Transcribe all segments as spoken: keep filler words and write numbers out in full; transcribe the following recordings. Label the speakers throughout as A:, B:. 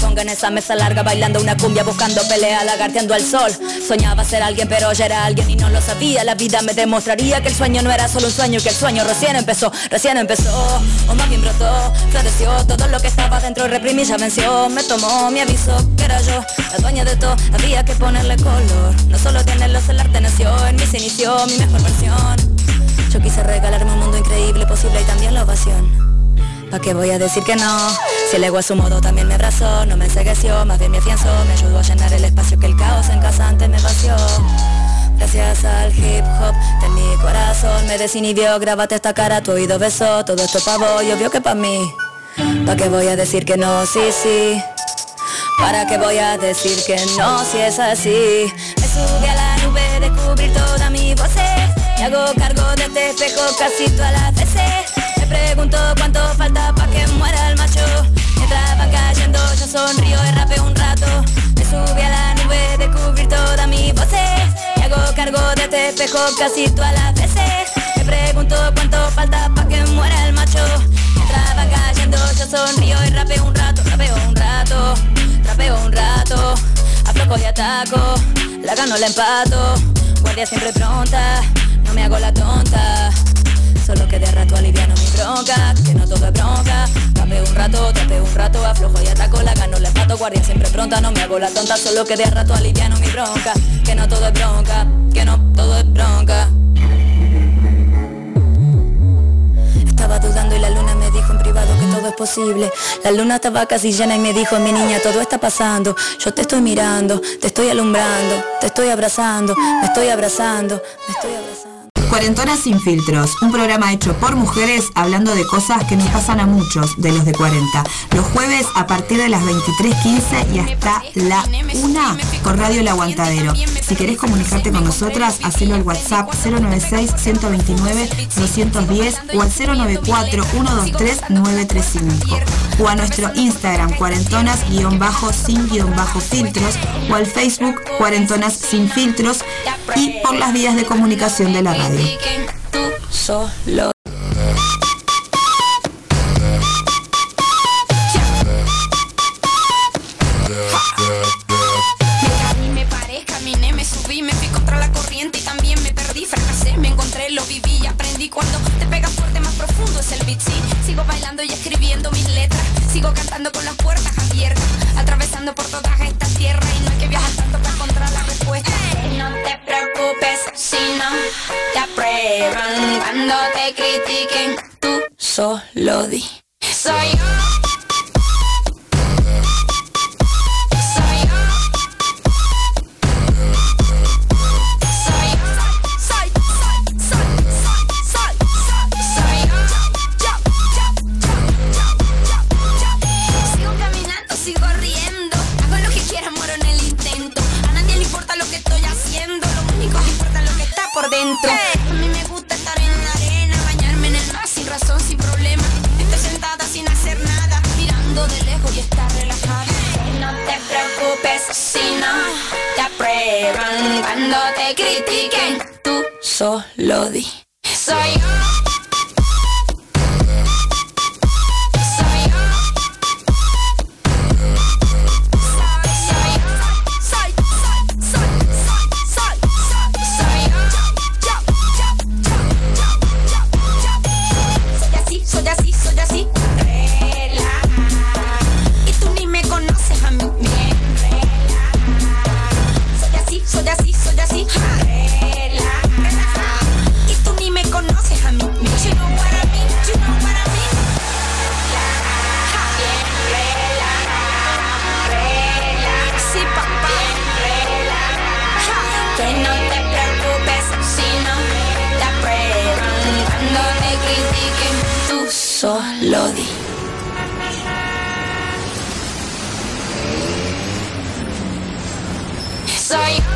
A: ponga en esa mesa larga bailando una cumbia, buscando pelea, lagarteando al sol. Soñaba ser alguien pero ya era alguien y no lo sabía. La vida me demostraría que el sueño no era solo un sueño, que el sueño recién empezó, recién empezó, o más bien brotó, floreció. Todo lo que estaba dentro reprimí ya venció. Me tomó, me avisó que era yo la dueña de todo, había que ponerle color. No solo tenerlos, el arte nació, en mí se inició mi mejor versión. Yo quise regalarme un mundo increíble, posible y también la ovación. ¿Pa' qué voy a decir que no? Si el ego a su modo también me abrazó, no me encegueció, más bien me afianzó, me ayudó a llenar el espacio que el caos en casa antes me vació. Gracias al hip hop de mi corazón me desinhibió, grábate esta cara, tu oído besó, todo esto pa' vos y obvio que pa' mí. ¿Pa' qué voy a decir que no? Sí, sí. ¿Para qué voy a decir que no? Si es así. Me subí a la nube de cubrir toda mi voz. Me hago cargo de este espejo casi todas las veces. Me pregunto cuánto falta pa' que muera el macho. Mientras van cayendo yo sonrío y rapeo un rato. Me subí a la nube de cubrir toda mi voz. Me hago cargo de este espejo casi todas las veces. Me pregunto cuánto falta pa' que muera el macho. Mientras van cayendo yo sonrío y rapeo un rato. Rapeo un rato, rapeo un rato. Aflojo y ataco, la gano, la empato. Guardia siempre pronta, no me hago la tonta. Solo que de rato aliviano mi bronca, que no todo es bronca. Trapeo un rato, trapeo un rato, aflojo y ataco, la gano, la empato. Guardia siempre pronta, no me hago la tonta. Solo que de rato aliviano mi bronca, que no todo es bronca, que no todo es bronca. Estaba dudando y la luna me dijo en privado que todo es posible. La luna estaba casi llena y me dijo: mi niña, todo está pasando. Yo te estoy mirando, te estoy alumbrando, te estoy abrazando, me estoy abrazando, me estoy abrazando.
B: Cuarentonas sin filtros, un programa hecho por mujeres hablando de cosas que nos pasan a muchos de los de cuarenta. Los jueves a partir de las veintitrés quince y hasta la una por Radio El Aguantadero. Si querés comunicarte con nosotras, hacelo al WhatsApp cero noventa y seis, ciento veintinueve, doscientos diez o al cero noventa y cuatro, ciento veintitrés, novecientos treinta y cinco. O a nuestro Instagram cuarentonas-sin-filtros o al Facebook Cuarentonas sin filtros y por las vías de comunicación de la radio.
A: Tú solo.
C: Me paré, caminé, me subí, me fui contra la corriente y también me perdí, fracasé, me encontré, lo viví y aprendí. Cuando te pegas fuerte más profundo es el beat, sí. Sigo bailando y escribiendo mis letras, sigo cantando con las puertas abiertas, atravesando por todas estas tierras y no hay que viajar tanto para encontrar la respuesta. Y no te preocupes si no te aprueban cuando te critiquen, tú solo di. Soy yo. Dentro. A mí me gusta estar en la arena, bañarme en el mar sin razón, sin problema. Estoy sentada sin hacer nada, mirando de lejos y estar relajada. No te preocupes si no te aprueban cuando te critiquen, tú solo di. Soy yo. Solo di. Soy yo.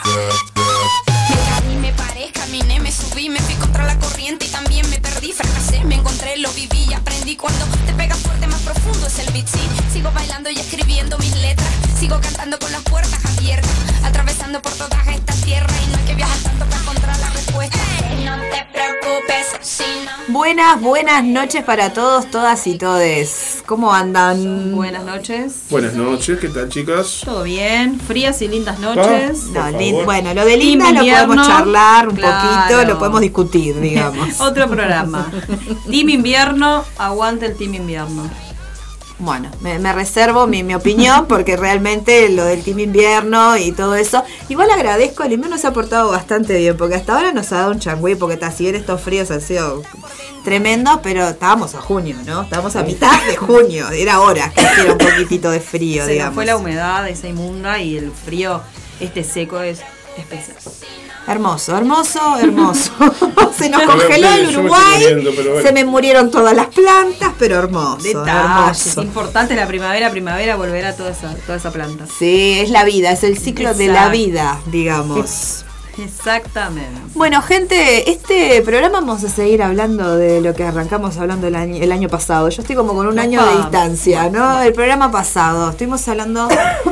C: Me caí, me paré, caminé, me subí, me fui contra la corriente y también me perdí, fracasé, me encontré, lo viví y aprendí. Cuando te pegas fuerte más profundo es el beat, sí. Sigo bailando y escribiendo mis letras, sigo cantando con las puertas abiertas, atravesando por todas estas tierras y no hay que viajar tanto para encontrar la respuesta. No te preocupes si no.
B: Buenas, buenas noches para todos, todas y todes. ¿Cómo andan?
D: Buenas noches.
E: Buenas noches, ¿qué tal, chicas?
D: Todo bien, frías y lindas noches.
E: Ah,
B: No,
E: por
B: li-
E: favor.
B: bueno, lo de linda
D: Team
B: lo
D: invierno,
B: podemos charlar un
D: claro.
B: poquito, lo podemos discutir, digamos.
D: Otro programa. Team Invierno, aguante el Team Invierno.
B: Bueno, me, me reservo mi, mi opinión porque realmente lo del Team Invierno y todo eso, igual agradezco, el invierno se ha portado bastante bien porque hasta ahora nos ha dado un changüí porque ta, si bien estos fríos han sido tremendos, pero estábamos a junio, ¿no? Estábamos a mitad de junio, era hora que hiciera un poquitito de frío,
D: Se nos
B: digamos.
D: fue la humedad esa inmunda y el frío, este seco es especial.
B: Hermoso, hermoso, hermoso. Se nos
E: A ver,
B: congeló
E: ustedes,
B: el
E: yo me estoy
B: Uruguay,
E: muriendo, pero bueno.
B: se me murieron todas las plantas, pero hermoso,
D: Detalles,
B: hermoso.
D: importante la primavera, primavera volverá toda esa, toda esa planta.
B: Sí, es la vida, es el ciclo de la
D: Exacto.
B: vida, digamos.
D: Exactamente.
B: Bueno, gente, este programa vamos a seguir hablando de lo que arrancamos hablando el año, el año pasado. Yo estoy como con un año de
D: Opa.
B: distancia, ¿no? El programa pasado, estuvimos hablando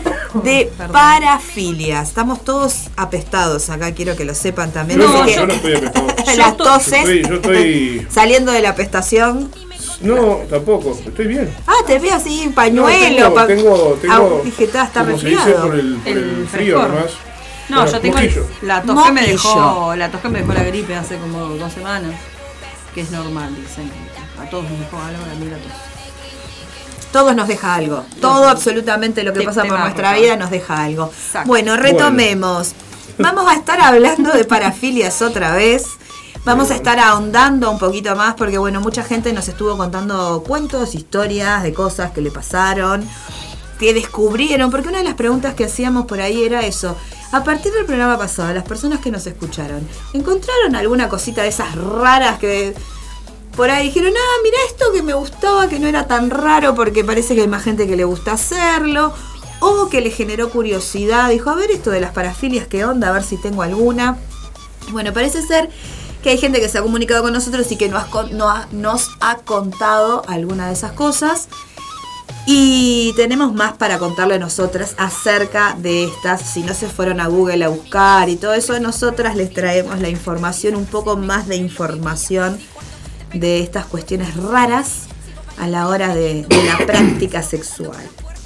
B: de
D: Perdón.
B: parafilias. Estamos todos apestados acá, quiero que lo sepan también.
D: No,
B: Así
E: yo
B: que
E: no estoy apestado.
B: las
D: Yo to-
E: Yo
B: toses,
E: estoy, yo estoy...
B: saliendo de la apestación.
E: No, tampoco, estoy bien.
B: Ah, te veo así, pañuelo.
E: No,
B: pa-
E: tengo, tengo,
B: Ah, dije, está, está
E: como se dice,
B: resfriado.
E: por el, por el,
D: El
E: frío
D: frescor.
E: nomás.
D: No,
E: Bueno,
D: yo tengo el-
E: moquillo.
D: la tos que me
B: Moquillo.
D: dejó, la tos que me dejó la gripe hace como dos semanas, que es normal, dicen. A todos nos dejó algo, a mí la tos.
B: Todos nos deja algo. Todo, absolutamente lo que
D: Te-
B: pasa
D: te
B: por
D: marca.
B: nuestra vida nos deja algo.
D: Exacto.
B: Bueno, retomemos. Vamos a estar hablando de parafilias otra vez. Vamos a estar ahondando un poquito más porque, bueno, mucha gente nos estuvo contando cuentos, historias de cosas que le pasaron, que descubrieron, porque una de las preguntas que hacíamos por ahí era eso. A partir del programa pasado, las personas que nos escucharon, ¿encontraron alguna cosita de esas raras que por ahí dijeron, ah, mira esto que me gustaba, que no era tan raro porque parece que hay más gente que le gusta hacerlo? O que le generó curiosidad, dijo, a ver esto de las parafilias, ¿qué onda? A ver si tengo alguna. Bueno, parece ser que hay gente que se ha comunicado con nosotros y que nos ha, con- no ha- nos ha contado alguna de esas cosas. Y tenemos más para contarle nosotras acerca de estas. Si no se fueron a Google a buscar y todo eso, nosotras les traemos la información, un poco más de información de estas cuestiones raras a la hora de, de la práctica sexual.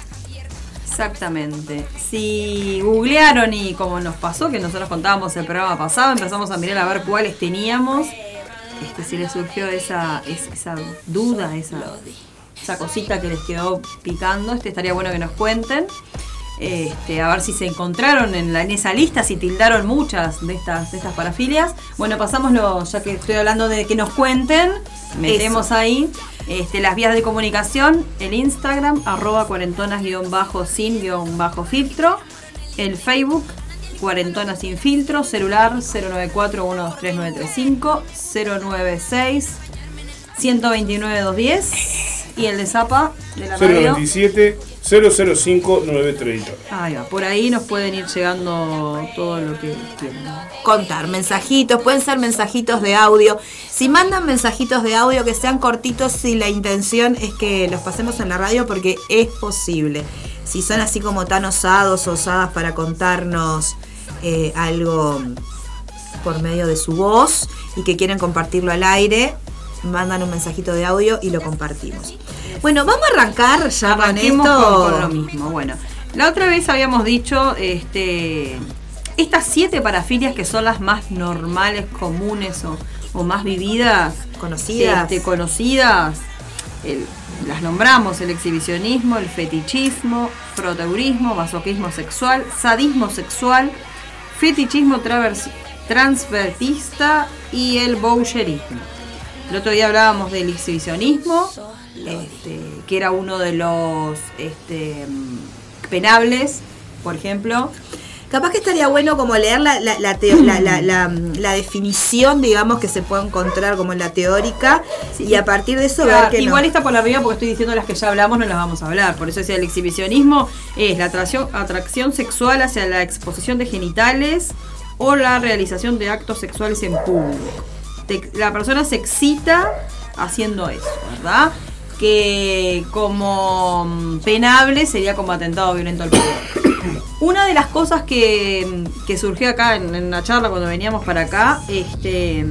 D: Exactamente. Si googlearon y como nos pasó, que nosotros contábamos el programa pasado, empezamos a mirar a ver cuáles teníamos, este, si les surgió esa, es- esa duda, esa, esa cosita que les quedó picando, este estaría bueno que nos cuenten. Este, a ver si se encontraron en, la, en esa lista, si tildaron muchas de estas, de estas parafilias. Bueno, pasámoslo, ya que estoy hablando de que nos cuenten, metemos
B: Eso.
D: ahí este, las vías de comunicación, el Instagram, arroba cuarentonas guión bajo sin guión bajo filtro, el Facebook, cuarentonas sin filtro, celular cero nueve cuatro uno dos tres nueve tres cinco, cero nueve seis uno dos nueve dos uno cero y el de Zapa de la
E: cero
D: radio.
E: noventa y siete, cero cero cinco, nueve treinta.
D: Ahí va, por ahí nos pueden ir llegando todo lo que quieran.
B: Contar mensajitos, pueden ser mensajitos de audio. Si mandan mensajitos de audio que sean cortitos, si la intención es que los pasemos en la radio, porque es posible. Si son así como tan osados, osadas para contarnos eh, algo por medio de su voz y que quieren compartirlo al aire, mandan un mensajito de audio y lo compartimos. Bueno, vamos a arrancar ya con
D: Arranquemos
B: esto.
D: con, con lo mismo. Bueno, la otra vez habíamos dicho este, estas siete parafilias que son las más normales, comunes o, o más vividas,
B: Conocidas.
D: este, conocidas. El- las nombramos: el exhibicionismo, el fetichismo, frotteurismo, masoquismo sexual, sadismo sexual, fetichismo travers- transvertista y el voyeurismo. El otro día hablábamos del exhibicionismo, este, que era uno de los este, mm, penables, por ejemplo.
B: Capaz que estaría bueno como leer la, la, la, teo, la, la, la, la definición, digamos, que se puede encontrar como en la teórica, sí. Y a partir de eso
D: claro,
B: ver que
D: igual
B: no.
D: está por arriba porque estoy diciendo las que ya hablamos, no las vamos a hablar. Por eso decía, el exhibicionismo es la atracción, atracción sexual hacia la exposición de genitales o la realización de actos sexuales en público. Te, la persona se excita haciendo eso, ¿verdad? Que como penable sería como atentado violento al poder. Una de las cosas que, que surgió acá en, en la charla cuando veníamos para acá, este,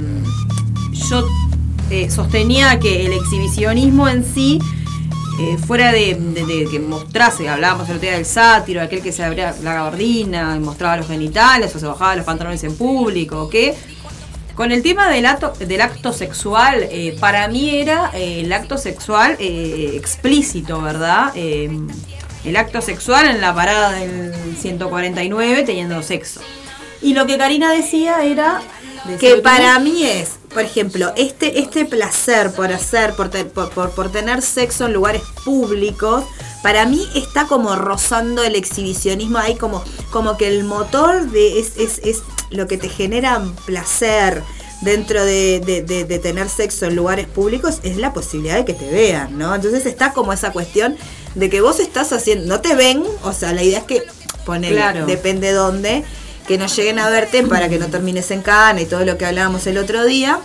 D: yo eh, sostenía que el exhibicionismo en sí, eh, fuera de, de, de que mostrase, hablábamos el otro día del sátiro, aquel que se abría la gabardina y mostraba los genitales o se bajaba los pantalones en público, que con el tema del acto, del acto sexual, eh, para mí era eh, el acto sexual eh, explícito, ¿verdad? Eh, el acto sexual en la parada del ciento cuarenta y nueve teniendo sexo. Y lo que Karina decía era...
B: Que para mí es, por ejemplo, este este placer por hacer, por, te, por, por, por tener sexo en lugares públicos, para mí está como rozando el exhibicionismo, hay como, como que el motor de es, es, es lo que te genera placer dentro de, de, de, de tener sexo en lugares públicos es la posibilidad de que te vean, ¿no? Entonces está como esa cuestión de que vos estás haciendo, no te ven, o sea, la idea es que, ponele, claro. Depende dónde, que no lleguen a verte para que no termines en cana y todo lo que hablábamos el otro día,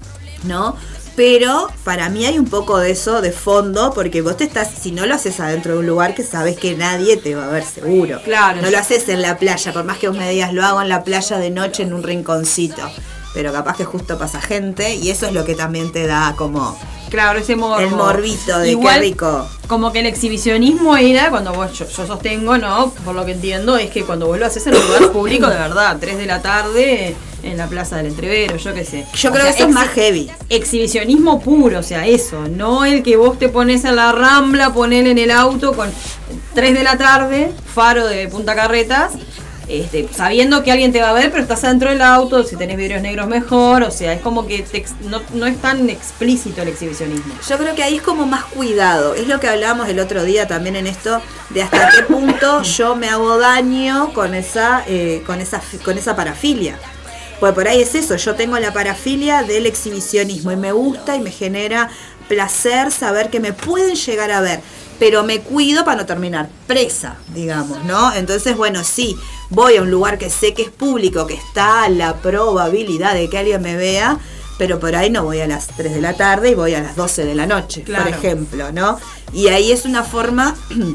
B: ¿no? Pero para mí hay un poco de eso de fondo, porque vos te estás, si no lo haces adentro de un lugar que sabes que nadie te va a ver seguro.
D: Claro.
B: No lo haces en la playa, por más que vos me digas, lo hago en la playa de noche en un rinconcito. Pero capaz que justo pasa gente y eso es lo que también te da como...
D: Claro, ese morbo.
B: El morbito de
D: igual,
B: qué rico.
D: Como que el exhibicionismo era, cuando vos, yo, yo sostengo, ¿no? Por lo que entiendo, es que cuando vos lo haces en un lugar público, de verdad, tres de la tarde, en la Plaza del Entrevero, yo qué sé.
B: Yo
D: o
B: creo
D: sea,
B: que eso es más heavy.
D: Exhibicionismo puro, o sea, eso. No el que vos te pones en la Rambla, ponele en el auto con tres de la tarde, faro de Punta Carretas, Este, sabiendo que alguien te va a ver, pero estás adentro del auto, si tenés vidrios negros mejor, o sea, es como que te, no, no es tan explícito el exhibicionismo.
B: Yo creo que ahí es como más cuidado, es lo que hablábamos el otro día también en esto, de hasta qué punto yo me hago daño con esa, eh, con esa, con esa parafilia. Pues por ahí es eso, yo tengo la parafilia del exhibicionismo y me gusta y me genera placer saber que me pueden llegar a ver, pero me cuido para no terminar presa, digamos, ¿no? Entonces, bueno, sí, voy a un lugar que sé que es público, que está la probabilidad de que alguien me vea, pero por ahí no voy a las tres de la tarde y voy a las doce de la noche, claro. Por ejemplo, ¿no? Y ahí es una forma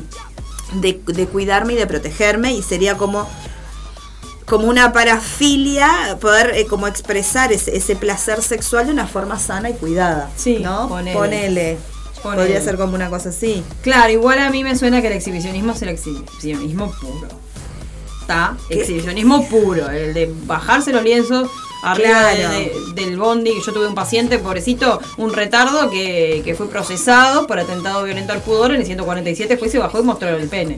B: de, de cuidarme y de protegerme, y sería como... como una parafilia, poder eh, como expresar ese, ese placer sexual de una forma sana y cuidada,
D: sí,
B: ¿no?
D: Ponele.
B: Ponele.
D: Ponele.
B: Podría ser como una cosa así.
D: Claro, igual a mí me suena que el exhibicionismo es el exhibicionismo puro. ¿Está? Exhibicionismo puro, el de bajarse los lienzos arriba
B: claro.
D: de, de, del bondi. Yo tuve un paciente, pobrecito, un retardo que, que fue procesado por atentado violento al pudor en el ciento cuarenta y siete, fue y se bajó y mostró el pene.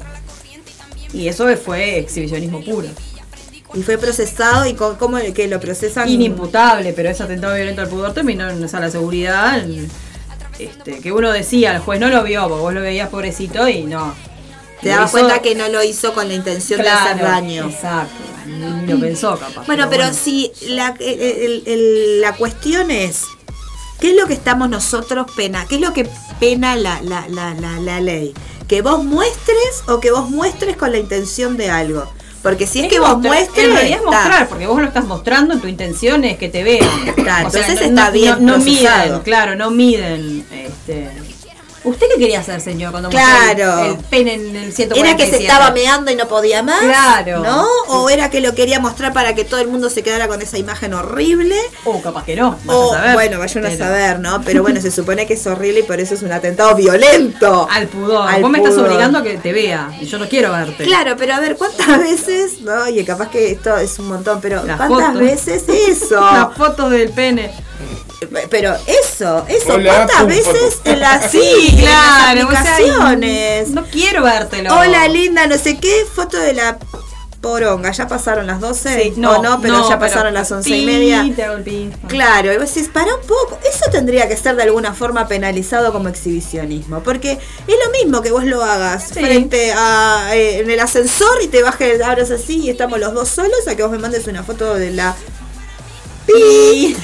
D: Y eso fue exhibicionismo puro.
B: Y fue procesado, y cómo que lo procesan.
D: Inimputable, pero ese atentado violento al pudor terminó en sala de seguridad. En, este, que uno decía, el juez no lo vio, porque vos lo veías pobrecito y no.
B: Te dabas hizo... cuenta que no lo hizo con la intención claro, de hacer daño.
D: Exacto, ni lo pensó capaz.
B: Bueno, pero, pero bueno. si la, el, el, el, la cuestión es, ¿qué es lo que estamos nosotros pena? ¿Qué es lo que pena la, la, la, la, la ley? ¿Que vos muestres o que vos muestres con la intención de algo? Porque si es, es que vos muestres...
D: En realidad es mostrar, está. Porque vos lo estás mostrando, tu intención es que te vean.
B: Está,
D: o
B: entonces
D: sea, no,
B: está
D: no,
B: bien
D: no, no miden, claro, no miden. Este... ¿Usted qué quería hacer, señor, cuando
B: claro.
D: mostró el, el pene en el ciento cuarenta y siete?
B: ¿Era que se estaba meando y no podía más?
D: Claro.
B: ¿No? ¿O era que lo quería mostrar para que todo el mundo se quedara con esa imagen horrible?
D: O capaz que no, vaya
B: o,
D: a saber.
B: Bueno, vayan pero... a saber, ¿no? Pero bueno, se supone que es horrible y por eso es un atentado violento.
D: Al pudor.
B: Al
D: Vos me
B: pudor.
D: Estás obligando a que te vea y yo no quiero verte.
B: Claro, pero a ver, ¿cuántas veces? No, oye, capaz que esto es un montón, pero
D: Las
B: ¿cuántas
D: fotos.
B: veces eso?
D: Las fotos del pene.
B: Pero eso, eso,
E: Hola,
B: ¿cuántas
E: pum,
B: veces
E: foto.
B: en las,
D: sí,
B: sí,
D: claro,
B: en las aplicaciones?
D: O sea, no quiero vértelo.
B: Hola, linda, no sé qué, foto de la poronga, ya pasaron las doce,
D: Sí,
B: no,
D: no,
B: no, pero
D: no,
B: ya
D: pero
B: pasaron las once y
D: pi,
B: media.
D: te hago el pi.
B: Claro, y vos decís, para un poco, eso tendría que ser de alguna forma penalizado como exhibicionismo, porque es lo mismo que vos lo hagas
D: Sí.
B: frente a eh, en el ascensor y te bajes, abras así y estamos los dos solos, a que vos me mandes una foto de la pi.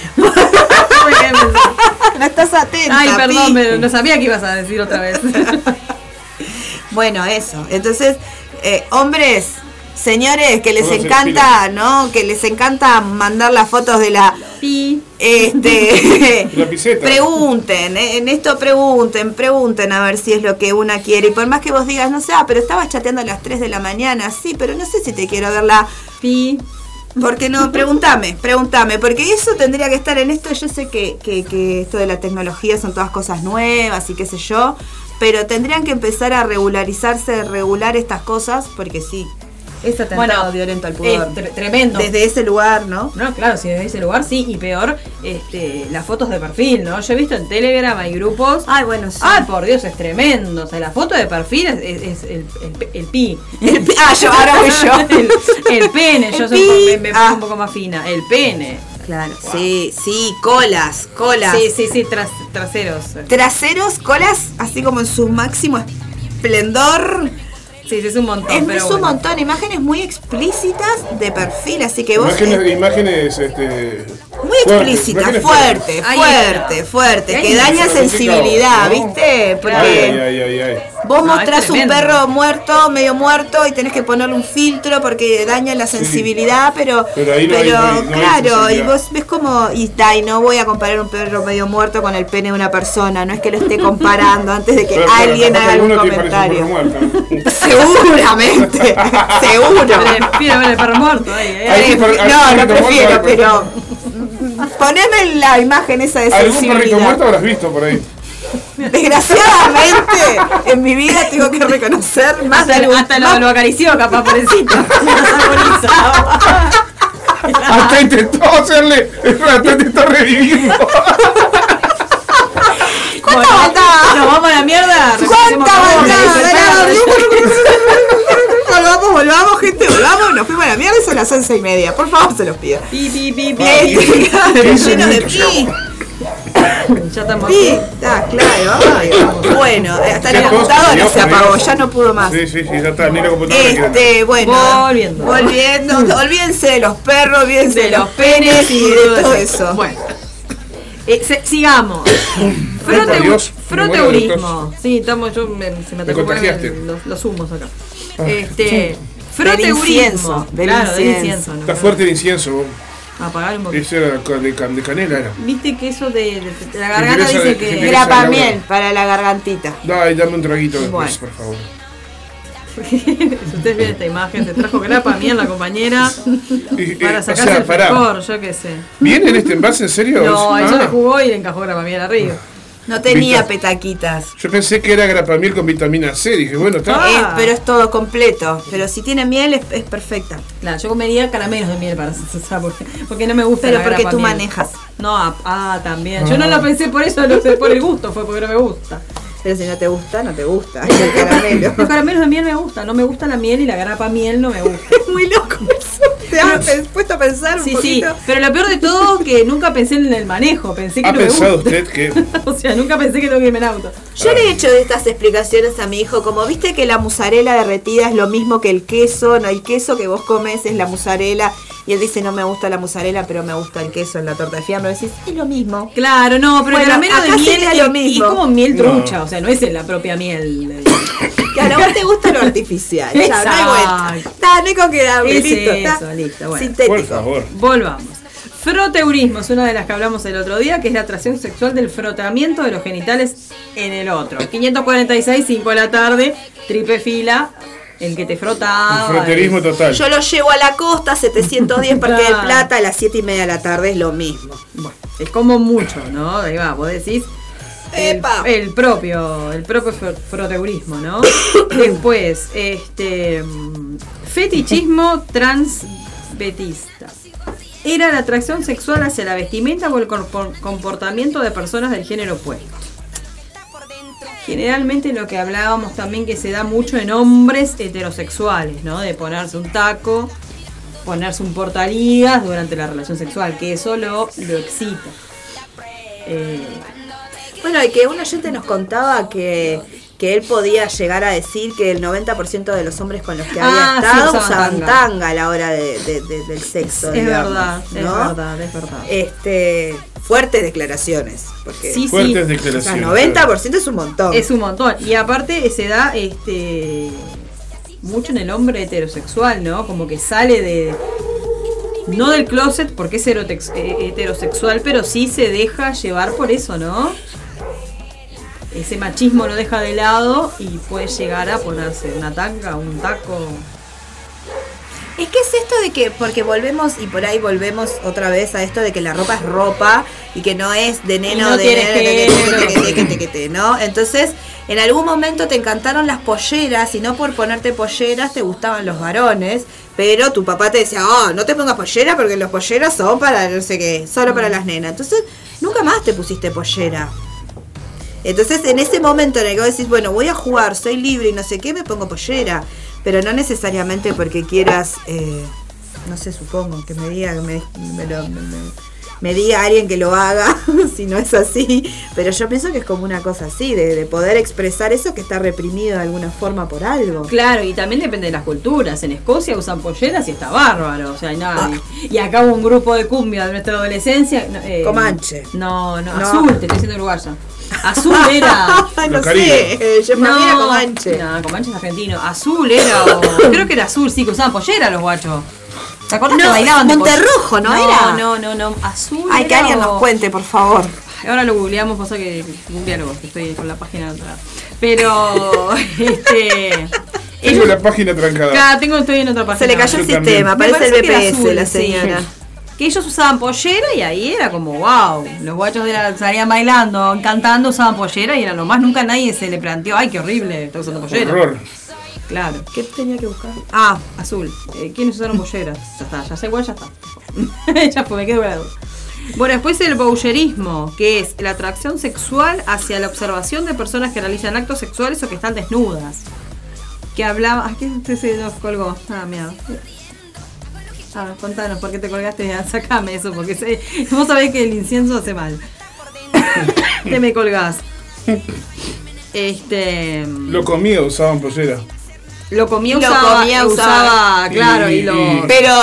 B: No estás atenta.
D: Ay, perdón,
B: pi.
D: pero no sabía que ibas a decir otra vez.
B: Bueno, eso. Entonces, eh, hombres, señores, que les
E: Pónganse
B: encanta, ¿no? Que les encanta mandar las fotos de la...
D: Pi.
B: Este,
E: La piseta.
B: pregunten, eh, en esto pregunten, pregunten a ver si es lo que una quiere. Y por más que vos digas, no sé, ah, pero estabas chateando a las tres de la mañana, sí, pero no sé si te quiero ver la...
D: Pi.
B: Porque no, pregúntame, pregúntame, porque eso tendría que estar en esto. Yo sé que, que, que esto de la tecnología son todas cosas nuevas y qué sé yo, pero tendrían que empezar a regularizarse, regular estas cosas, porque sí, es atentado
D: Bueno,
B: violento al pudor.
D: Es tre- tremendo.
B: Desde ese lugar, ¿no?
D: No, claro, si desde ese lugar sí, y peor, este, las fotos de perfil, ¿no? Yo he visto en Telegram hay grupos.
B: Ay, bueno, sí.
D: Ay, por Dios, es tremendo. O sea, la foto de perfil es, es- es el, el, el pi.
B: El pi- ah, yo, ahora voy yo.
D: el, el pene, yo
B: El
D: soy
B: pi.
D: un po- me, me pongo
B: Ah.
D: un poco más fina. El pene.
B: Claro, sí, sí, colas, colas.
D: Sí, sí, sí, tras, traseros.
B: Traseros, colas, así como en su máximo esplendor.
D: Sí, sí, es un montón.
B: Es,
D: pero
B: es un
D: bueno.
B: montón, imágenes muy explícitas de perfil, así que vos...
E: Imágenes,
B: eh,
E: imágenes este,
B: muy explícita,
E: imágenes
B: fuerte,
D: Ahí
B: fuerte,
D: está.
B: fuerte,
D: Ahí
B: que
D: está.
B: daña
E: ¿no?
B: sensibilidad, ¿viste? Porque
E: Ay, ay, ay, ay.
B: vos
D: No,
B: mostrás
D: es
B: un
D: tremendo.
B: perro muerto, medio muerto, y tenés que ponerle un filtro porque daña la sensibilidad, pero,
E: Pero ahí no hay-
B: pero
E: no hay- no hay
B: claro, y
E: sensibilidad.
B: vos ves como, y, da, y no voy a comparar un perro medio muerto con el pene de una persona, no es que lo esté comparando antes de que
E: Pero, claro,
B: alguien
E: capaz
B: haga
E: que
B: algún
E: alguno te parece un
B: comentario.
E: perro muerto.
B: Seguramente, seguro.
D: Prefiero ver el perro muerto. Ahí, ahí,
E: Ay,
D: ahí.
E: per-
B: No,
E: algún
B: no
E: perrito
B: prefiero,
E: muerto,
B: pero poneme la imagen esa de
E: Algún perrito muerto
B: sensibilidad.
E: habrás visto por ahí.
B: Desgraciadamente, en mi vida tengo que reconocer más de
D: Hasta,
B: algún
D: hasta
B: más-
D: lo, lo acarició, capaz, pobrecito.
E: Hasta intentó hacerle. Hasta intentó revivirlo.
B: ¿Cuánta
D: Bueno,
B: maldad?
D: Nos vamos a la mierda. reconocemos
B: ¿Cuánta
D: que vamos,
B: maldad?
D: que dice el perro.
B: Volvamos, volvamos, gente, volvamos. Nos fuimos a la mierda y son las once y media. Por favor, se los pido.
D: Pi, pi, pi, pi.
B: Este, claro,
E: quince
B: lleno de
E: minutos
B: pi.
D: Ya estamos.
B: Pi. Ah, claro. Ay, bueno, hasta la
E: Sí,
B: computadora
E: todos,
B: se
E: Dios,
B: apagó,
E: Dios.
B: ya no pudo más.
E: Sí, sí, sí, ya está. Ni la computadora quiere.
B: Este, bueno,
D: Volviendo.
B: volviendo, olvídense de los perros, olvídense
D: De los penes y
B: de todo eso.
D: Bueno. Eh, se- sigamos.
E: por
D: Frote-
E: Dios, me muero de
D: Froteurismo. Sí, estamos, yo me, se me atacó
E: contagiaste.
D: los, los humos acá.
E: Ah.
D: Este.
B: Del
D: Froteurismo.
B: incienso, del
D: Claro, del
B: incienso.
D: incienso. ¿no?
E: Está fuerte el incienso. vos.
D: Apagar un poquito.
E: Ese era de, can- de canela, era.
D: Viste que eso de, de- de la garganta
E: interesa-
D: dice
E: te
D: que.
E: interesa.
B: Grapa
E: Laura.
B: miel para la gargantita.
E: Dale, dame un traguito después,
B: Bueno.
E: por favor.
D: Si ustedes ven esta imagen, se trajo grapa miel la compañera
E: Y, eh,
D: para
E: o
D: sacarse
E: sea,
D: el
E: pará.
D: frescor, yo qué sé.
E: ¿Viene en este envase, en serio?
D: No,
E: Ah,
D: eso le jugó y le encajó grapa miel arriba.
B: No tenía
E: ¿Viste?
B: petaquitas.
E: Yo pensé que era grapamiel con vitamina C. Dije, bueno, está.
D: Ah.
B: Es- pero es todo completo. Pero si tiene miel es, es perfecta.
D: Claro, yo comería caramelos de miel para o sea, porque, porque no me gusta
B: Pero
D: la
B: porque
D: grapa
B: tú
D: miel.
B: manejas.
D: No, ah, ah, también. Yo no lo pensé por eso, lo sé por el gusto, fue porque no me gusta.
B: Pero si no te gusta, no te gusta. Es el caramelo.
D: Los caramelos de miel me gustan, no me gusta la miel y la grapa miel no me gusta.
B: Es muy loco eso. ¿Te has pe- puesto a pensar un
D: Sí, sí,
B: poquito?
D: pero lo peor de todo es que nunca pensé en el manejo, pensé que
E: ¿Ha
D: no me
E: pensado
D: gusta.
E: usted que.?
D: O sea, nunca pensé que tengo que irme en auto.
B: Yo le he hecho de estas explicaciones a mi hijo, como viste que la mozzarella derretida es lo mismo que el queso, no, el queso que vos comes es la mozzarella, y él dice no me gusta la mozzarella, pero me gusta el queso en la torta de fiambre, decís, es lo mismo.
D: Claro, no, pero
B: Bueno,
D: el caramelo de
B: acá
D: miel
B: sería
D: es,
B: lo mismo.
D: es como miel
E: No.
D: trucha, o sea, no es la propia miel.
B: Claro, a vos te gusta lo artificial, ya, no hay vuelta.
D: Exacto.
B: Está, no hay con qué darle,
D: Es
B: listo,
D: eso,
B: está
D: listo, bueno.
B: sintético.
E: Por favor.
D: Volvamos. Froteurismo es una de las que hablamos el otro día, que es la atracción sexual del frotamiento de los genitales en el otro. quinientos cuarenta y seis, cinco de la tarde, triple fila, el que te frotaba.
E: Un froterismo total.
B: Yo lo llevo a la costa, setecientos diez Parque del
D: Claro.
B: Plata, a las siete y media de la tarde es lo mismo.
D: Bueno, es como mucho, ¿no? Ahí va, vos decís. El,
B: Epa.
D: el propio, el propio fro- froteurismo, ¿no? Después, este mm, fetichismo transvetista. Era la atracción sexual hacia la vestimenta o el corpor- comportamiento de personas del género opuesto. generalmente lo que hablábamos también que se da mucho en hombres heterosexuales, ¿no? De ponerse un taco, ponerse un portaligas durante la relación sexual, que eso lo, lo excita. Eh,
B: Bueno, y que un oyente nos contaba que, que él podía llegar a decir que el noventa por ciento de los hombres con los que había
D: Ah, sí,
B: estado
D: usaban
B: usaban
D: tanga.
B: tanga a la hora de, de- de- del sexo.
D: es
B: digamos,
D: verdad,
B: ¿no?
D: es verdad, es verdad.
B: Este, fuertes declaraciones. Porque
D: Sí,
E: Fuertes
D: sí.
B: o sea,
E: declaraciones.
B: noventa por ciento es un montón.
D: Es un montón. Y aparte se da este mucho en el hombre heterosexual, ¿no? Como que sale de. No del closet porque es erotex- eh, heterosexual, pero sí se deja llevar por eso, ¿no? Ese machismo lo deja de lado y puede llegar a ponerse una tanga, un taco.
B: Es que es esto de que, porque volvemos, y por ahí volvemos otra vez a esto de que la ropa es ropa y que no es de neno,
D: no
B: de
D: tiene
B: nene,
D: género.
B: teque, teque, teque, teque, teque, ¿no? Entonces, en algún momento te encantaron las polleras y no por ponerte polleras te gustaban los varones, pero tu papá te decía, oh, no te pongas pollera porque los polleras son para no sé qué, solo para las nenas. Entonces, nunca más te pusiste pollera. Entonces, en ese momento en el que vos decís, bueno, voy a jugar, soy libre y no sé qué, me pongo pollera. Pero no necesariamente porque quieras, eh, no sé, supongo, que me diga, que me, me, lo- me- me- me diga alguien que lo haga, si no es así. Pero yo pienso que es como una cosa así, de, de poder expresar eso que está reprimido de alguna forma por algo.
D: Claro, y también depende de las culturas. En Escocia usan polleras y está bárbaro. O sea, nada. Y acá hubo un grupo de cumbia de nuestra adolescencia. no, eh,
B: Comanche.
D: No, no,
B: No.
D: azul, te estoy diciendo uruguaya. Azul era.
B: Ay, no
E: Lo Caribe.
B: sé, eh, yo para mí era Comanche.
D: No, Comanche es argentino. Azul era, o, creo que era azul, sí, que usaban pollera los guachos. ¿Te acuerdas
B: No,
D: que bailaban de
B: Monterrojo,
D: pollera?
B: ¿no era?
D: No, no, no, azul.
B: Ay, que
D: era
B: alguien
D: o-
B: nos cuente, por favor.
D: Ahora lo googleamos, pasa que googlealo vos, que estoy con la página de atrás. Pero, este.
E: Tengo
D: ellos-
E: la página trancada.
D: Acá tengo, estoy en otra página.
B: Se le cayó el
E: Yo también.
B: sistema,
D: Me
B: parece el
D: parece que
B: B
D: era
B: P S
D: azul,
B: la
D: sí.
B: señora.
D: Que ellos usaban pollera y ahí era como wow. Los guachos de la, salían bailando, cantando, usaban pollera y era lo más. Nunca nadie se le planteó, ay, qué horrible, está usando pollera.
E: Horror.
D: Claro.
B: ¿Qué tenía que buscar?
D: Ah, azul. Eh, ¿Quiénes usaron polleras? Ya está, ya sé igual, ya está. Ya fue, me quedo grado. Bueno, después el voyeurismo, que es la atracción sexual hacia la observación de personas que realizan actos sexuales o que están desnudas. Que hablaba. Ay, ¿qué se nos colgó? Ah, miedo. A ver, contanos, ¿por qué te colgaste? Sacame eso, porque sé, vos sabés que el incienso hace mal. Te me colgás. Este.
E: Lo comía, usaban pollera.
D: Lo comía,
B: Lo
D: usaba,
B: comía,
D: usaba,
B: usaba.
D: claro, y,
E: Y-
D: lo.
E: y-
B: Pero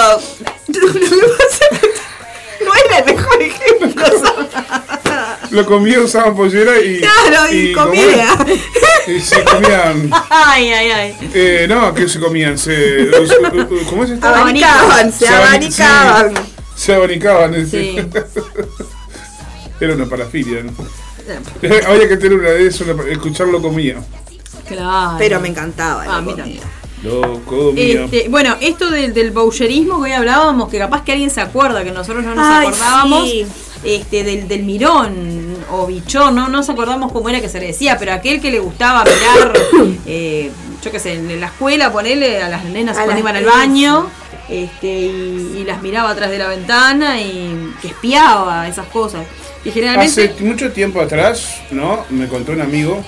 B: no era el mejor ejemplo.
E: Lo comía, usaban pollera y.
B: Claro, y comía.
E: ¿cómo es? Y se comían.
D: Ay, ay, ay.
E: Eh, no, que se comían? Se, ¿Cómo es esto?
B: Abanicaban, se
E: Se abani-
B: abanicaban.
E: sí, se abanicaban. ese.
D: Sí.
E: Era una parafilia, ¿no? Había que tener una de esas, una- escucharlo comía.
D: Claro.
B: Pero me encantaba.
D: Ah, a
B: lo
D: mí
B: comía.
D: también.
E: Lo comía.
D: Este, bueno, esto del, del voyeurismo que hoy hablábamos, que capaz que alguien se acuerda, que nosotros no nos
B: Ay,
D: acordábamos,
B: sí.
D: este, del, del mirón o bichón, no nos acordamos cómo era que se le decía, pero aquel que le gustaba mirar, eh, yo qué sé, en la escuela, ponerle a las nenas
B: A
D: cuando
B: las
D: iban al
B: nenas.
D: baño, este, y, y las miraba atrás de la ventana y que espiaba esas cosas. Y generalmente.
E: Hace mucho tiempo atrás, ¿no? Me contó un amigo,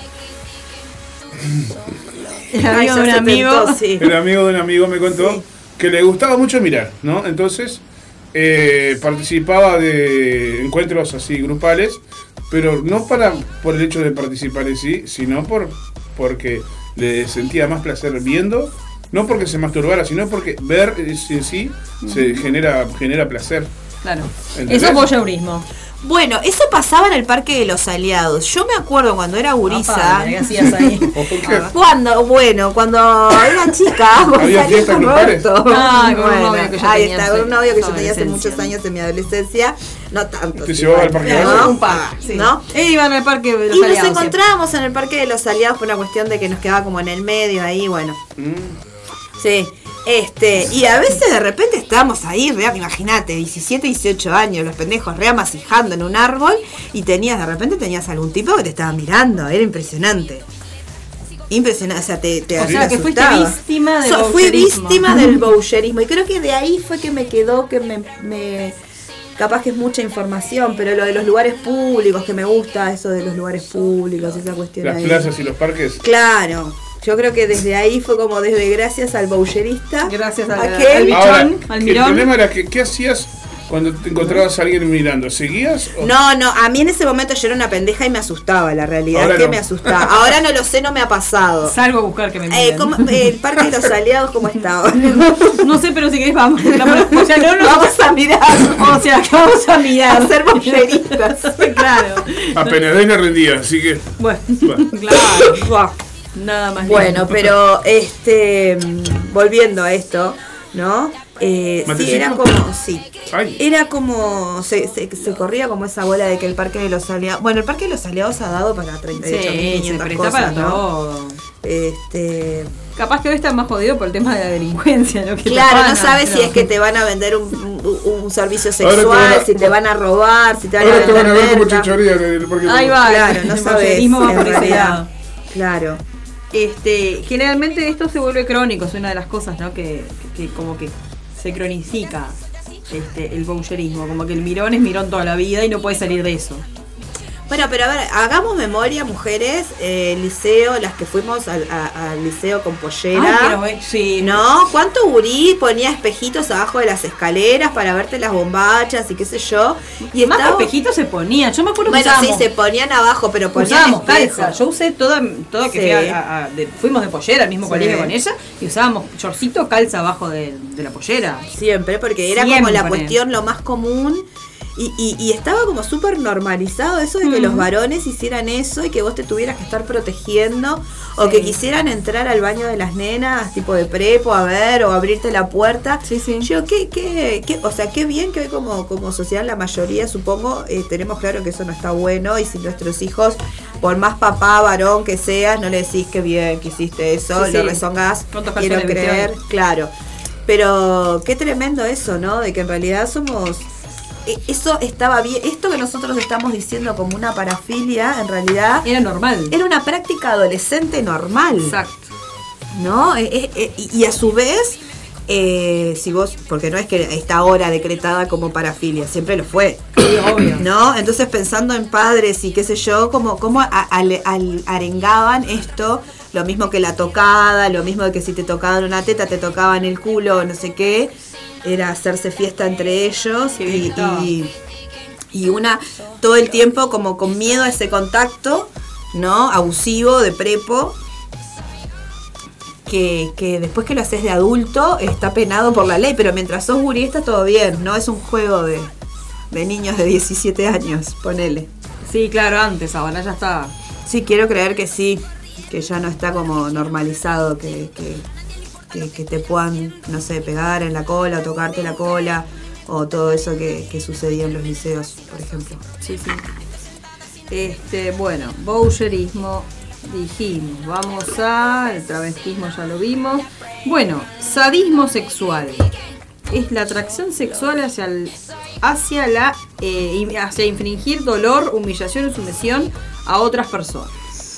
D: El
B: Ay,
D: amigo
B: ya
D: de un
B: se
D: amigo.
B: tentó, sí.
E: el amigo de un amigo me contó
B: Sí.
E: que le gustaba mucho mirar, ¿no? Entonces eh, participaba de encuentros así grupales, pero no para por el hecho de participar en sí, sino por porque le sentía más placer viendo, no porque se masturbara, sino porque ver en sí se genera genera placer.
D: Claro.
E: ¿Entendés?
D: Eso es voyeurismo.
B: Bueno, eso pasaba en el Parque de los Aliados. Yo me acuerdo cuando era gurisa.
D: Papá, ¿qué hacías ahí?
E: ¿O por qué?
B: Cuando, bueno, cuando era chica,
E: ¿Había
B: salí
E: fiestas
B: con
E: grupales?
B: Roberto.
D: Ah, con un
B: Bueno,
D: novio que yo
B: ahí
D: tenía
B: está,
D: en
B: con un novio que yo
D: su
B: tenía hace
D: adolescencia.
B: muchos años en mi adolescencia. No tanto.
E: ¿Te
B: sí,
E: llevaba al
B: igual,
E: Parque de
B: ¿no?
E: los
D: Un par, sí.
B: ¿No?
D: Eh, iban al parque de los
B: Y nos
D: Aliados,
B: encontrábamos en el Parque de los Aliados por una cuestión de que nos quedaba como en el medio ahí, bueno.
E: Mm.
B: Sí. Este, y a veces de repente estábamos ahí, rea, imagínate, diecisiete, dieciocho años, los pendejos reamasijando en un árbol y tenías, de repente tenías algún tipo que te estaba mirando, era impresionante. Impresionante, o sea, te, te
D: O sea, que fuiste
B: asustaba.
D: víctima del
B: So, Fui
D: voyeurismo.
B: víctima del voyeurismo y creo que de ahí fue que me quedó, que me, me capaz que es mucha información, pero lo de los lugares públicos, que me gusta eso de los lugares públicos, esa cuestión
E: Las
B: ahí.
E: plazas y los parques.
B: Claro, yo creo que desde ahí fue como desde gracias al boucherista.
D: Gracias al,
B: aquel.
D: al bichón,
E: Ahora,
D: al
E: el
D: mirón.
E: problema era que, ¿qué hacías cuando te encontrabas a alguien mirando? ¿Seguías? O...
B: No, no, a mí en ese momento yo era una pendeja y me asustaba, la realidad
E: Ahora
B: es que
E: no.
B: me asustaba. Ahora no lo sé, no me ha pasado.
D: Salgo a buscar que me
B: Eh,
D: miren.
B: ¿cómo- eh, el Parque de los Aliados, ¿cómo estaba?
D: No sé, pero si querés vamos. O sea, no, no,
B: Vamos a mirar,
D: o sea, que vamos a mirar.
B: a ser boucheristas.
D: Claro.
E: Apenas de ahí no rendía, así que.
D: Bueno,
E: Bueno.
D: claro.
B: Buah.
D: Nada más.
B: Bueno,
D: lindo.
B: pero este mm, volviendo a esto, ¿no? Eh, sí,
E: ¿Matecito?
B: era como, sí,
E: Ay.
B: era como, se, se, se corría como esa bola de que el Parque de los Aliados, bueno, el Parque de los Aliados ha dado para treinta y ocho mil
D: Sí, se
B: quinientas
D: presta
B: cosas,
D: para
B: ¿no?
D: todo.
B: Este,
D: Capaz que hoy está más jodido por el tema de la delincuencia, ¿no? Que te
B: claro, no
D: afanan,
B: sabes si
D: pero-
B: es que te van a vender un, un, un servicio
E: Ahora te
B: sexual,
E: van a-
B: si te van a robar, si te van
E: Ahora
B: a
E: te van a
B: vender
E: ver como
B: merca.
E: chichoría en el parque.
D: Ahí va,
B: Claro, no
D: el
B: sabes.
D: bollerismo va
B: en
D: por ese
B: realidad.
D: lado.
B: Claro.
D: Este, generalmente esto se vuelve crónico, es una de las cosas, ¿no? Que, que como que se cronifica este, el boucherismo, como que el mirón es mirón toda la vida y no puede salir de eso.
B: Bueno, pero a ver, hagamos memoria, mujeres, eh, liceo, las que fuimos al, a- al liceo con pollera.
D: Ay, quiero ver- sí,
B: ¿No? ¿Cuánto gurí ponía espejitos abajo de las escaleras para verte las bombachas y qué sé yo? Y
D: Más
B: estaba-
D: que espejitos se ponían. Yo me acuerdo que
B: Bueno, sí,
D: usábamos,
B: se ponían abajo, pero ponían
D: usábamos
B: espejos.
D: calza. Yo usé toda, toda que
B: Sí.
D: fui a- a- a- de- fuimos de pollera al mismo
B: Sí.
D: colegio con ella y usábamos shortcito, calza abajo de, de la pollera.
B: Siempre, porque era como
D: Siempre.
B: la cuestión lo más común. Y, y, y estaba como súper normalizado eso de que
D: Mm.
B: los varones hicieran eso y que vos te tuvieras que estar protegiendo o
D: Sí.
B: que quisieran entrar al baño de las nenas, tipo de prepo, a ver, o abrirte la puerta.
D: Sí, sí.
B: Yo, ¿qué, qué, qué? O sea, qué bien que hoy como, como sociedad, la mayoría, supongo, eh, tenemos claro que eso no está bueno y si nuestros hijos, por más papá, varón que seas, no le decís que bien que hiciste eso,
D: Sí,
B: lo
D: sí.
B: rezongás,
D: ¿Cuántos
B: quiero
D: calzones viste
B: creer,
D: hoy?
B: claro. Pero qué tremendo eso, ¿no? De que en realidad somos... e- Eso estaba bien, esto que nosotros estamos diciendo como una parafilia, en realidad
D: Era normal.
B: era una práctica adolescente normal,
D: Exacto.
B: ¿no? Eh, eh, eh, y, y a su vez, eh, si vos, porque no es que está ahora decretada como parafilia, siempre lo fue,
D: Sí, obvio.
B: ¿no? Entonces pensando en padres y qué sé yo, como, como a- al- al- arengaban esto, lo mismo que la tocada, lo mismo de que si te tocaban una teta, te tocaban el culo, no sé qué, era hacerse fiesta entre ellos
D: Qué bien
B: y,
D: estaba.
B: y, y una todo el tiempo como con miedo a ese contacto, ¿no? Abusivo, de prepo. Que, que después que lo haces de adulto está penado por la ley, pero mientras sos gurí está todo bien, no es un juego de, de niños de diecisiete años, ponele.
D: Sí, claro, antes, ahora ya está.
B: Sí, quiero creer que sí, que ya no está como normalizado, que, que, que, que te puedan, no sé, pegar en la cola o tocarte la cola, o todo eso que, que sucedía en los liceos, por ejemplo.
D: Sí, sí. Este, bueno, boucherismo, dijimos. Vamos a. El travestismo ya lo vimos. Bueno, sadismo sexual. Es la atracción sexual hacia el, hacia la eh, in- hacia infringir dolor, humillación o sumisión a otras personas.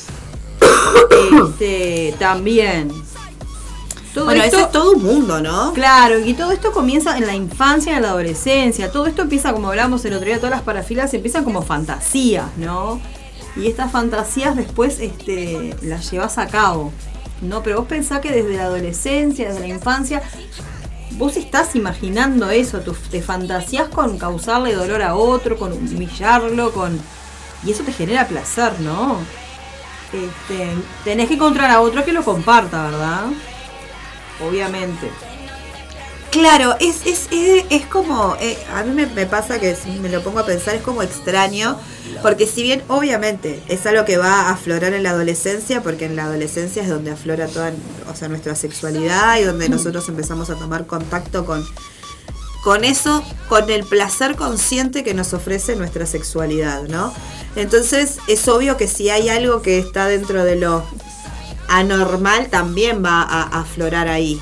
D: Este, también. Todo
B: Bueno,
D: esto,
B: ese es todo un mundo, ¿no?
D: Claro, y todo esto comienza en la infancia, en la adolescencia. Todo esto empieza, como hablamos el otro día, todas las parafilas empiezan como fantasías, ¿no? Y estas fantasías después este, las llevas a cabo, ¿no? Pero vos pensás que desde la adolescencia, desde la infancia, vos estás imaginando eso, tú te fantasías con causarle dolor a otro, con humillarlo, con... Y eso te genera placer, ¿no? Este, tenés que encontrar a otro que lo comparta, ¿verdad? Obviamente.
B: Claro, es, es, es, es como, eh, a mí me, me pasa que si me lo pongo a pensar, es como extraño, porque si bien obviamente es algo que va a aflorar en la adolescencia, porque en la adolescencia es donde aflora toda, o sea, nuestra sexualidad y donde nosotros empezamos a tomar contacto con, con eso, con el placer consciente que nos ofrece nuestra sexualidad, ¿no? Entonces es obvio que si hay algo que está dentro de lo anormal, también va a, a aflorar ahí.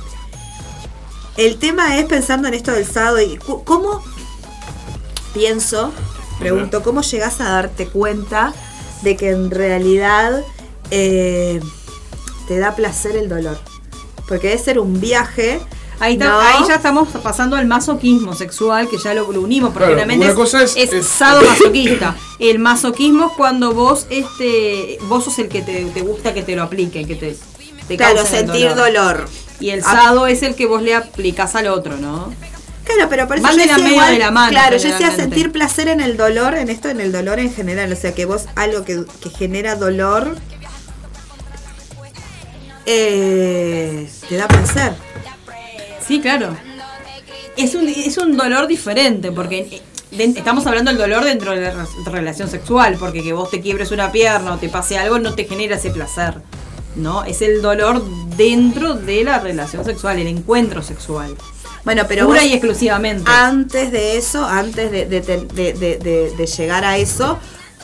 B: El tema es pensando en esto del sábado y cu- cómo pienso, pregunto, ¿cómo llegás a darte cuenta de que en realidad eh, te da placer el dolor? Porque debe ser un viaje
D: Ahí, está,
B: ¿no?
D: ahí ya estamos pasando al masoquismo sexual, que ya lo, lo unimos, porque
E: Claro,
D: realmente
E: una
D: es,
E: cosa es-
D: es
E: es-
D: sadomasoquista. El masoquismo es cuando vos este vos sos el que te, te gusta que te lo apliquen, que te, te
B: Claro,
D: causen el
B: sentir dolor.
D: dolor. Y el sado es el que vos le aplicás al otro, ¿no?
B: Claro, pero por eso
D: Van
B: yo
D: de la
B: decía
D: medio
B: igual-
D: de la mano,
B: Claro, yo decía
D: generalmente.
B: sentir placer en el dolor, en esto, en el dolor en general. O sea, que vos algo que, que genera dolor eh, te da placer.
D: Sí, claro. Es un, es un dolor diferente, porque eh, de- estamos hablando del dolor dentro de la re- relación sexual, porque que vos te quiebres una pierna o te pase algo no te genera ese placer, ¿no? Es el dolor dentro de la relación sexual, el encuentro sexual.
B: Bueno, pero
D: Pura
B: vos,
D: y exclusivamente.
B: antes de eso, antes de, de, de, de, de- de- de llegar a eso,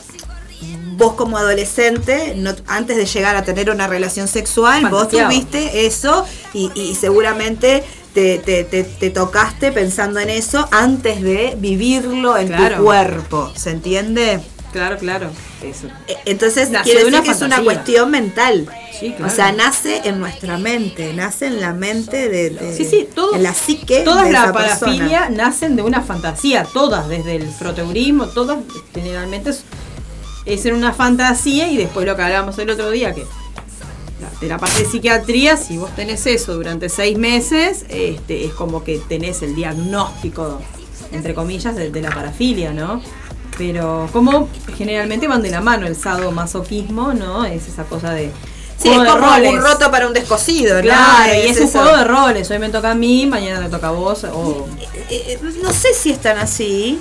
B: vos como adolescente, no, antes de llegar a tener una relación sexual, vos
D: Fantaseaba.
B: tuviste eso y, y seguramente te, te, te, te tocaste pensando en eso antes de vivirlo en
D: Claro.
B: tu cuerpo, ¿se entiende?
D: Claro, claro. Eso.
B: E- Entonces
D: Nació
B: quiere
D: de
B: decir
D: una
B: que es una
D: fantasía.
B: cuestión mental.
D: Sí, claro.
B: O sea, nace en nuestra mente, nace en la mente de, de-
D: Sí, sí, todo,
B: en la psique
D: todas
B: de
D: las
B: esa persona.
D: parafilias nacen de una fantasía, todas, desde el froteurismo, todas generalmente es, es en una fantasía, y después lo que hablábamos el otro día, que la- de la parte de psiquiatría, si vos tenés eso durante seis meses, este, es como que tenés el diagnóstico, entre comillas, de, de la parafilia, ¿no? Pero como generalmente van de la mano el sadomasoquismo, ¿no? Es esa cosa de...
B: Sí,
D: juego
B: es
D: de
B: como
D: roles.
B: un roto para un descosido, ¿no?
D: Claro, y es un
B: eso.
D: juego de roles. Hoy me toca a mí, mañana me toca a vos. O...
B: Eh, no sé si están así.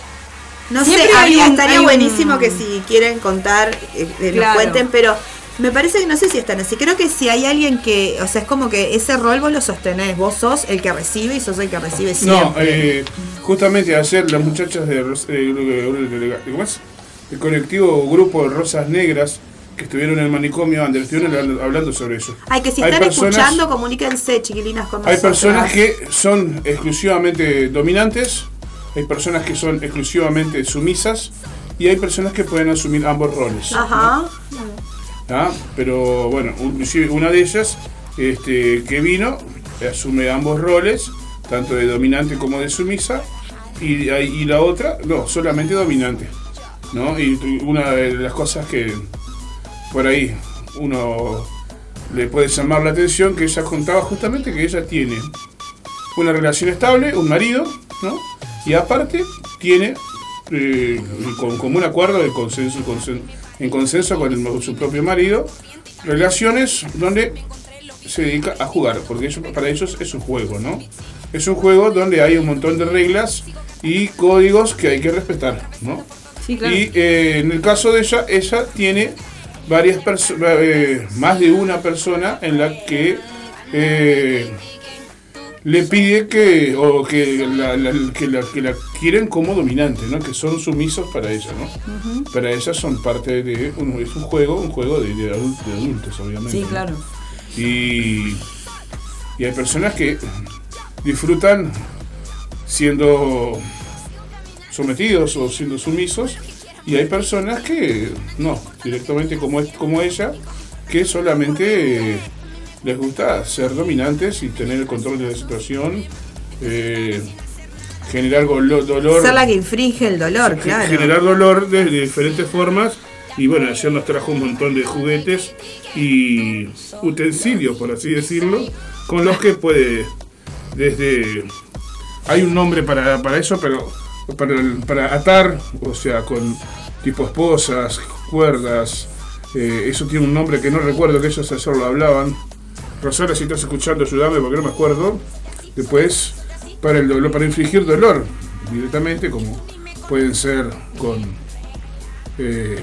B: No
D: Siempre
B: sé,
D: hay
B: habría-
D: un-
B: estaría
D: hay un-
B: buenísimo que si quieren contar, eh, eh, nos
D: Claro.
B: cuenten, pero me parece que no sé si están así. Creo que si hay alguien que, o sea, es como que ese rol vos lo sostenés, vos sos el que recibe y sos el que recibe siempre.
E: No, eh, justamente ayer las muchachas de, Ros- eh, de- ¿cómo es? El colectivo Grupo de Rosas Negras que estuvieron en el manicomio Ander, estuvieron hablando- hablando sobre eso.
B: Ay, que si
E: Hay
B: están
E: personas-
B: escuchando, comuníquense, chiquilinas, con
E: Hay
B: nosotras.
E: personas que son exclusivamente dominantes, hay personas que son exclusivamente sumisas y hay personas que pueden asumir ambos roles.
B: Ajá.
E: ¿Ah? Pero bueno, inclusive una de ellas este, que vino asume ambos roles, tanto de dominante como de sumisa, y, y la otra, no, solamente dominante, ¿no? Y tu- una de las cosas que por ahí uno le puede llamar la atención, que ella contaba justamente que ella tiene una relación estable, un marido, ¿no? Y aparte tiene eh, con común acuerdo, de consenso, consen- en consenso con el- su propio marido, relaciones donde se dedica a jugar, porque eso, para ellos es un juego, ¿no? Es un juego donde hay un montón de reglas y códigos que hay que respetar, ¿no?
D: Sí, claro.
E: Y eh, en el caso de ella, ella tiene varias personas, eh, más de una persona en la que eh, le pide que, o que la, la- que, la, que la quieren como dominante, ¿no? Que son sumisos para ella, ¿no? Para ella son parte de un, es un juego, un juego de, de adultos, de adultos, obviamente.
D: Sí,
E: ¿no?
D: claro.
E: Y, y hay personas que disfrutan siendo sometidos o siendo sumisos, y hay personas que no, directamente como, es, como ella, que solamente eh, les gusta ser dominantes y tener el control de la situación, eh, generar golo- dolor.
B: Ser la que infringe el dolor, claro.
E: Generar dolor de, de diferentes formas. Y bueno, ayer nos trajo un montón de juguetes y utensilios, por así decirlo, con los que puede, desde... Hay un nombre para, para eso, pero para, para atar, o sea, con tipo esposas, cuerdas, eh, eso tiene un nombre que no recuerdo, que ellos ayer lo hablaban. Rosario, si estás escuchando, ayúdame porque no me acuerdo. Después, para el dolor, para infligir dolor directamente, como pueden ser con eh,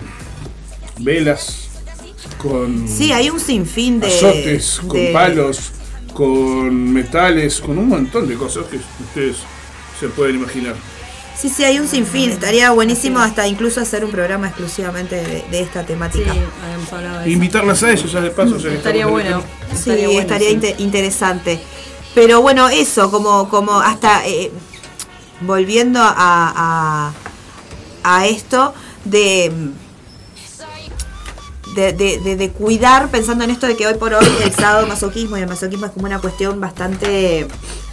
E: velas, con
B: Sí, hay un sinfín de...
E: azotes, con
B: de-
E: palos, con metales, con un montón de cosas que ustedes se pueden imaginar.
B: Sí, sí, hay un sinfín. Estaría buenísimo hasta incluso hacer un programa exclusivamente de, de esta
D: Sí,
B: temática.
D: habíamos hablado de eso.
E: Invitarlas a ellos, ya de paso. ya que
D: Estaría
E: estamos en el
D: bueno.
E: tema.
B: Sí,
D: bueno,
B: estaría
D: sí.
B: inte- interesante. Pero bueno, eso, como, como hasta eh, volviendo a, a, a esto de, de, de, de- de cuidar, pensando en esto de que hoy por hoy el sadomasoquismo y el masoquismo es como una cuestión bastante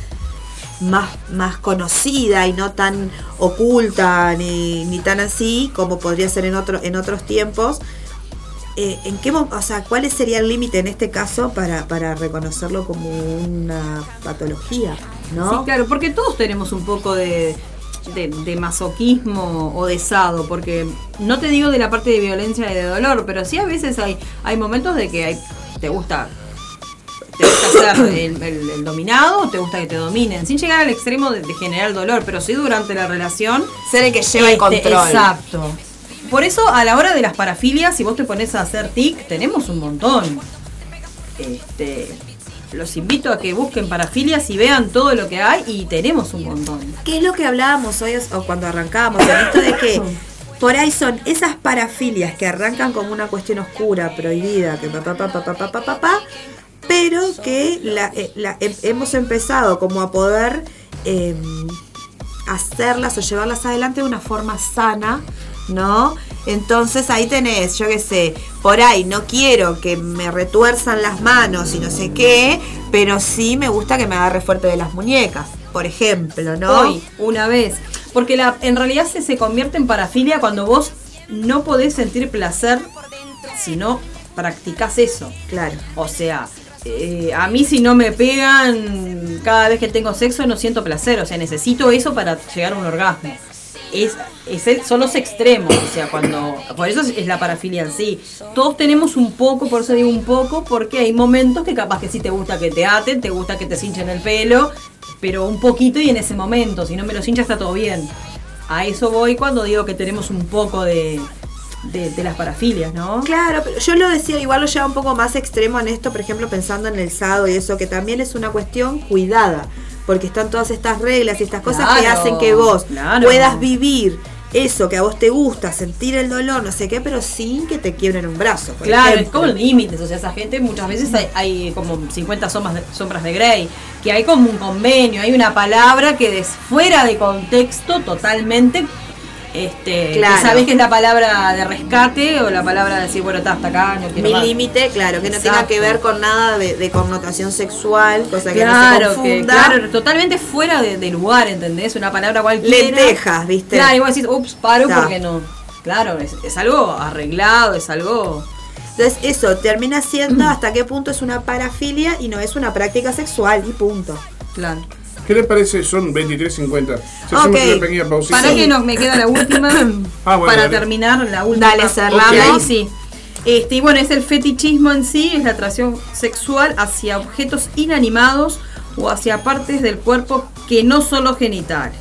B: más, más conocida y no tan oculta ni, ni tan así como podría ser en otro, en otros tiempos. Eh, ¿en qué, o sea, ¿cuál sería el límite en este caso para, para reconocerlo como una patología? ¿No?
D: Sí, claro, porque todos tenemos un poco de, de, de masoquismo o de sado, porque no te digo de la parte de violencia y de dolor, pero sí a veces hay, hay momentos de que hay, te gusta te gusta ser el, el, el dominado o te gusta que te dominen, sin llegar al extremo de, de generar dolor, pero sí durante la relación
B: ser el que lleva
D: este,
B: el control.
D: Exacto. Por eso a la hora de las parafilias, si vos te pones a hacer tic, tenemos un montón. Este, los invito a que busquen parafilias y vean todo lo que hay y tenemos un montón.
B: ¿Qué es lo que hablábamos hoy o cuando arrancábamos? En esto de que por ahí son esas parafilias que arrancan como una cuestión oscura, prohibida, que papá, papá, papá, papá, papá, pero que la, la, hemos empezado como a poder eh, hacerlas o llevarlas adelante de una forma sana, ¿no? Entonces ahí tenés, yo qué sé, por ahí no quiero que me retuerzan las manos y no sé qué, pero sí me gusta que me agarre fuerte de las muñecas, por ejemplo, ¿no?
D: Hoy, una vez. Porque la, en realidad se, se convierte en parafilia cuando vos no podés sentir placer si no practicás eso.
B: Claro.
D: O sea, eh, a mí si no me pegan cada vez que tengo sexo no siento placer, o sea, necesito eso para llegar a un orgasmo. Es, es el, son los extremos, o sea, cuando por eso es, es la parafilia en sí. Todos tenemos un poco, por eso digo un poco, porque hay momentos que capaz que sí te gusta que te aten, te gusta que te cinchen el pelo, pero un poquito y en ese momento, si no me lo cincha está todo bien. A eso voy cuando digo que tenemos un poco de, de, de las parafilias, ¿no?
B: Claro, pero yo lo decía, igual lo lleva un poco más extremo en esto, por ejemplo, pensando en el sado y eso, que también es una cuestión cuidada. Porque están todas estas reglas y estas cosas
D: claro,
B: que hacen que vos
D: claro.
B: puedas vivir eso que a vos te gusta, sentir el dolor, no sé qué, pero sin que te quiebren un brazo. Por
D: claro,
B: ejemplo.
D: es como límites, o sea, esa gente muchas veces hay, hay como cincuenta sombras de, sombras de Grey, que hay como un convenio, hay una palabra que es fuera de contexto totalmente, este,
B: claro.
D: que sabés que es la palabra de rescate o la palabra de decir, bueno, está hasta acá, no quiero
B: Mi
D: más.
B: límite, claro, que no
D: Exacto.
B: tenga que ver con nada de, de connotación sexual, cosa que
D: Claro,
B: no se
D: que,
B: confunda.
D: claro, totalmente fuera de, de lugar, ¿entendés? Una palabra cualquiera.
B: Lentejas, ¿viste?
D: Claro, y vos decís, ups, paro
B: Ta.
D: porque no. Claro, es, es algo arreglado, es algo...
B: Entonces eso termina siendo hasta qué punto es una parafilia y no es una práctica sexual y punto.
D: Claro.
E: ¿Qué les parece? Son veintitrés cincuenta. Si hacemos
B: Ok.
E: una pequeña pausita.
D: Para que nos me queda la última,
E: Ah, bueno,
D: para
E: dale.
D: terminar la última.
B: Dale, cerramos.
D: Ok, ahí sí. Este, y bueno, es el fetichismo en sí, es la atracción sexual hacia objetos inanimados o hacia partes del cuerpo que no son los genitales.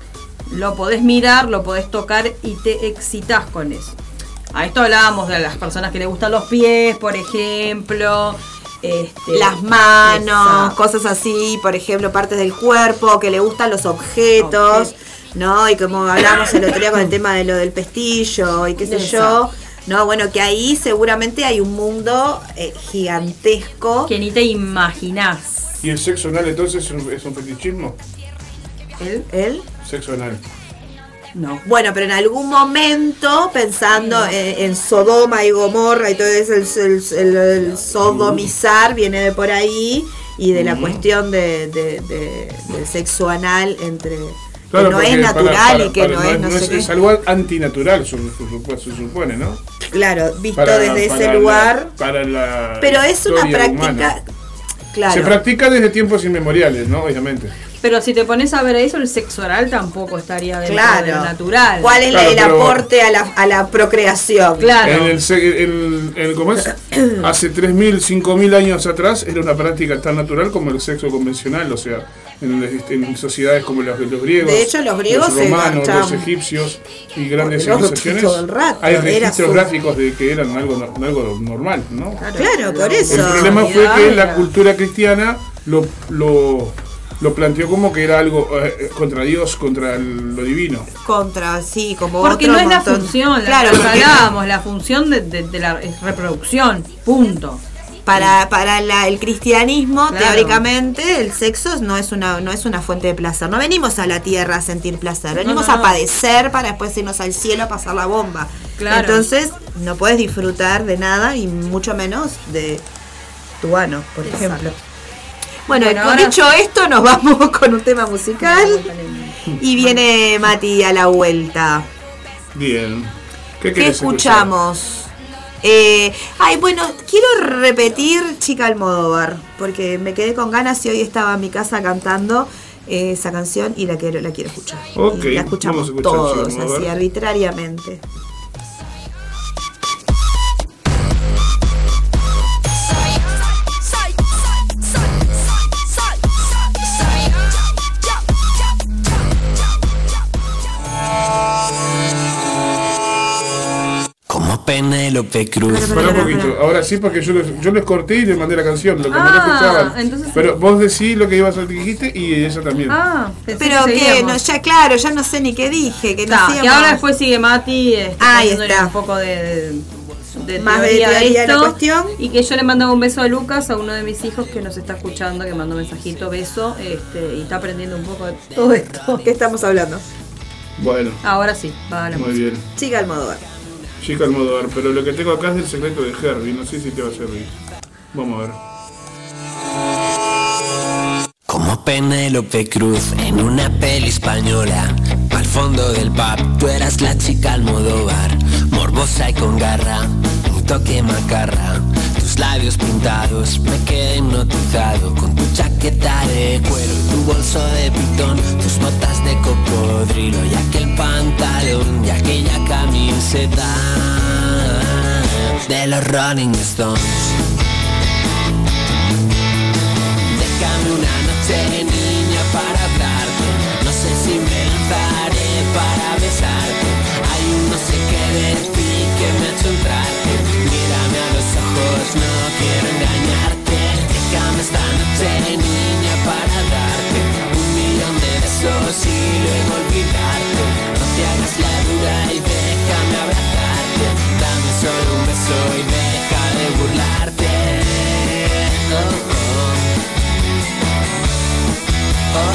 D: Lo podés mirar, lo podés tocar y te excitas con eso. A esto hablábamos de las personas que les gustan los pies, por ejemplo. Este,
B: Las manos,
D: exacto.
B: cosas así, por ejemplo, partes del cuerpo, que le gustan los objetos, ¿no? Y como hablamos el otro día con el tema de lo del pestillo y qué sé
D: Exacto.
B: yo, ¿no? Bueno, que ahí seguramente hay un mundo eh, gigantesco.
D: Que ni te imaginás.
E: ¿Y el sexo anal entonces es un, es un fetichismo?
D: ¿El?
B: ¿Él?
E: Sexo anal.
D: No.
B: Bueno, pero en algún momento, pensando en, en Sodoma y Gomorra y todo eso, el, el, el, el sodomizar viene de por ahí y de la cuestión de, de, de, del sexo anal entre
E: Claro,
B: que no
E: porque
B: es natural
E: para- para-
B: y que
E: para-
B: no es no sé
E: es,
B: qué.
E: es algo antinatural, se, se- se supone, ¿no?
B: Claro, visto
E: Para-
B: desde
E: para
B: ese
E: la-
B: lugar.
E: para la
B: Pero es una
E: historia
B: práctica.
E: humana.
B: Claro.
E: Se practica desde tiempos inmemoriales, ¿no? Obviamente.
D: Pero si te pones a ver eso, el sexo oral tampoco estaría dentro
B: Claro.
D: de lo natural.
B: ¿Cuál es la-
E: Claro,
B: el
E: pero-
B: aporte a la, a la procreación?
D: Claro.
E: En el, se- en- en- ¿cómo es? Hace tres mil, cinco mil años atrás era una práctica tan natural como el sexo convencional, o sea, en, en sociedades como los, los griegos,
B: De hecho, los griegos se
E: los romanos,
B: enganchaban.
E: los egipcios y grandes
B: Porque los
E: civilizaciones,
B: todo el rato,
E: hay
B: era
E: registros
B: su-
E: gráficos de que eran algo, no- algo normal, ¿no?
B: Claro, por eso.
E: El problema fue que la
D: Era-
E: cultura cristiana lo, lo, lo planteó como que era algo eh, contra Dios, contra el- lo divino.
B: Contra, sí, como
D: Porque
B: otro
D: no es la
B: montón.
D: función,
B: Claro,
D: la que
B: porque
D: hablábamos, la función de, de- de la es reproducción, punto.
B: para, para la- el cristianismo,
D: Claro.
B: teóricamente, el sexo no es una no es una fuente de placer. No venimos a la tierra a sentir placer, venimos
D: no, no.
B: a padecer para después irnos al cielo a pasar la bomba.
D: Claro.
B: Entonces, no puedes disfrutar de nada y mucho menos de tu ano, por ejemplo. Bueno,
D: Bueno,
B: con
D: ahora-
B: dicho esto, nos vamos con un tema musical. Y viene Mati a la vuelta.
E: Bien. ¿Qué,
B: ¿Qué
E: querés
B: escuchamos? Eh, ay, bueno, quiero repetir Chica Almodóvar, porque me quedé con ganas y hoy estaba en mi casa cantando eh, esa canción y la quiero, la quiero escuchar.
E: Ok,
B: Y la escuchamos
E: vamos a escuchar
B: todos,
E: Chica Almodóvar.
B: así arbitrariamente.
F: Como Penélope Cruz.
E: Para un poquito. Ahora sí, porque yo, les- yo les corté y les mandé la canción, lo que no
D: Ah,
E: escuchaban.
D: entonces-
E: Pero vos decís lo que ibas a dijiste y ella también.
D: Ah, pensé
B: Pero que,
D: seguíamos.
B: no, ya claro, ya no sé ni qué dije. Que no
D: Está,
B: hacíamos-
D: y ahora después sigue Mati este,
B: Ahí
D: poniéndole
B: está.
D: un poco de, de
B: Más de
D: teoría a
B: teoría de la
D: esto,
B: cuestión.
D: y que yo le mandaba un beso a Lucas, a uno de mis hijos que nos está escuchando, que mandó un mensajito, beso, este, y está aprendiendo un poco de todo esto.
B: ¿Qué estamos hablando?
E: Bueno,
D: Ahora sí, va a la
E: muy
D: música.
E: bien.
B: Chica Almodóvar.
E: Chica Almodóvar, pero lo que tengo acá es el secreto de Harry, no sé si te va a servir. Vamos a ver.
F: Como Penélope Cruz en una peli española. Al fondo del pub, tú eras la chica Almodóvar, morbosa y con garra, un toque macarra. Tus labios pintados, me quedé hipnotizado con tu chaqueta de cuero y tu bolso de pitón, tus botas de cocodrilo y aquel pantalón y aquella camiseta de los Rolling Stones. Déjame una noche, niña, para hablarte. No sé si me lanzaré para besarte. Hay un no sé qué de ti que me ha hecho entrarte. Mírame a los ojos, no quiero engañarte. Déjame esta noche, niña, para darte un millón de besos y luego olvidarte. No te hagas la dura y déjame abrazarte. Dame solo un beso y deja de burlarte. Oh, oh. Oh,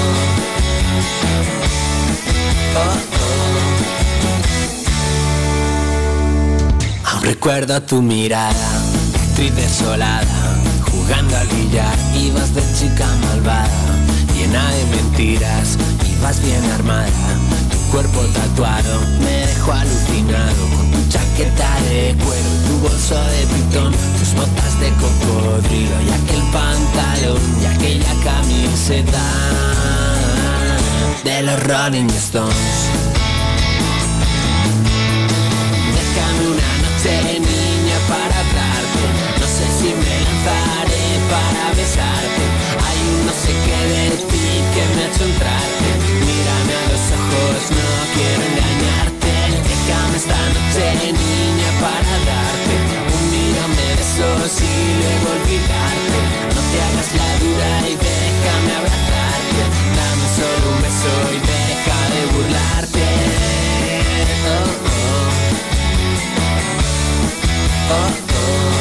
F: oh. Oh, oh. Aún recuerdo tu mirada, actriz desolada, jugando al billar, ibas de chica malvada, llena de mentiras, ibas bien armada, tu cuerpo tatuado me dejó alucinado, con tu chaqueta de cuero y tu bolso de pitón, tus botas de cocodrilo y aquel pantalón y aquella camiseta de los Rolling Stones. Déjame una noche, niña, para hablarte. No sé si me lanzaré para besarte. Hay un no sé qué de ti que me ha hecho entrarte. Mírame a los ojos, no quiero engañarte. Déjame esta noche, niña, para darte un millón de besos y luego olvidarte. No te hagas la dura y déjame abrazarte. Dame solo un beso y deja de burlarte. Oh, oh. Oh, oh.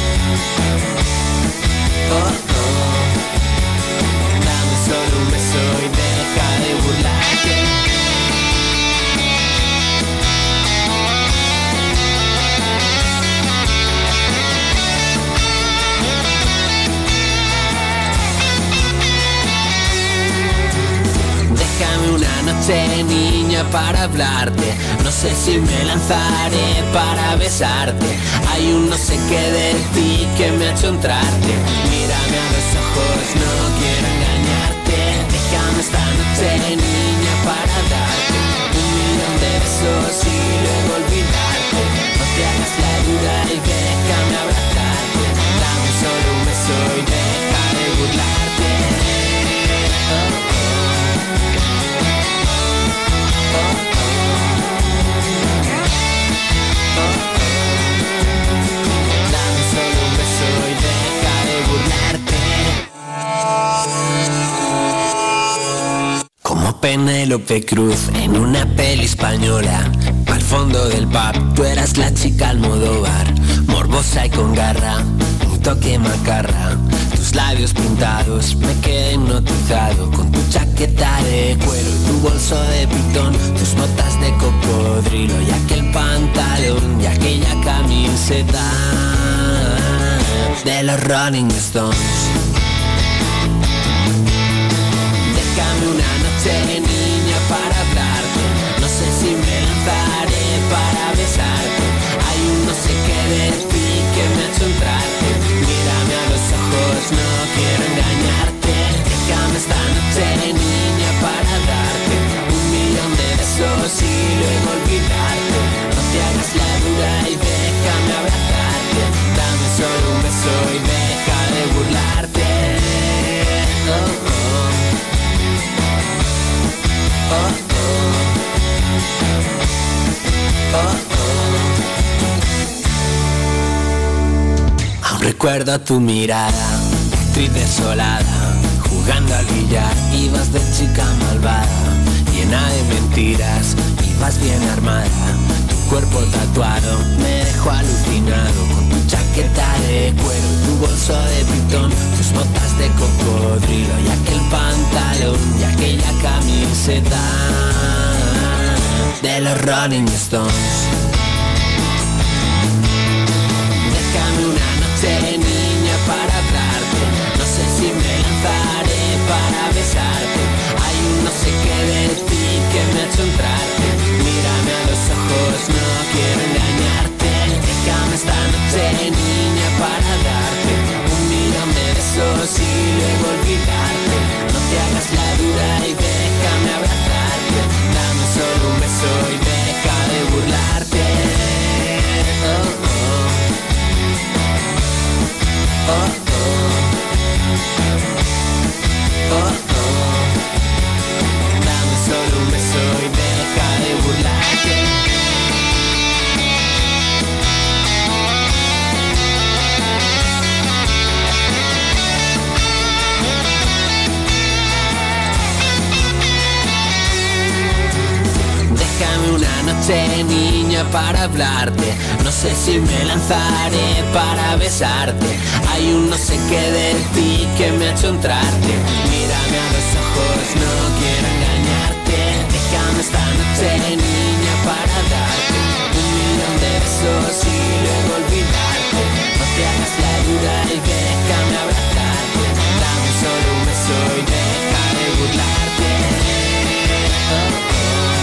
F: Oh, oh. Dame solo un beso y deja de burlarte. Déjame una noche, niña, para hablarte. No sé si me lanzaré para besarte. Hay un no sé qué de ti que me ha hecho entrarte. Mírame a los ojos, no quiero engañarte. Déjame esta noche, niña, para darte un millón de besos y luego olvidarte. No te hagas la dura y déjame abrazarte. Dame solo un beso y deja de burlarte. Oh, oh. Dame solo un beso y deja de burlarte. Como Penélope Cruz en una peli española. Al fondo del pub, tú eras la chica Almodóvar, morbosa y con garra, un toque macarra. Tus labios pintados, me quedé hipnotizado con tu chaqueta de cuero y tu bolso de pitón, tus botas de cocodrilo y aquel pantalón y aquella camiseta de los Rolling Stones. noche, niña, para hablarte. No sé si me lanzaré para besarte. Hay un no sé qué de ti que me ha hecho entrarte. Mírame a los ojos, no quiero engañarte. Déjame esta noche, niña, para darte un millón de besos y luego olvidarte. No te hagas la dura y déjame abrazarte. Dame solo un beso y deja de burlarte. Oh, oh. Oh, oh. Oh, oh. Aún recuerdo tu mirada, actriz desolada, jugando al billar, ibas de chica malvada, llena de mentiras, ibas bien armada. Tu cuerpo tatuado me dejó alucinado, con tu chaqueta de cuero y tu bolso de pitón, tus botas de cocodrilo y aquel pantalón y aquella camiseta de los Rolling Stones. Déjame una noche, niña, para hablarte. No sé si me lanzaré para besarte. Hay un no sé qué de ti que me ha hecho entrarte. Mírame a los ojos, no quiero engañarte. Déjame esta noche, niña, para darte un millón de besos y luego olvidarte. No te hagas la dura y déjame abrazarte. Dame solo un beso y deja de burlarte. Oh, oh. Oh, oh. Oh, oh. Dame solo un beso y deja de burlarte. Déjame una noche, niña, para hablarte. No sé si me lanzaré para besarte. Hay un no sé qué de ti que me ha hecho entrarte. Mírame a los ojos, no quiero engañarte. Déjame esta noche, niña, para darte un millón de besos y luego olvidarte. No te hagas la dura y déjame abrazarte. Dame solo un beso y deja de burlarte. Oh, oh.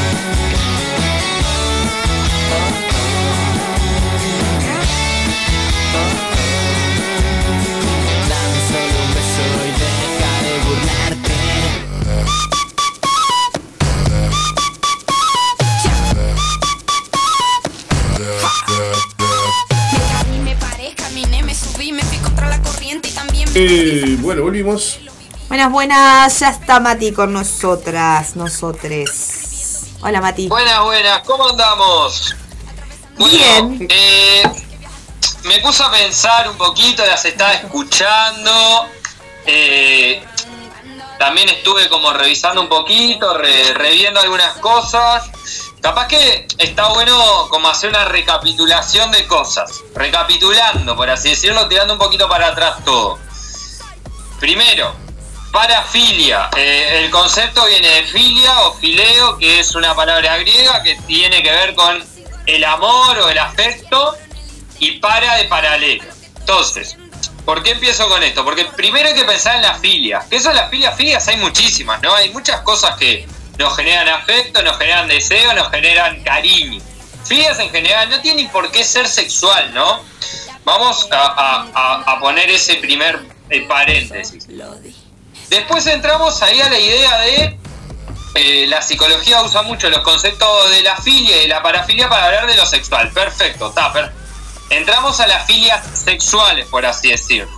E: Eh, bueno, volvimos.
B: Buenas, buenas, ya está Mati con nosotras, nosotres. Hola, Mati.
G: Buenas, buenas, ¿cómo andamos? Bueno,
B: bien.
G: Eh, me puse a pensar un poquito, las estaba escuchando. Eh, también estuve como revisando un poquito, re, reviendo algunas cosas. Capaz que está bueno como hacer una recapitulación de cosas. Recapitulando, por así decirlo, tirando un poquito para atrás todo. Primero, parafilia. Eh, el concepto viene de filia o fileo, que es una palabra griega que tiene que ver con el amor o el afecto, y para de paralelo. Entonces, ¿por qué empiezo con esto? Porque primero hay que pensar en las filias. ¿Qué son las filias? Filias hay muchísimas, ¿no? Hay muchas cosas que nos generan afecto, nos generan deseo, nos generan cariño. Filias en general no tienen por qué ser sexual, ¿no? Vamos a, a, a, a poner ese primer eh, paréntesis. Después entramos ahí a la idea de... Eh, la psicología usa mucho los conceptos de la filia y la parafilia para hablar de lo sexual. Perfecto, está perfecto. Entramos a las filias sexuales, por así decirlo.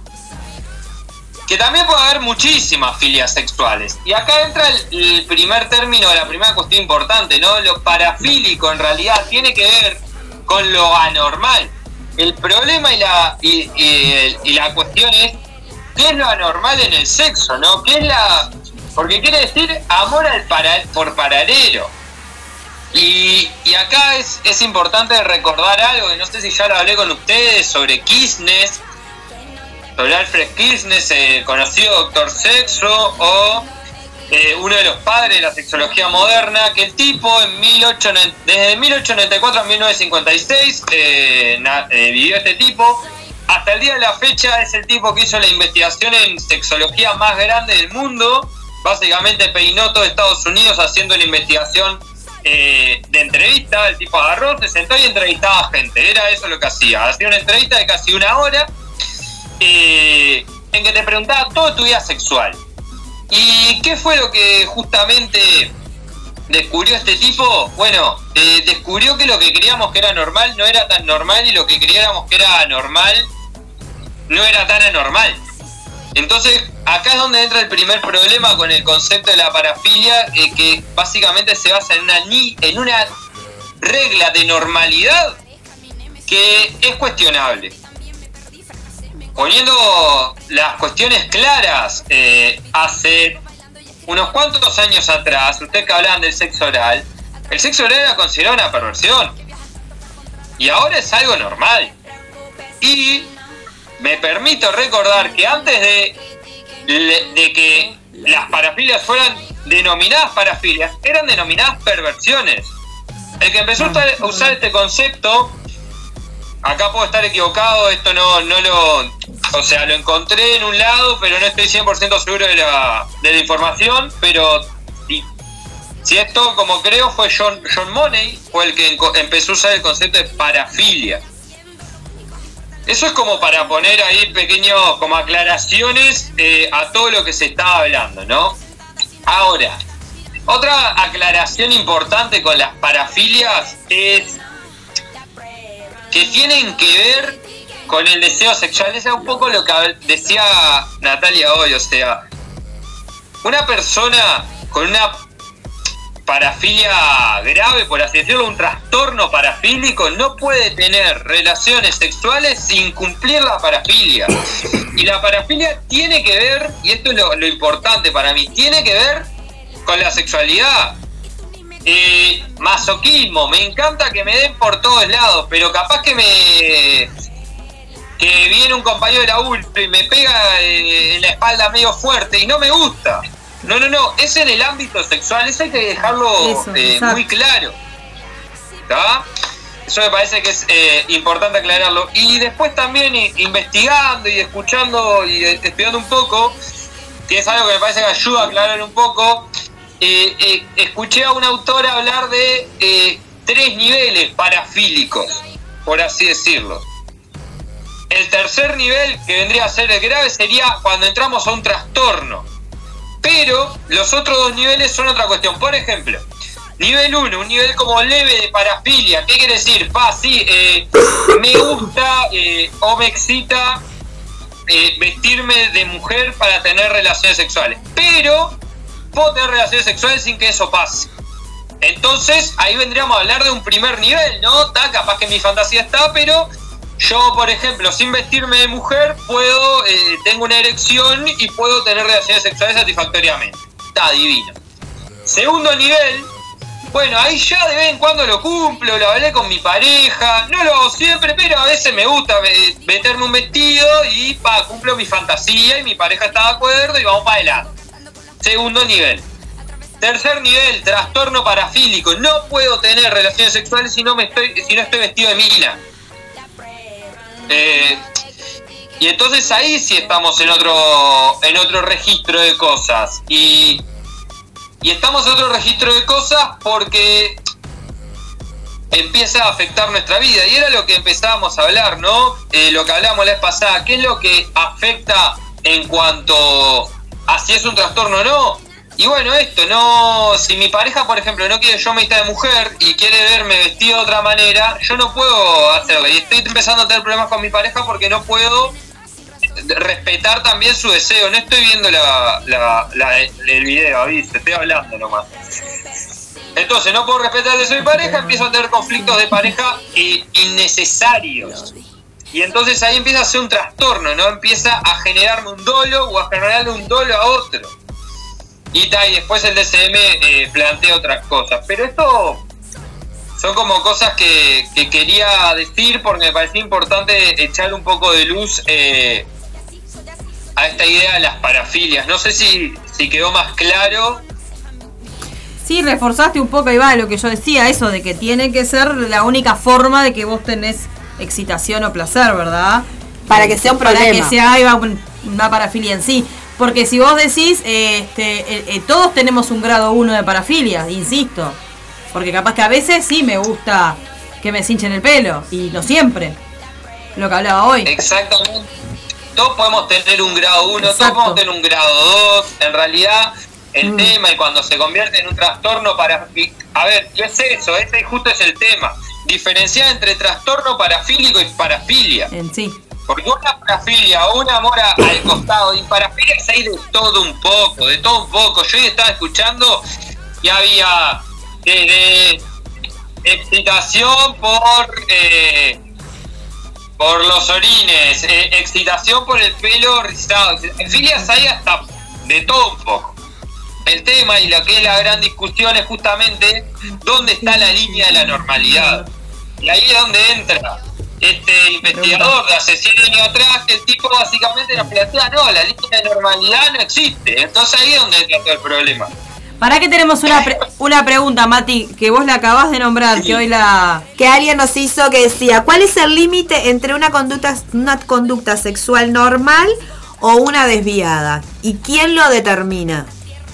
G: Que también puede haber muchísimas filias sexuales. Y acá entra el, el primer término, la primera cuestión importante, ¿no? Lo parafílico en realidad tiene que ver con lo anormal. El problema y la, y, y, y la cuestión es, ¿qué es lo anormal en el sexo, no? ¿Qué es la...? Porque quiere decir amor al para, por paralelo. Y, y acá es, es importante recordar algo, que no sé si ya lo hablé con ustedes, sobre Kirchner, sobre Alfred Kirchner, eh, conocido doctor sexo, o eh, uno de los padres de la sexología moderna, que el tipo en mil ochocientos, desde mil ochocientos noventa y cuatro a mil novecientos cincuenta y seis eh, na, eh, vivió este tipo. Hasta el día de la fecha es el tipo que hizo la investigación en sexología más grande del mundo, básicamente peinó todo Estados Unidos haciendo una investigación eh, de entrevista. El tipo agarró, se sentó y entrevistaba a gente. Era eso lo que hacía. Hacía una entrevista de casi una hora eh, en que te preguntaba todo tu vida sexual. ¿Y qué fue lo que justamente descubrió este tipo? Bueno, eh, descubrió que lo que creíamos que era normal no era tan normal y lo que creíamos que era anormal no era tan anormal. Entonces, acá es donde entra el primer problema con el concepto de la parafilia, eh, que básicamente se basa en una, ni, en una regla de normalidad que es cuestionable. Poniendo las cuestiones claras, eh, hace unos cuantos años atrás, ustedes que hablaban del sexo oral, el sexo oral era considerado una perversión. Y ahora es algo normal. Y me permito recordar que antes de, de que las parafilias fueran denominadas parafilias, eran denominadas perversiones. El que empezó a usar este concepto, acá puedo estar equivocado, esto no, no lo... O sea, lo encontré en un lado, pero no estoy cien por ciento seguro de la, de la información, pero si, si esto, como creo, fue John, John Money, fue el que empezó a usar el concepto de parafilia. Eso es como para poner ahí pequeños, como aclaraciones eh, a todo lo que se estaba hablando, ¿no? Ahora, otra aclaración importante con las parafilias es que tienen que ver con el deseo sexual. Ese es un poco lo que decía Natalia hoy, o sea, una persona con una parafilia grave, por así decirlo, un trastorno parafílico, no puede tener relaciones sexuales sin cumplir la parafilia. Y la parafilia tiene que ver, y esto es lo, lo importante para mí, tiene que ver con la sexualidad. Eh, masoquismo, me encanta que me den por todos lados, pero capaz que me... que viene un compañero de laburo y me pega en la espalda medio fuerte y no me gusta. No, no, no, es en el ámbito sexual, eso hay que dejarlo eso, eh, muy claro. ¿Está? Eso me parece que es eh, importante aclararlo. Y después también investigando y escuchando y estudiando un poco, que es algo que me parece que ayuda a aclarar un poco, eh, eh, escuché a un autor hablar de eh, tres niveles parafílicos, por así decirlo. El tercer nivel, que vendría a ser el grave, sería cuando entramos a un trastorno. Pero los otros dos niveles son otra cuestión. Por ejemplo, nivel uno, un nivel como leve de parafilia. ¿Qué quiere decir? Pa, sí, eh, me gusta eh, o me excita eh, vestirme de mujer para tener relaciones sexuales. Pero puedo tener relaciones sexuales sin que eso pase. Entonces, ahí vendríamos a hablar de un primer nivel, ¿no? Está, capaz que mi fantasía está, pero... yo, por ejemplo, sin vestirme de mujer, puedo, eh, tengo una erección y puedo tener relaciones sexuales satisfactoriamente. Está divino. Segundo nivel, bueno, ahí ya de vez en cuando lo cumplo, lo hablé con mi pareja, no lo hago siempre, pero a veces me gusta meterme un vestido y pa, cumplo mi fantasía y mi pareja está de acuerdo y vamos para adelante. Segundo nivel. Tercer nivel, trastorno parafílico. No puedo tener relaciones sexuales si no, me estoy, si no estoy vestido de mina. Eh, y entonces ahí sí estamos en otro en otro registro de cosas y, y estamos en otro registro de cosas porque empieza a afectar nuestra vida y era lo que empezábamos a hablar, ¿no? Eh, lo que hablamos la vez pasada, ¿qué es lo que afecta en cuanto a si es un trastorno o no? Y bueno, esto, no, si mi pareja, por ejemplo, no quiere que yo me vista de mujer y quiere verme vestido de otra manera, yo no puedo hacerlo. Y estoy empezando a tener problemas con mi pareja porque no puedo respetar también su deseo. No estoy viendo la, la, la, el video, ¿viste? Estoy hablando nomás. Entonces, no puedo respetar el deseo de mi pareja, empiezo a tener conflictos de pareja eh, innecesarios. Y entonces ahí empieza a ser un trastorno, ¿no? Empieza a generarme un dolo o a generarle un dolo a otro. Y, ta, y después el D S M eh, plantea otras cosas. Pero esto son como cosas que, que quería decir porque me parecía importante echar un poco de luz eh, a esta idea de las parafilias. No sé si, si quedó más claro.
D: Sí, reforzaste un poco, ahí va, lo que yo decía, eso de que tiene que ser la única forma de que vos tenés excitación o placer, ¿verdad?
B: Para que sea un problema.
D: Para que sea ahí va, una parafilia en sí. Porque si vos decís, eh, este, eh, eh, todos tenemos un grado uno de parafilia, insisto. Porque capaz que a veces sí me gusta que me cinchen el pelo, y no siempre. Lo que hablaba hoy.
G: Exactamente. Todos podemos tener un grado uno,
D: Exacto.
G: todos podemos tener un grado dos. En realidad, el
D: Mm.
G: tema, y cuando se convierte en un trastorno para... A ver, ¿qué es eso? Ese justo es el tema. Diferenciar entre trastorno parafílico y parafilia.
D: En sí.
G: Porque una parafilia o un amor a- al costado, y parafilia hay de todo un poco, de todo un poco. Yo hoy estaba escuchando y había desde excitación por eh, por los orines, eh, excitación por el pelo rizado, filias hay hasta de todo un poco. El tema y lo que es la gran discusión es justamente dónde está la línea de la normalidad. Y ahí es donde entra este investigador de hace cien años atrás, que el tipo básicamente nos plantea, no, la línea de normalidad no existe. Entonces ahí es donde entra todo el problema.
D: Para que tenemos una, pre- una pregunta, Mati, que vos la acabás de nombrar, que hoy la...
B: Que alguien nos hizo que decía, ¿cuál es el límite entre una conducta, una conducta sexual normal o una desviada? ¿Y quién lo determina?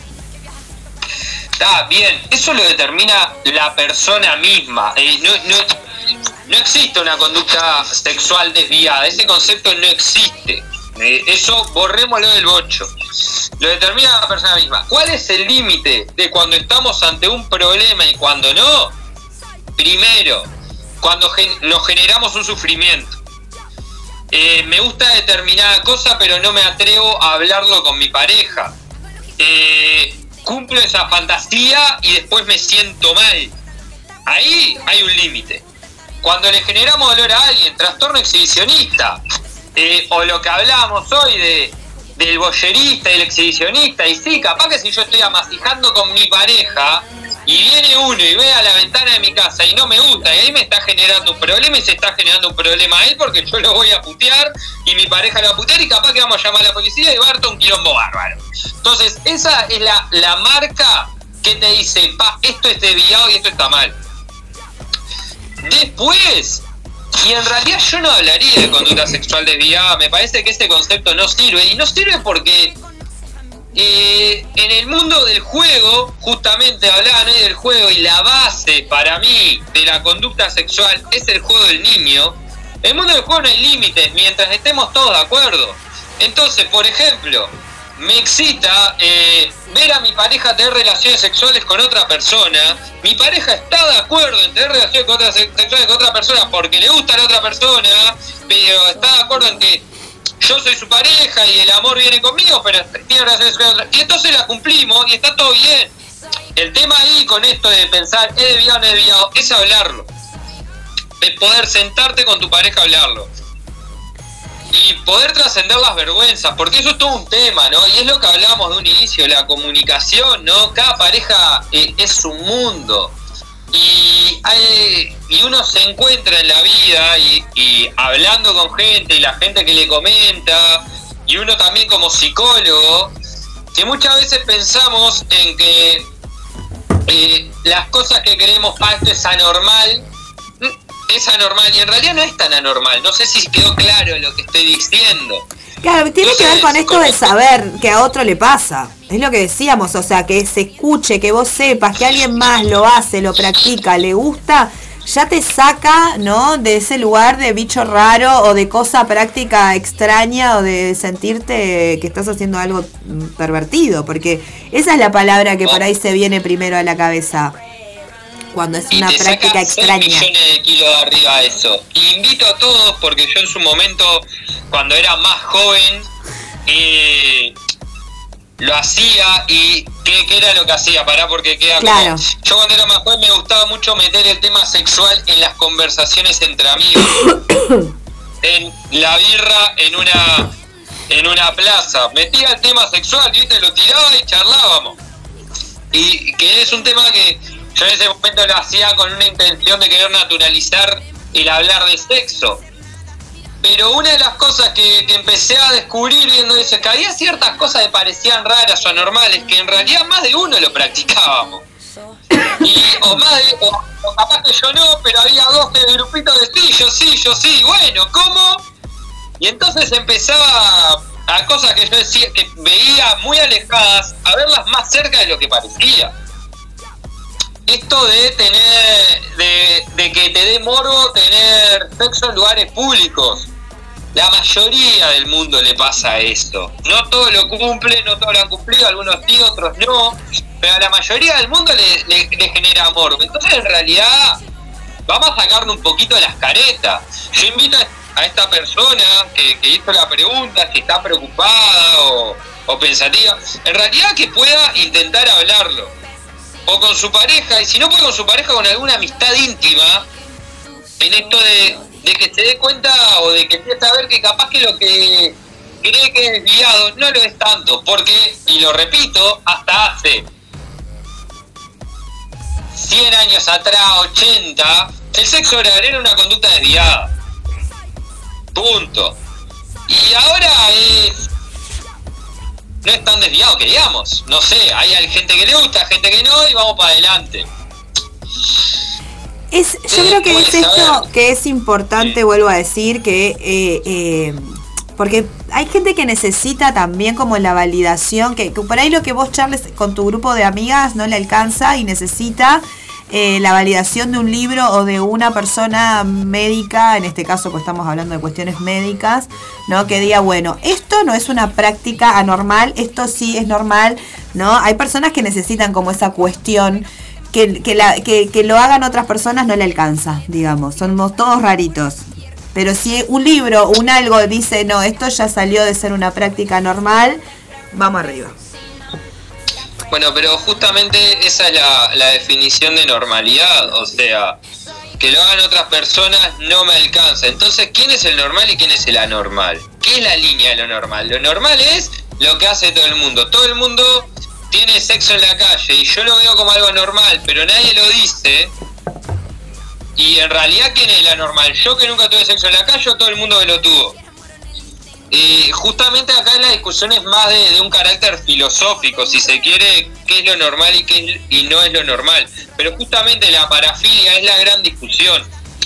G: Está bien, eso lo determina la persona misma. Eh, no, no, no existe una conducta sexual desviada, ese concepto no existe. Eh, eso borrémoslo del bocho. Lo determina la persona misma. ¿Cuál es el límite de cuando estamos ante un problema y cuando no? Primero, cuando gen- nos generamos un sufrimiento. Eh, me gusta determinada cosa, pero no me atrevo a hablarlo con mi pareja. Eh, cumplo esa fantasía y después me siento mal. Ahí hay un límite. Cuando le generamos dolor a alguien, trastorno exhibicionista, eh, o lo que hablábamos hoy de del voyerista y el exhibicionista, y sí, capaz que si yo estoy amasijando con mi pareja y viene uno y ve a la ventana de mi casa y no me gusta, y ahí me está generando un problema y se está generando un problema a él porque yo lo voy a putear y mi pareja lo va a putear y capaz que vamos a llamar a la policía y va a haber todo un quilombo bárbaro. Entonces, esa es la, la marca que te dice, pa, esto es desviado y esto está mal. Después, y en realidad yo no hablaría de conducta sexual desviada, me parece que ese concepto no sirve, y no sirve porque eh, en el mundo del juego, justamente hablaban hoy del juego, y la base para mí de la conducta sexual es el juego del niño. En el mundo del juego no hay límites, mientras estemos todos de acuerdo. Entonces, por ejemplo, me excita eh, ver a mi pareja tener relaciones sexuales con otra persona. Mi pareja está de acuerdo en tener relaciones con otra, sexuales con otra persona porque le gusta a la otra persona, pero está de acuerdo en que yo soy su pareja y el amor viene conmigo, pero tiene relaciones con otra. Y entonces la cumplimos y está todo bien. El tema ahí con esto de pensar, ¿es desviado o no es desviado? Es hablarlo. Es poder sentarte con tu pareja a hablarlo. Y poder trascender las vergüenzas, porque eso es todo un tema, ¿no? Y es lo que hablábamos de un inicio, la comunicación, ¿no? Cada pareja eh, es un mundo. Y, hay, y uno se encuentra en la vida y, y hablando con gente, y la gente que le comenta, y uno también como psicólogo, que muchas veces pensamos en que eh, las cosas que creemos, ah, esto es anormal, es anormal, y en realidad no es tan anormal. No sé si quedó claro lo que estoy diciendo.
B: Claro, tiene que ver con esto de saber que a otro le pasa. Es lo que decíamos, o sea, que se escuche, que vos sepas que alguien más lo hace, lo practica, le gusta, ya te saca, ¿no? De ese lugar de bicho raro o de cosa práctica extraña o de sentirte que estás haciendo algo pervertido, porque esa es la palabra que por ahí se viene primero a la cabeza. Cuando es una práctica extraña.
G: seis millones de kilos de arriba a eso. Y invito a todos, porque yo en su momento, cuando era más joven, eh, lo hacía. ¿Y qué, qué era lo que hacía? Pará, porque queda
B: claro.
G: como... Yo cuando era más joven me gustaba mucho meter el tema sexual en las conversaciones entre amigos. En la birra, en una en una plaza. Metía el tema sexual, ¿viste? Lo tiraba y charlábamos. Y que es un tema que... Yo en ese momento lo hacía con una intención de querer naturalizar el hablar de sexo. Pero una de las cosas que, que empecé a descubrir viendo eso es que había ciertas cosas que parecían raras o anormales, que en realidad más de uno lo practicábamos. Y, o más de, o, o capaz que yo no, pero había dos de grupitos de sí, yo sí, yo sí, bueno, ¿cómo? Y entonces empezaba a cosas que yo decía, que veía muy alejadas, a verlas más cerca de lo que parecía. Esto de tener, de, de que te dé morbo tener sexo en lugares públicos. La mayoría del mundo le pasa esto. No todos lo cumplen, no todos lo han cumplido, algunos sí, otros no. Pero a la mayoría del mundo le, le, le genera morbo. Entonces, en realidad, vamos a sacarle un poquito las caretas. Yo invito a esta persona que, que hizo la pregunta, si está preocupada o, o pensativa, en realidad que pueda intentar hablarlo. O con su pareja, y si no puede con su pareja, con alguna amistad íntima, en esto de, de que se dé cuenta o de que empiece a ver que capaz que lo que cree que es desviado no lo es tanto, porque, y lo repito, hasta hace cien años atrás, ochenta, el sexo oral era una conducta desviada. Punto. Y ahora es... no es tan desviado que digamos. No sé, hay gente que le gusta, gente que no, y vamos para adelante.
B: Es, yo
G: Sí,
B: creo que es
G: puedes
B: esto
G: saber.
B: que es importante,
G: Sí.
B: vuelvo a decir, que eh, eh, porque hay gente que necesita también como la validación, que, que por ahí lo que vos charles con tu grupo de amigas no le alcanza y necesita eh, la validación de un libro o de una persona médica, en este caso pues estamos hablando de cuestiones médicas, ¿no? Que diga, bueno, esto no es una práctica anormal, esto sí es normal, ¿no? Hay personas que necesitan como esa cuestión. Que, que, la, que, que lo hagan otras personas no le alcanza, digamos, somos todos raritos. Pero si un libro, un algo dice, no, esto ya salió de ser una práctica normal, vamos arriba.
G: Bueno, pero justamente esa es la, la definición de normalidad, o sea, que lo hagan otras personas no me alcanza. Entonces, ¿quién es el normal y quién es el anormal? ¿Qué es la línea de lo normal? Lo normal es lo que hace todo el mundo. Todo el mundo tiene sexo en la calle y yo lo veo como algo normal, pero nadie lo dice. Y en realidad, ¿quién es la normal? Yo que nunca tuve sexo en la calle o todo el mundo que lo tuvo. Y justamente acá la discusión es más de, de un carácter filosófico, si se quiere, qué es lo normal y qué es, y no es lo normal. Pero justamente la parafilia es la gran discusión.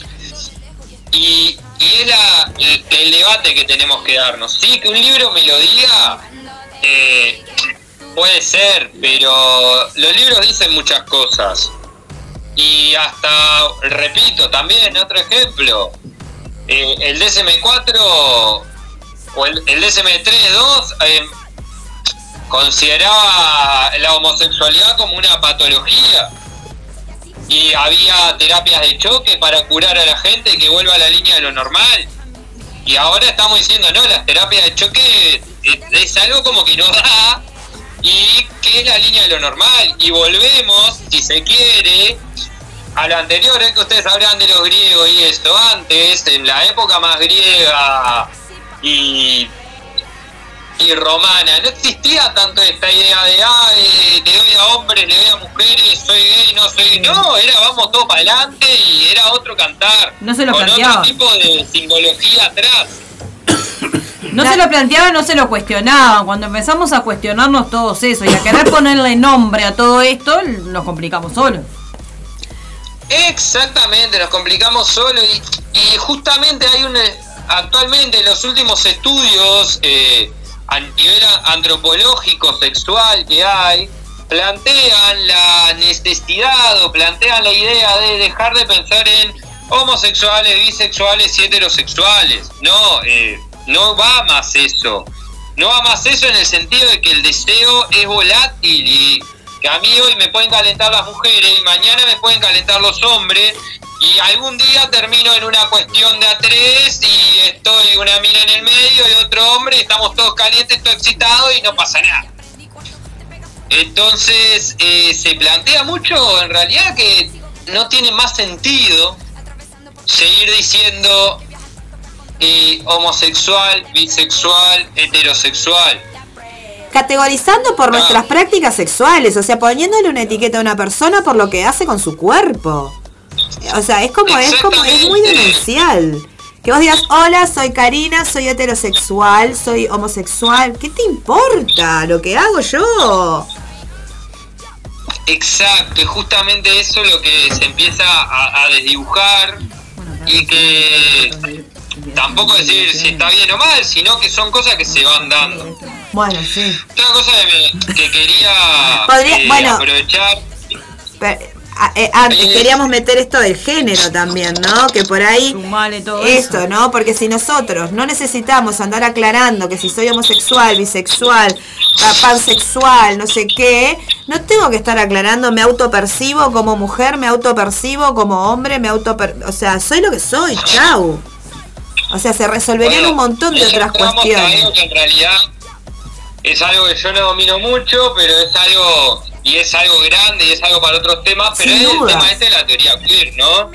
G: Y, y es la, el, el debate que tenemos que darnos. Sí, que un libro me lo diga, eh, puede ser, pero los libros dicen muchas cosas. Y hasta, repito, también otro ejemplo, eh, el D S M cuatro o el, el D S M tres dos eh, consideraba la homosexualidad como una patología y había terapias de choque para curar a la gente que vuelva a la línea de lo normal. Y ahora estamos diciendo, no, las terapias de choque es, es algo como que no da y que es la línea de lo normal. Y volvemos, si se quiere, a lo anterior, es que ustedes hablan de los griegos y esto. Antes, en la época más griega y, y romana, no existía tanto esta idea de, ah, eh, le doy a hombres, le doy a mujeres, soy gay, no soy gay. No, era vamos todos para adelante y era otro cantar.
D: No se lo
G: con
D: planteaba.
G: otro tipo de simbología atrás.
D: No se lo planteaban, no se lo cuestionaban. Cuando empezamos a cuestionarnos todos eso y a querer ponerle nombre a todo esto, nos complicamos solos.
G: Exactamente, nos complicamos solo y, y justamente hay un actualmente en los últimos estudios eh, a nivel antropológico sexual que hay, plantean la necesidad o plantean la idea de dejar de pensar en homosexuales, bisexuales y heterosexuales. No, eh, no va más eso. No va más eso en el sentido de que el deseo es volátil y que a mí hoy me pueden calentar las mujeres y mañana me pueden calentar los hombres y algún día termino en una cuestión de a tres y estoy una mina en el medio y otro hombre y estamos todos calientes, todos excitados y no pasa nada. Entonces eh, se plantea mucho en realidad que no tiene más sentido seguir diciendo eh, homosexual, bisexual, heterosexual.
B: Categorizando por
G: Ah.
B: nuestras prácticas sexuales, o sea, poniéndole una etiqueta a una persona por lo que hace con su cuerpo. O sea, es como, es como, es muy demencial. Que vos digas, hola, soy Karina, soy heterosexual, soy homosexual. ¿Qué te importa lo que hago yo?
G: Exacto, y justamente eso es lo que se empieza a, a desdibujar y que tampoco decir si está bien o mal, sino que son cosas que se van dando.
B: Bueno, sí.
G: Otra cosa que, me, que quería
B: Podría,
G: eh,
B: bueno,
G: aprovechar...
B: Pero, eh, antes queríamos meter esto del género también, ¿no? Que por ahí
D: Sumale todo
B: esto,
D: eso.
B: ¿no? Porque si nosotros no necesitamos andar aclarando que si soy homosexual, bisexual, pansexual, no sé qué, no tengo que estar aclarando, me autopercibo como mujer, me autopercibo como hombre, me autoper... o sea, soy lo que soy, chau. O sea, se resolverían
G: Bueno,
B: un montón de otras
G: entramos a
B: cuestiones.
G: algo que en realidad es algo que yo no domino mucho, pero es algo, y es algo grande, y es algo para otros temas, pero
B: Sin
G: es
B: duda.
G: el tema este de la teoría queer, ¿no?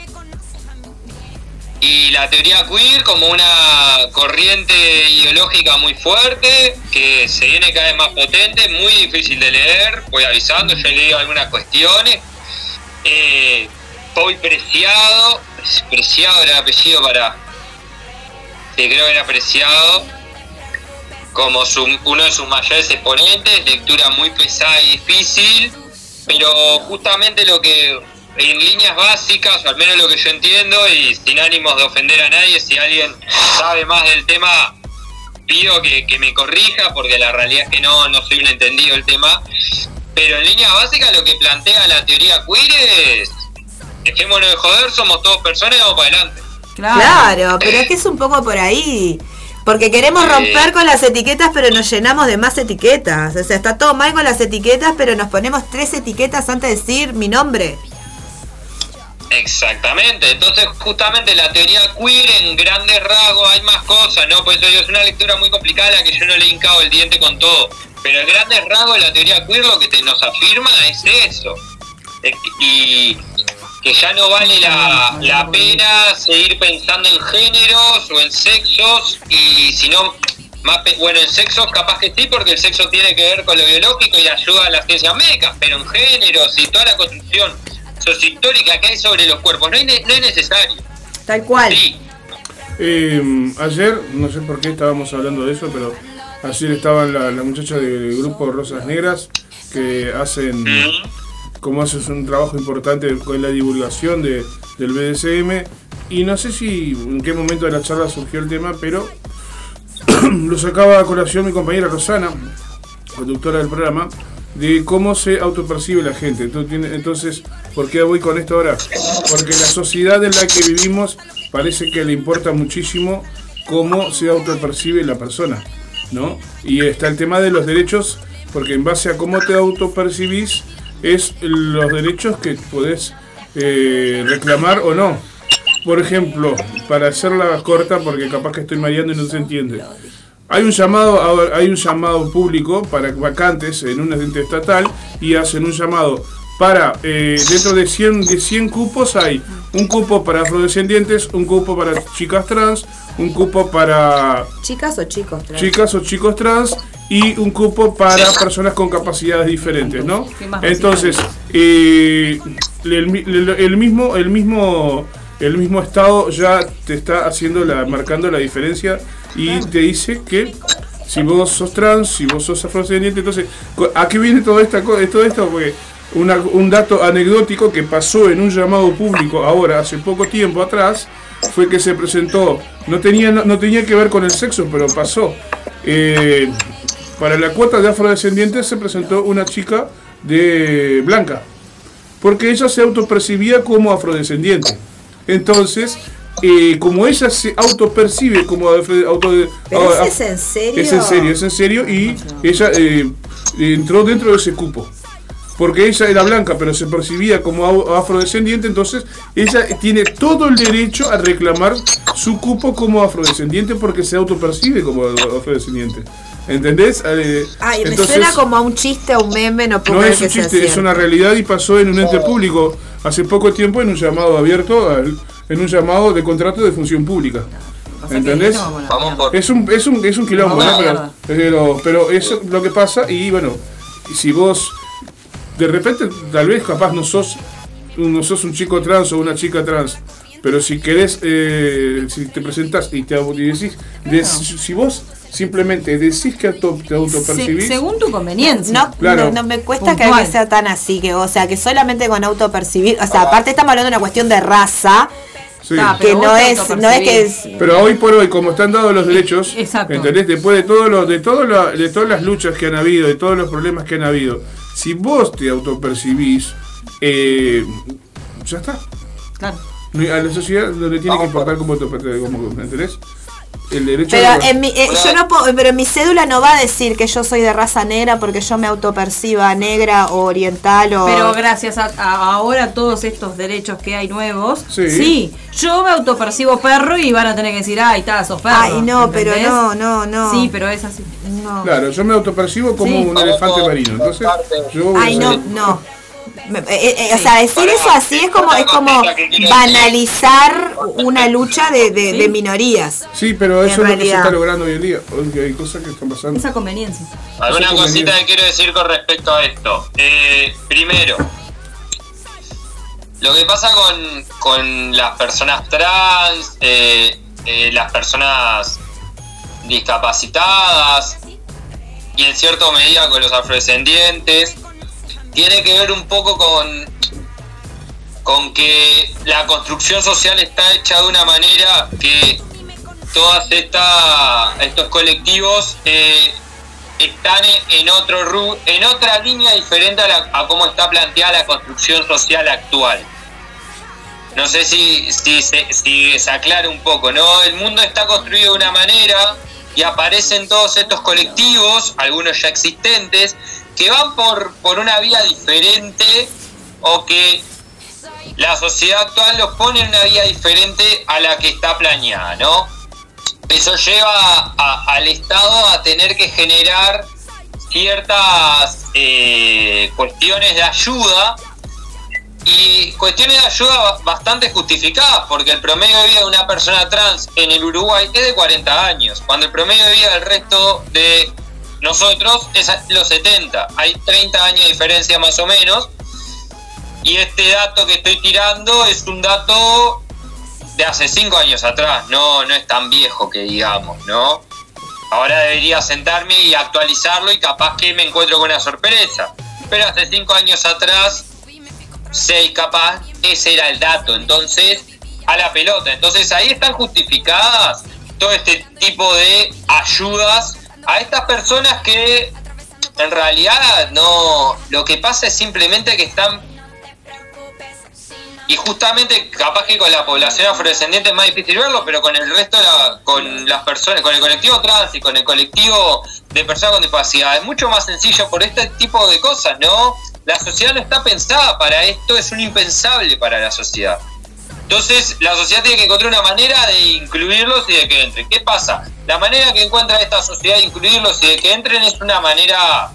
G: Y la teoría queer como una corriente ideológica muy fuerte, que se viene cada vez más potente, muy difícil de leer, voy avisando, yo he leído algunas cuestiones. Eh, Paul Preciado, Preciado era el apellido para... Sí, creo que era Preciado, como su, uno de sus mayores exponentes, lectura muy pesada y difícil, pero justamente lo que en líneas básicas, o al menos lo que yo entiendo, y sin ánimos de ofender a nadie, si alguien sabe más del tema, pido que, que me corrija, porque la realidad es que no, no soy un entendido del tema, pero en líneas básicas lo que plantea la teoría queer es, dejémonos de joder, somos todos personas y vamos para adelante.
D: Claro.
B: Claro, pero es que es un poco por ahí. Porque queremos romper con las etiquetas, pero nos llenamos de más etiquetas. O sea, está todo mal con las etiquetas, pero nos ponemos tres etiquetas antes de decir mi nombre.
G: Exactamente, entonces justamente la teoría queer en grandes rasgos hay más cosas, ¿no? Por eso digo, es una lectura muy complicada la que yo no le he hincado el diente con todo, pero en grandes rasgos la teoría queer lo que te, nos afirma es eso, es que, y que ya no vale la, la pena seguir pensando en géneros o en sexos, y si no, más pe- bueno, en sexos capaz que sí, porque el sexo tiene que ver con lo biológico y ayuda a las ciencias médicas, pero en géneros y toda la construcción sociohistórica que hay sobre los cuerpos no, hay ne- no es necesario.
B: Tal cual.
G: Sí,
E: Eh, ayer, no sé por qué estábamos hablando de eso, pero ayer estaban la, la muchacha del grupo Rosas Negras que hacen, como hacen un trabajo importante con la divulgación de, del B D S M, y no sé si en qué momento de la charla surgió el tema, pero lo sacaba a colación mi compañera Rosana, conductora del programa, de cómo se autopercibe la gente. Entonces, entonces, ¿por qué voy con esto ahora? Porque la sociedad en la que vivimos parece que le importa muchísimo cómo se autopercibe la persona, ¿no? Y está el tema de los derechos, porque en base a cómo te autopercibís es los derechos que podés eh, reclamar o no. Por ejemplo, para hacerla corta, porque capaz que estoy mareando y no se entiende. Hay un llamado, hay un llamado público para vacantes en un ente estatal y hacen un llamado para, eh, dentro de cien, de cien cupos hay un cupo para afrodescendientes, un cupo para chicas trans, un cupo para
B: ¿Chicas o chicos? Trans?
E: chicas o chicos trans y un cupo para personas con capacidades diferentes, ¿no? Entonces, eh, el, el, el mismo, el mismo, el mismo estado ya te está haciendo la, marcando la diferencia y te dice que si vos sos trans, si vos sos afrodescendiente, entonces, ¿a qué viene todo esta todo esto? Porque una, un dato anecdótico que pasó en un llamado público ahora, hace poco tiempo atrás, fue que se presentó, no tenía, no, no tenía que ver con el sexo, pero pasó. Eh, para la cuota de afrodescendientes se presentó una chica de blanca, porque ella se autopercibía como afrodescendiente. Entonces, eh, como ella se autopercibe como auto,
B: ¿Pero
E: a, a,
B: es en serio?
E: Es en serio, es en serio, y ella eh, entró dentro de ese cupo. Porque ella era blanca, pero se percibía como afrodescendiente, entonces ella tiene todo el derecho a reclamar su cupo como afrodescendiente porque se autopercibe como afrodescendiente. ¿Entendés? Eh,
B: Ay, me
E: entonces,
B: suena como a un chiste, a un meme, no puedo
E: no
B: creer
E: es un
B: que sea
E: chiste, es
B: cierto.
E: una realidad y pasó en un ente público hace poco tiempo en un llamado abierto, al, en un llamado de contrato de función pública. ¿Entendés?
G: vamos por...
E: Es un, es un, es un quilombo,
D: No,
E: ¿no?
D: no,
E: Pero,
D: no.
E: pero, pero eso es lo que pasa y bueno, si vos de repente tal vez capaz no sos, no sos un chico trans o una chica trans, pero si querés, eh, si te presentás y te y decís, de, si, si vos simplemente decís que auto, te autopercibís,
D: Se- según tu conveniencia.
B: No,
E: Claro.
B: no, no me cuesta
D: Puntual.
B: creer que sea tan así, que o sea, que solamente con autopercibir, o sea, aparte estamos hablando de una cuestión de raza,
E: Sí.
D: Ah,
B: Que
D: pero
B: no
D: vos te
B: es, no es que es,
E: Pero hoy por hoy, como están dados los derechos,
D: Exacto.
E: ¿entendés? Después de todo lo, de todo lo- de todas las luchas que han habido, de todos los problemas que han habido, si vos te autopercibís, eh, ya está.
D: Claro.
E: No- A la sociedad no le tiene que importar cómo te como, ¿entendés? El derecho
B: pero
E: a-
B: en mi, eh, yo no puedo, pero en mi cédula no va a decir que yo soy de raza negra porque yo me autoperciba negra o oriental o...
D: Pero gracias a, a ahora todos estos derechos que hay nuevos,
E: Sí.
D: sí. yo me autopercibo perro y van a tener que decir, ay, está, sos perro.
B: Ay, no, pero
D: ¿entendés?
B: no, no, no.
D: Sí, pero es así.
B: No.
E: Claro, yo me autopercibo como
D: Sí.
E: un elefante marino, entonces yo...
B: Ay, no, no. Me- eh, eh, o sea, decir eso así es como es como banalizar una lucha de, de, de minorías.
E: Sí, pero eso
B: En
E: es lo que se
B: realidad.
E: está logrando hoy en día. Hoy hay cosas que están pasando.
D: Esa conveniencia.
G: Alguna
E: Eso
G: cosita
E: conveniente.
G: que quiero decir con respecto a esto. Eh, primero, lo que pasa con, con las personas trans, eh, eh, las personas discapacitadas y en cierta medida con los afrodescendientes, tiene que ver un poco con, con que la construcción social está hecha de una manera que todas esta, estos colectivos eh, están en otro ru- en otra línea diferente a, la, a cómo está planteada la construcción social actual. No sé si, si, se, si se aclara un poco, ¿no? El mundo está construido de una manera y aparecen todos estos colectivos, algunos ya existentes, que van por, por una vía diferente o que la sociedad actual los pone en una vía diferente a la que está planeada, ¿no? Eso lleva a- al Estado a tener que generar ciertas eh, cuestiones de ayuda y cuestiones de ayuda bastante justificadas, porque el promedio de vida de una persona trans en el Uruguay es de cuarenta años, cuando el promedio de vida del resto de nosotros es a los setenta. Hay treinta años de diferencia más o menos, y este dato que estoy tirando es un dato de hace cinco años atrás, no, no es tan viejo que digamos, ¿no? Ahora debería sentarme y actualizarlo y capaz que me encuentro con una sorpresa. Pero hace cinco años atrás, seis capaz, ese era el dato. Entonces, a la pelota. Entonces ahí están justificadas todo este tipo de ayudas a estas personas que en realidad no... Lo que pasa es simplemente que están... Y justamente, capaz que con la población afrodescendiente es más difícil verlo, pero con el resto, de la, con las personas, con el colectivo trans y con el colectivo de personas con discapacidad, es mucho más sencillo por este tipo de cosas, ¿no? La sociedad no está pensada para esto, es un impensable para la sociedad. Entonces, la sociedad tiene que encontrar una manera de incluirlos y de que entren. ¿Qué pasa? La manera que encuentra esta sociedad de incluirlos y de que entren es una manera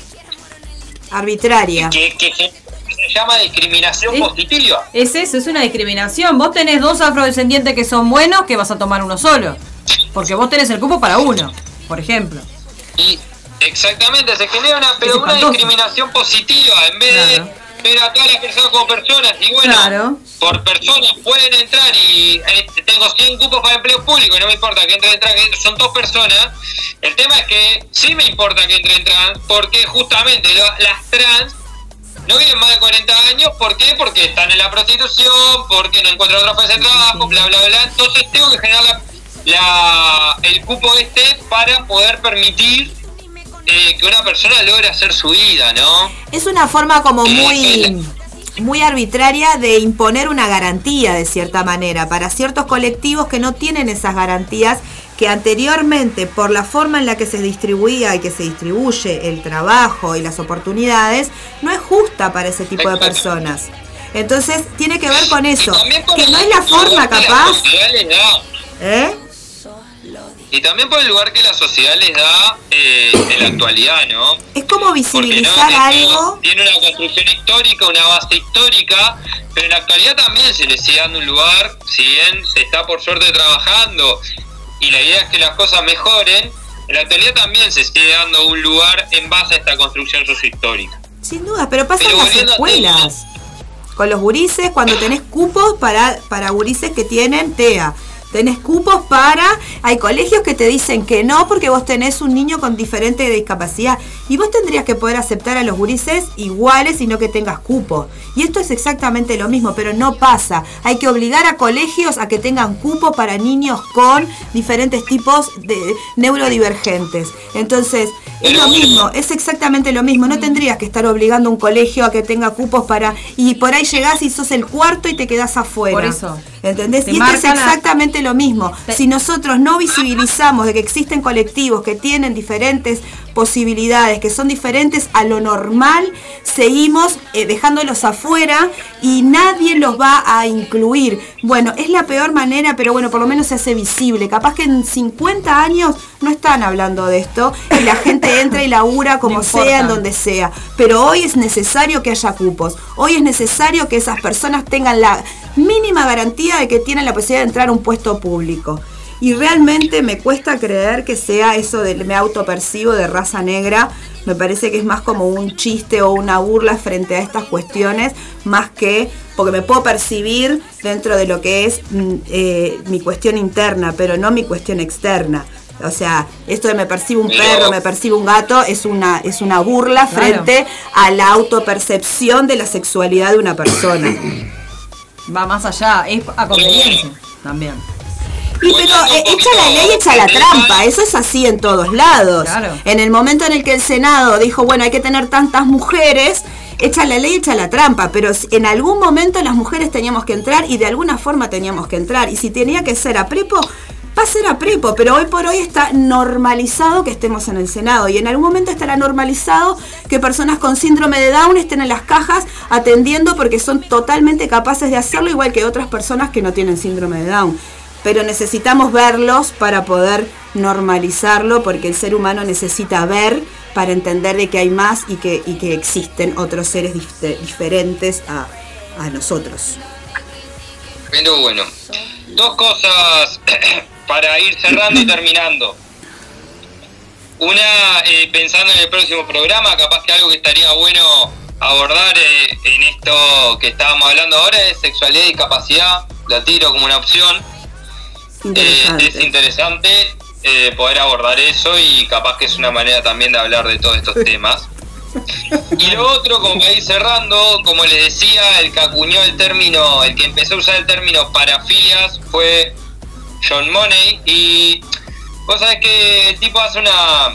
B: Arbitraria.
G: que, que, que se llama discriminación
D: ¿Sí?
G: positiva.
D: Es eso, es una discriminación. Vos tenés dos afrodescendientes que son buenos, que vas a tomar uno solo. Porque vos tenés el cupo para uno, por ejemplo.
G: Y exactamente, se genera una, pero
D: Es
G: una
D: espantoso.
G: discriminación positiva, en vez
D: Claro.
G: de ver a todas las personas como personas, y bueno,
D: Claro.
G: por personas pueden entrar y eh, tengo cien cupos para empleo público, y no me importa que entren trans, que son dos personas. El tema es que sí me importa que entren trans, porque justamente lo- las trans no viven más de cuarenta años. ¿Por qué? Porque están en la prostitución, porque no encuentran otra fuerza de trabajo, bla, bla, bla. Entonces tengo que generar la, la- el cupo este para poder permitir eh, que una persona logre hacer su vida, ¿no?
B: Es una forma como muy muy arbitraria de imponer una garantía de cierta manera para ciertos colectivos que no tienen esas garantías, que anteriormente, por la forma en la que se distribuía y que se distribuye el trabajo y las oportunidades, no es justa para ese tipo de personas. Entonces tiene que ver con eso,
G: Y también por
B: que
G: el
B: no es la forma
G: lugar que la
B: capaz,
G: sociedad les da.
B: ¿eh?
G: Y también por el lugar que la sociedad les da eh, en la actualidad, ¿no?
B: Es como
G: Porque
B: visibilizar
G: no,
B: algo.
G: tiene una construcción histórica, una base histórica, pero en la actualidad también se le sigue dando un lugar, si bien se está por suerte trabajando y la idea es que las cosas mejoren, en la actualidad también se sigue dando un lugar en base a esta construcción sociohistórica.
B: Sin duda, pero pasa en
G: Pero
B: las
G: volviendo a
B: escuelas. Con los gurises, cuando tenés cupos para, para gurises que tienen T E A. Tenés cupos para... Hay colegios que te dicen que no porque vos tenés un niño con diferente discapacidad. Y vos tendrías que poder aceptar a los gurises iguales y no que tengas cupo. Y esto es exactamente lo mismo, pero no pasa. Hay que obligar a colegios a que tengan cupo para niños con diferentes tipos de neurodivergentes. Entonces, es lo mismo, es exactamente lo mismo. No tendrías que estar obligando a un colegio a que tenga cupos para... Y por ahí llegás y sos el cuarto y te quedás afuera.
D: Por eso.
B: ¿Entendés?
D: Te
B: Y esto es
D: marcan a-
B: exactamente lo mismo.
D: Te-
B: Si nosotros no visibilizamos de que existen colectivos que tienen diferentes posibilidades, que son diferentes a lo normal, seguimos eh, dejándolos afuera y nadie los va a incluir. Bueno, es la peor manera, pero bueno, por lo menos se hace visible. Capaz que en cincuenta años no están hablando de esto y la gente entra y labura como
D: No importa.
B: sea, en donde sea. Pero hoy es necesario que haya cupos. Hoy es necesario que esas personas tengan la mínima garantía de que tienen la posibilidad de entrar a un puesto público. Y realmente me cuesta creer que sea eso de me autopercibo de raza negra. Me parece que es más como un chiste o una burla frente a estas cuestiones, más que porque me puedo percibir dentro de lo que es mm, eh, mi cuestión interna, pero no mi cuestión externa. O sea, esto de me percibo un perro, me percibo un gato, es una, es una burla
D: Claro.
B: frente a la autopercepción de la sexualidad de una persona.
D: Va más allá, es a conveniencia también.
B: Y pero eh, echa la ley, echa la trampa, eso es así en todos lados.
D: Claro.
B: En el momento en el que el Senado dijo, bueno, hay que tener tantas mujeres, echa la ley, echa la trampa, pero en algún momento las mujeres teníamos que entrar y de alguna forma teníamos que entrar. Y si tenía que ser a prepo, va a ser a prepo, pero hoy por hoy está normalizado que estemos en el Senado y en algún momento estará normalizado que personas con síndrome de Down estén en las cajas atendiendo porque son totalmente capaces de hacerlo, igual que otras personas que no tienen síndrome de Down. Pero necesitamos verlos para poder normalizarlo, porque el ser humano necesita ver para entender de que hay más y que, y que existen otros seres dif- diferentes a, a nosotros.
G: Pero bueno, dos cosas para ir cerrando y terminando. Una, eh, pensando en el próximo programa, capaz que algo que estaría bueno abordar eh, en esto que estábamos hablando ahora es sexualidad y discapacidad. La tiro como una opción.
B: Interesante.
G: Eh, es interesante eh, poder abordar eso y capaz que es una manera también de hablar de todos estos temas. Y lo otro, como para ir cerrando, como les decía, el que acuñó el término, el que empezó a usar el término parafilias fue John Money, y vos sabés que el tipo hace una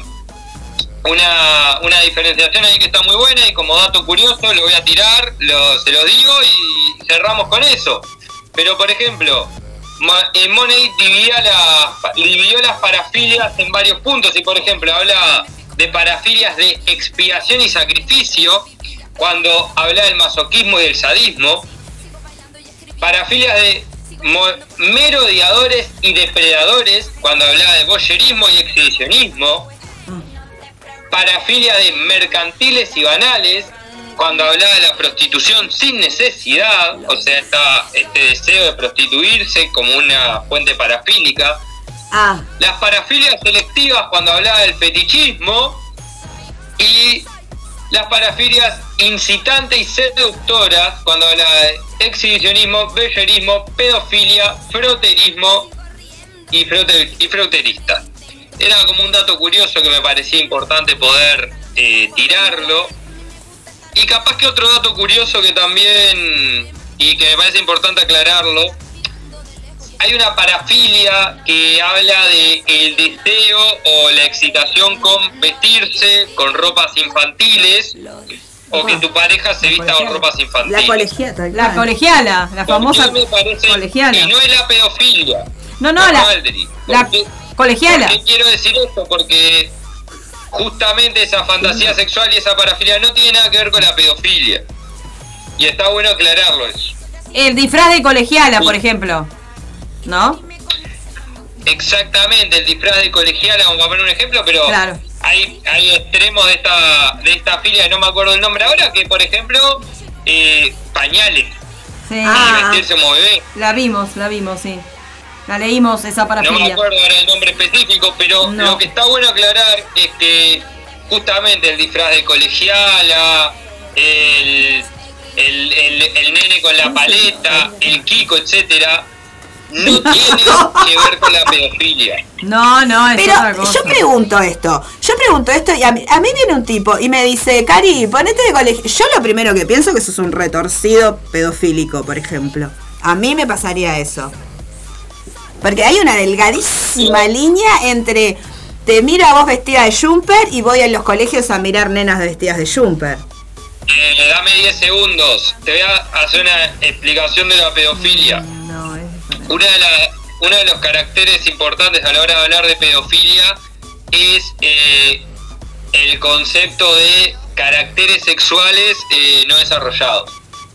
G: una una diferenciación ahí que está muy buena, y como dato curioso lo voy a tirar, lo, se los digo y cerramos con eso. Pero por ejemplo, en Money dividía las, dividió las parafilias en varios puntos, y por ejemplo habla de parafilias de expiación y sacrificio, cuando habla del masoquismo y del sadismo, parafilias de merodeadores y depredadores, cuando hablaba de voyerismo y exhibicionismo, parafilia de mercantiles y banales, cuando hablaba de la prostitución sin necesidad, o sea, está este deseo de prostituirse como una fuente parafílica.
B: Ah,
G: Las parafilias selectivas, cuando hablaba del fetichismo, y las parafilias incitantes y seductoras, cuando hablaba de exhibicionismo, bellerismo, pedofilia, froterismo y, frote, y froterista. Era como un dato curioso que me parecía importante poder eh, tirarlo. Y capaz que otro dato curioso que también, y que me parece importante aclararlo, hay una parafilia que habla de el deseo o la excitación con vestirse con ropas infantiles, o que tu pareja se vista con ropas infantiles.
B: la colegiata,
D: La
B: claro.
D: colegiala, la famosa
G: ¿Por qué me parece
D: colegiala.
G: que no es la pedofilia?
D: No, no, la,
G: Valdri.
D: la
G: ¿Por qué-
D: colegiala.
G: ¿Por qué quiero decir esto? Porque justamente esa fantasía sexual y esa parafilia no tiene nada que ver con la pedofilia. Y está bueno aclararlo eso.
D: El disfraz de colegiala, por ejemplo. ¿No?
G: Exactamente, el disfraz de colegiala, vamos a poner un ejemplo, pero
D: Claro.
G: hay, hay extremos de esta de esta filia, no me acuerdo el nombre ahora, que por ejemplo, eh, pañales,
D: Sí.
B: Ah.
G: y vestirse como bebé.
D: La vimos, la vimos, sí. La leímos, esa
G: No me
D: parafilia.
G: acuerdo ahora el nombre específico, pero
D: No.
G: lo que está bueno aclarar es que justamente el disfraz de colegiala, el, el, el, el nene con la paleta, el Kiko, etcétera, no tiene que ver con la pedofilia.
D: No, no, es
B: Pero
D: otra cosa.
B: yo pregunto esto, yo pregunto esto y a mí, a mí viene un tipo y me dice, Cari, ponete de colegio. Yo lo primero que pienso que sos un retorcido pedofílico, por ejemplo. A mí me pasaría eso. Porque hay una delgadísima línea entre te miro a vos vestida de jumper y voy a los colegios a mirar nenas vestidas de jumper.
G: Eh, dame diez segundos. Te voy a hacer una explicación de la pedofilia.
D: No, es diferente.
G: Una de la, uno de los caracteres importantes a la hora de hablar de pedofilia es eh, el concepto de caracteres sexuales eh, no desarrollados.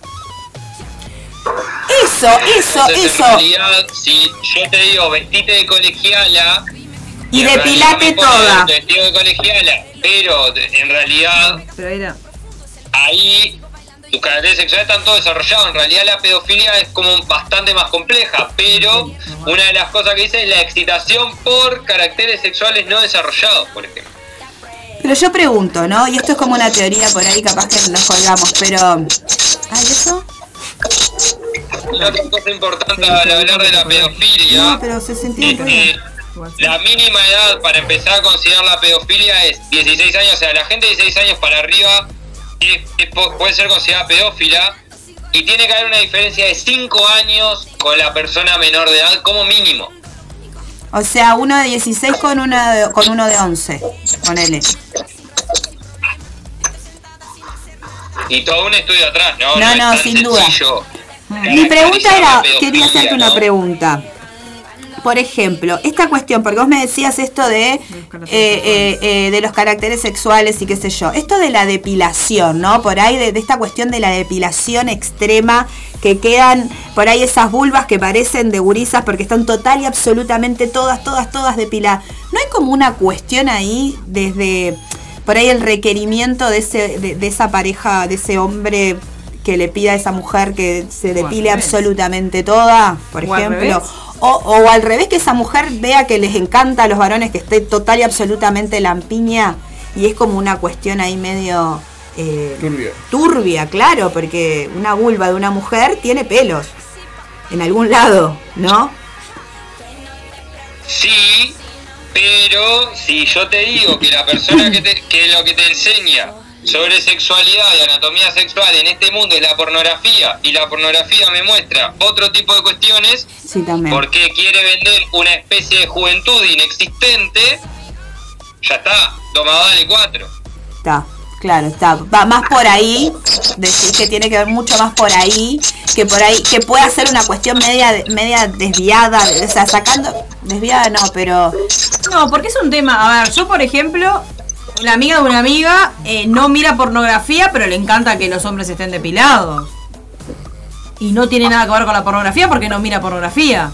B: Eso, eso,
G: Entonces,
B: eso.
G: en realidad, si yo te digo vestite de colegiala
B: Y
G: en
B: depilate
G: realidad me pones
B: toda.
G: vestido de colegiala, pero de- en realidad
D: Pero era.
G: ahí tus caracteres sexuales están todos desarrollados. En realidad la pedofilia es como bastante más compleja, pero una de las cosas que dice es la excitación por caracteres sexuales no desarrollados, por ejemplo.
B: Pero yo pregunto, ¿no? Y esto es como una teoría por ahí, capaz que nos colgamos, pero... ¿Ay, eso?
G: Y otra cosa importante al hablar de la pedofilia
B: No, pero se sentía
G: es
B: un
G: que
B: ruido.
G: la mínima edad para empezar a considerar la pedofilia es dieciséis años. O sea, la gente de dieciséis años para arriba es- es- puede ser considerada pedófila, y tiene que haber una diferencia de cinco años con la persona menor de edad como mínimo.
B: O sea, uno de dieciséis con, una de- con uno de once, ponele.
G: Y todo un estudio atrás, ¿no?
B: No,
G: es
B: no,
G: tan
B: sin duda.
G: sencillo
B: Mi pregunta
G: caracterizar
B: era,
G: la pedofilia,
B: quería hacerte una
G: ¿no?
B: pregunta. Por ejemplo, esta cuestión, porque vos me decías esto de, eh, eh, eh, de los caracteres sexuales y qué sé yo, esto de la depilación, ¿no? Por ahí, de, de esta cuestión de la depilación extrema, que quedan por ahí esas vulvas que parecen de gurisas porque están total y absolutamente todas, todas, todas depiladas. ¿No hay como una cuestión ahí desde, por ahí el requerimiento de, ese, de, de esa pareja, de ese hombre que le pida a esa mujer que se depile
D: revés.
B: absolutamente toda, por
D: O al
B: ejemplo?
D: revés.
B: O, o al revés, que esa mujer vea que les encanta a los varones que esté total y absolutamente lampiña, y es como una cuestión ahí medio eh,
E: Turbia.
B: turbia, claro, porque una vulva de una mujer tiene pelos en algún lado, ¿no?
G: Sí, pero si yo te digo que la persona que, te- que lo que te enseña sobre sexualidad y anatomía sexual en este mundo es la pornografía, y la pornografía me muestra otro tipo de cuestiones
B: Sí, también.
G: porque quiere vender una especie de juventud inexistente, ya está, toma, dale cuatro.
B: Está, claro, está. Va más por ahí, decir que tiene que ver mucho más por ahí, que por ahí, que puede ser una cuestión media media desviada, o sea, sacando, desviada no, pero
D: No, porque es un tema. A ver, yo por ejemplo, la amiga de una amiga eh, no mira pornografía, pero le encanta que los hombres estén depilados. Y no tiene nada que ver con la pornografía porque no mira pornografía.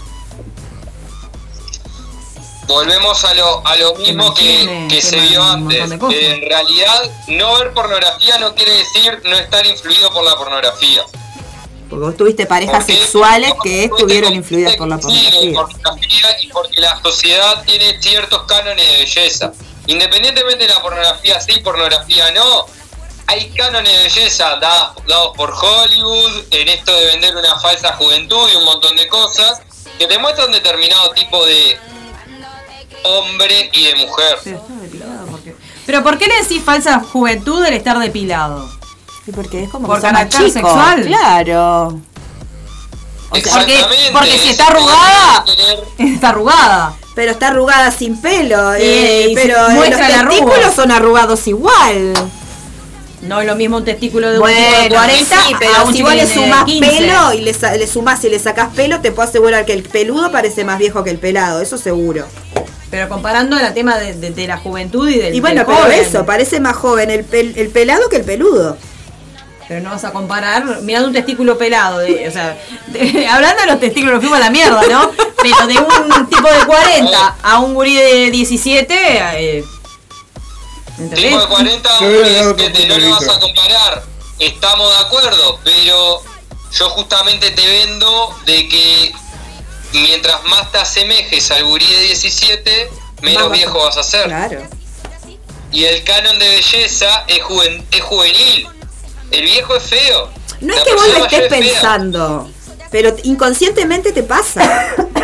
G: Volvemos a lo, a lo mismo que,
D: mantiene,
G: que
D: que
G: se
D: man-
G: vio
D: un montón de
G: antes.
D: cosas.
G: En realidad, no ver pornografía no quiere decir no estar influido por la pornografía.
B: porque vos tuviste parejas
G: ¿Por qué?
B: sexuales
G: Porque
B: que estuvieron influidas por la
G: sí,
B: pornografía.
G: pornografía y porque la sociedad tiene ciertos cánones de belleza. Independientemente de la pornografía sí, pornografía no, hay cánones de belleza dadas, dados por Hollywood en esto de vender una falsa juventud y un montón de cosas que te muestran determinado tipo de hombre y de mujer.
D: Pero está depilado, ¿por qué? Pero ¿por qué le decís falsa juventud el estar depilado?
B: Sí, porque es como
D: ¿Por
B: que son más
D: carácter
B: chicos,
D: sexual?
B: Claro.
D: Porque,
G: Exactamente,
D: porque si
G: es
D: está
G: el poder
D: arrugada,
G: de tener-
D: está arrugada.
B: Pero está arrugada sin pelo,
D: Sí,
B: eh,
D: y
B: pero
D: se
B: eh,
D: muestra
B: los
D: la arruga.
B: testículos son arrugados igual.
D: No es lo mismo un testículo de un tipo de
B: Bueno,
D: cuarenta
B: sí,
D: a
B: pero
D: un
B: si
D: chico
B: vos le
D: de
B: sumás
D: quince.
B: pelo y le, sa- le sumás y le sacás pelo, te puedo asegurar que el peludo parece más viejo que el pelado, eso seguro.
D: Pero comparando el tema de, de- de la juventud y del
B: Y bueno,
D: del
B: pero
D: joven.
B: eso, parece más joven el, pel- el pelado que el peludo.
D: Pero no vas a comparar mirando un testículo pelado. De, o sea, de- hablando de los testículos, nos fuimos a la mierda, ¿no? Pero de un tipo de cuarenta a un gurí de diecisiete. Eh, ¿entendés?
G: Tipo de cuarenta,
E: Se ve de otro
G: diecisiete,
E: punto
G: no
E: de
G: lo vas
E: vista.
G: a comparar. Estamos de acuerdo, pero yo justamente te vendo de que mientras más te asemejes al gurí de diecisiete, menos
B: Más vas a-
G: viejo vas a ser.
B: Claro.
G: Y el canon de belleza es, juven- es juvenil. El viejo es feo.
B: No es
G: La
B: que vos
G: persona
B: lo estés
G: mayor es fea.
B: pensando, pero inconscientemente te pasa.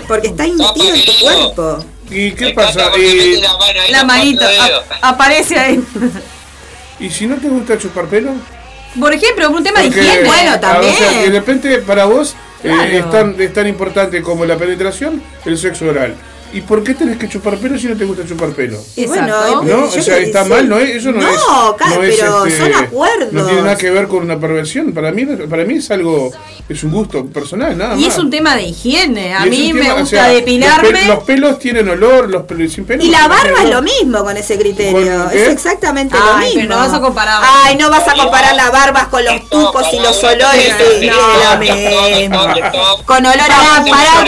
B: Porque está metido en tu cuerpo.
E: ¿Y qué
G: Me
E: pasa?
G: encanta porque
E: Eh,
G: mete la mano ahí,
D: La
G: los
D: manito
G: cuatro dedos.
D: ap- aparece ahí.
E: ¿Y si no te gusta chupar pelo?
D: Por ejemplo, un tema de
E: Porque,
D: higiene.
B: Bueno,
E: ah,
B: también.
E: O sea, que de repente para vos eh,
D: Claro.
E: es, tan, es tan importante como la penetración el sexo oral. ¿Y por qué tenés que chupar pelo si no te gusta chupar pelo?
B: Y
D: Exacto.
B: bueno,
E: ¿No?
B: yo
E: O sea,
B: le-
E: está
B: sí.
E: mal, no es, eso no,
B: No,
E: es.
B: claro,
E: no es,
B: pero
E: este,
B: son acuerdos.
E: No tiene nada que ver con una perversión. Para mí, para mí es algo, es un gusto personal, nada más.
D: Y es un tema de higiene. A
E: Y es
D: mí
E: un
D: me
E: tema, o
D: gusta
E: sea,
D: depilarme.
E: Los, pel- los pelos tienen olor, los pelos sin pelos.
B: Y la
E: no tienen
B: barba es
E: olor.
B: lo mismo con ese criterio.
E: ¿Con qué?
B: Es exactamente
D: Ay,
B: lo
D: pero
B: mismo.
D: no vas a comparar.
B: Ay, no vas a comparar las barbas con los tupos y los olores.
G: No,
B: Sí,
G: no,
B: es lo mismo.
G: no, no.
B: Con olor a
D: Pará,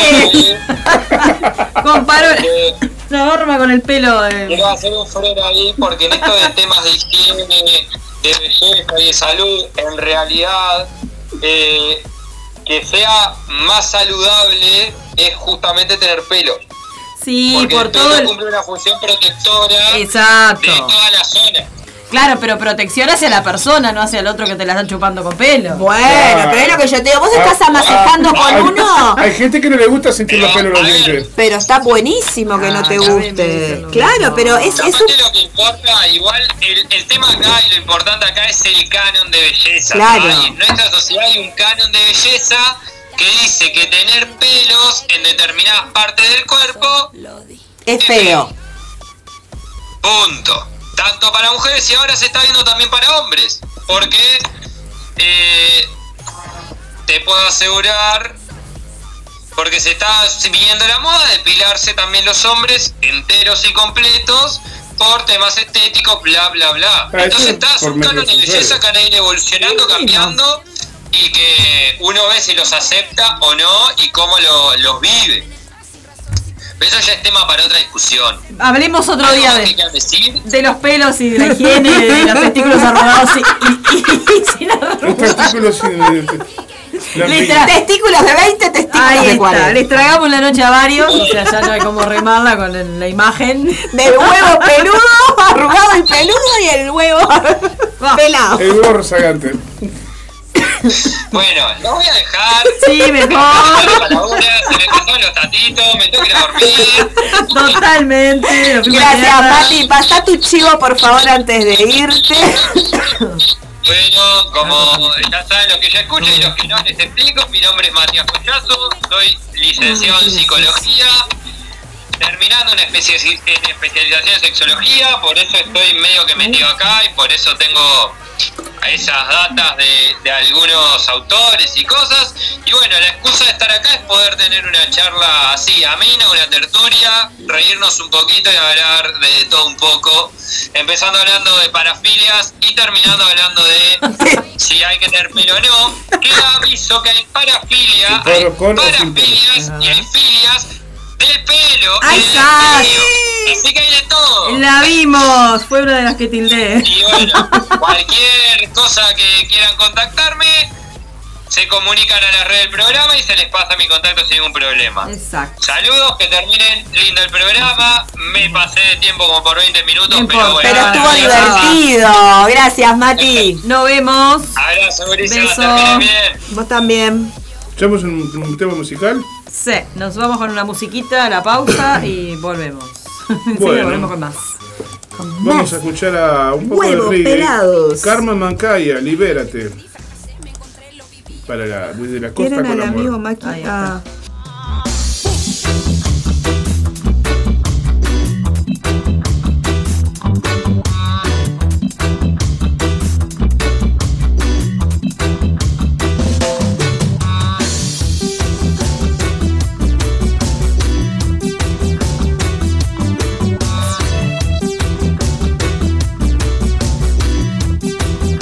B: pará.
D: Comparo
G: Eh,
D: la barba con el pelo. de-
G: Quiero hacer un freno ahí porque en esto de temas de higiene, de belleza y de salud, en realidad eh, que sea más saludable es justamente tener pelo.
D: Sí,
G: Porque
D: por
G: el
D: todo
G: pelo
D: el.
G: cumple una función protectora
D: Exacto.
G: de toda la zona.
D: Claro, pero protección hacia la persona, no hacia el otro que te la están chupando con pelo.
B: Bueno, pero es lo que yo te digo. Vos estás
E: Ah,
B: amasajando
E: ah,
B: con
E: hay-
B: uno.
E: Hay gente que no le gusta sentir los
G: Pero,
E: pelos en los
G: a ver.
E: dientes.
B: Pero está buenísimo que no
D: Ah,
B: te
D: ya me
B: guste.
D: dicen lo
B: Claro,
D: mismo.
B: pero es, es un...
G: Aparte lo que importa, igual, el, el tema acá y lo importante acá es el canon de belleza.
B: Claro.
G: Hay- en nuestra sociedad hay un canon de belleza que dice que tener pelos en determinadas partes del cuerpo,
B: es feo.
G: punto. Tanto para mujeres y ahora se está viendo también para hombres. Porque eh, te puedo asegurar, porque se está viniendo la moda de depilarse también los hombres enteros y completos por temas estéticos, bla, bla, bla.
E: Ah,
G: Entonces
E: eso
G: está
E: por
G: un canon de
E: metrosexuales.
G: belleza que han ido evolucionando, cambiando, y que uno ve si los acepta o no y cómo lo- los vive. Pero eso ya es tema para otra discusión.
D: Hablemos otro
G: ¿Algo
D: día
G: más que
D: de,
G: quieran decir?
D: de los pelos y de la higiene, de los testículos arrugados y, y, y- y sin
E: Los
D: arrugas.
E: testículos sin. La
D: Literal.
B: Testículos de veinte, testículos
D: Ahí
B: de
D: está,
B: cuarenta.
D: les tragamos la noche a varios, o sea, ya no hay como remarla con el- la imagen.
B: Del huevo peludo, arrugado y peludo y el huevo pelado.
E: El huevo rezagante.
G: Bueno, lo voy a dejar.
D: Sí, mejor.
G: A la hora, se me empezaron los tatitos, me tengo que ir a dormir.
D: Totalmente. lo fuimos a
B: Gracias,
D: tierra.
B: Mati. Pasá tu chivo, por favor, antes de irte.
G: Bueno, como ya saben los que ya escuchan y los que no les explico, mi nombre es Matías Cochazo, soy licenciado en psicología, terminando una especi- en especialización en sexología, por eso estoy medio que metido acá y por eso tengo esas datas de, de algunos autores y cosas. Y bueno, la excusa de estar acá es poder tener una charla así, amena, una tertulia, reírnos un poquito y hablar de todo un poco, empezando hablando de parafilias y terminando hablando de si hay que tener pelo o no. Queda aviso que hay parafilia,
E: Sí,
G: hay
E: pero con o sin pelo.
G: parafilias y hay filias del pelo
B: ¡Ay,
G: y del
B: está!
G: pelo. Así que hay de todo.
D: La vimos, fue una de las que tildé.
G: Y bueno, cualquier cosa que quieran contactarme, se comunican a la red del programa y se les pasa mi contacto sin ningún problema.
D: Exacto.
G: Saludos, que terminen lindo el programa. Me pasé de tiempo como por veinte minutos,
D: No
G: pero
D: importa.
G: bueno.
B: Pero estuvo
G: nada.
B: divertido. Gracias, Mati.
D: Nos vemos.
G: Abrazo, Guricia,
D: Beso.
G: terminen bien.
B: Vos también.
E: ¿Echamos un, un tema musical?
D: Sí, nos vamos con una musiquita, la pausa y volvemos. Enseguida
E: Bueno.
D: volvemos con más.
B: Con
E: Vamos
B: más
E: a escuchar a un poco
B: huevos
E: de reggae.
B: pelados.
E: Carmen Mancaya, Libérate. Para la, desde la costa
B: ¿Quieren
E: con
B: al
E: amor.
B: amigo Maki?
D: Ahí está.
B: Ah.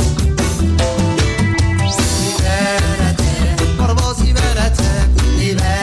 H: Por vos libérate, libérate.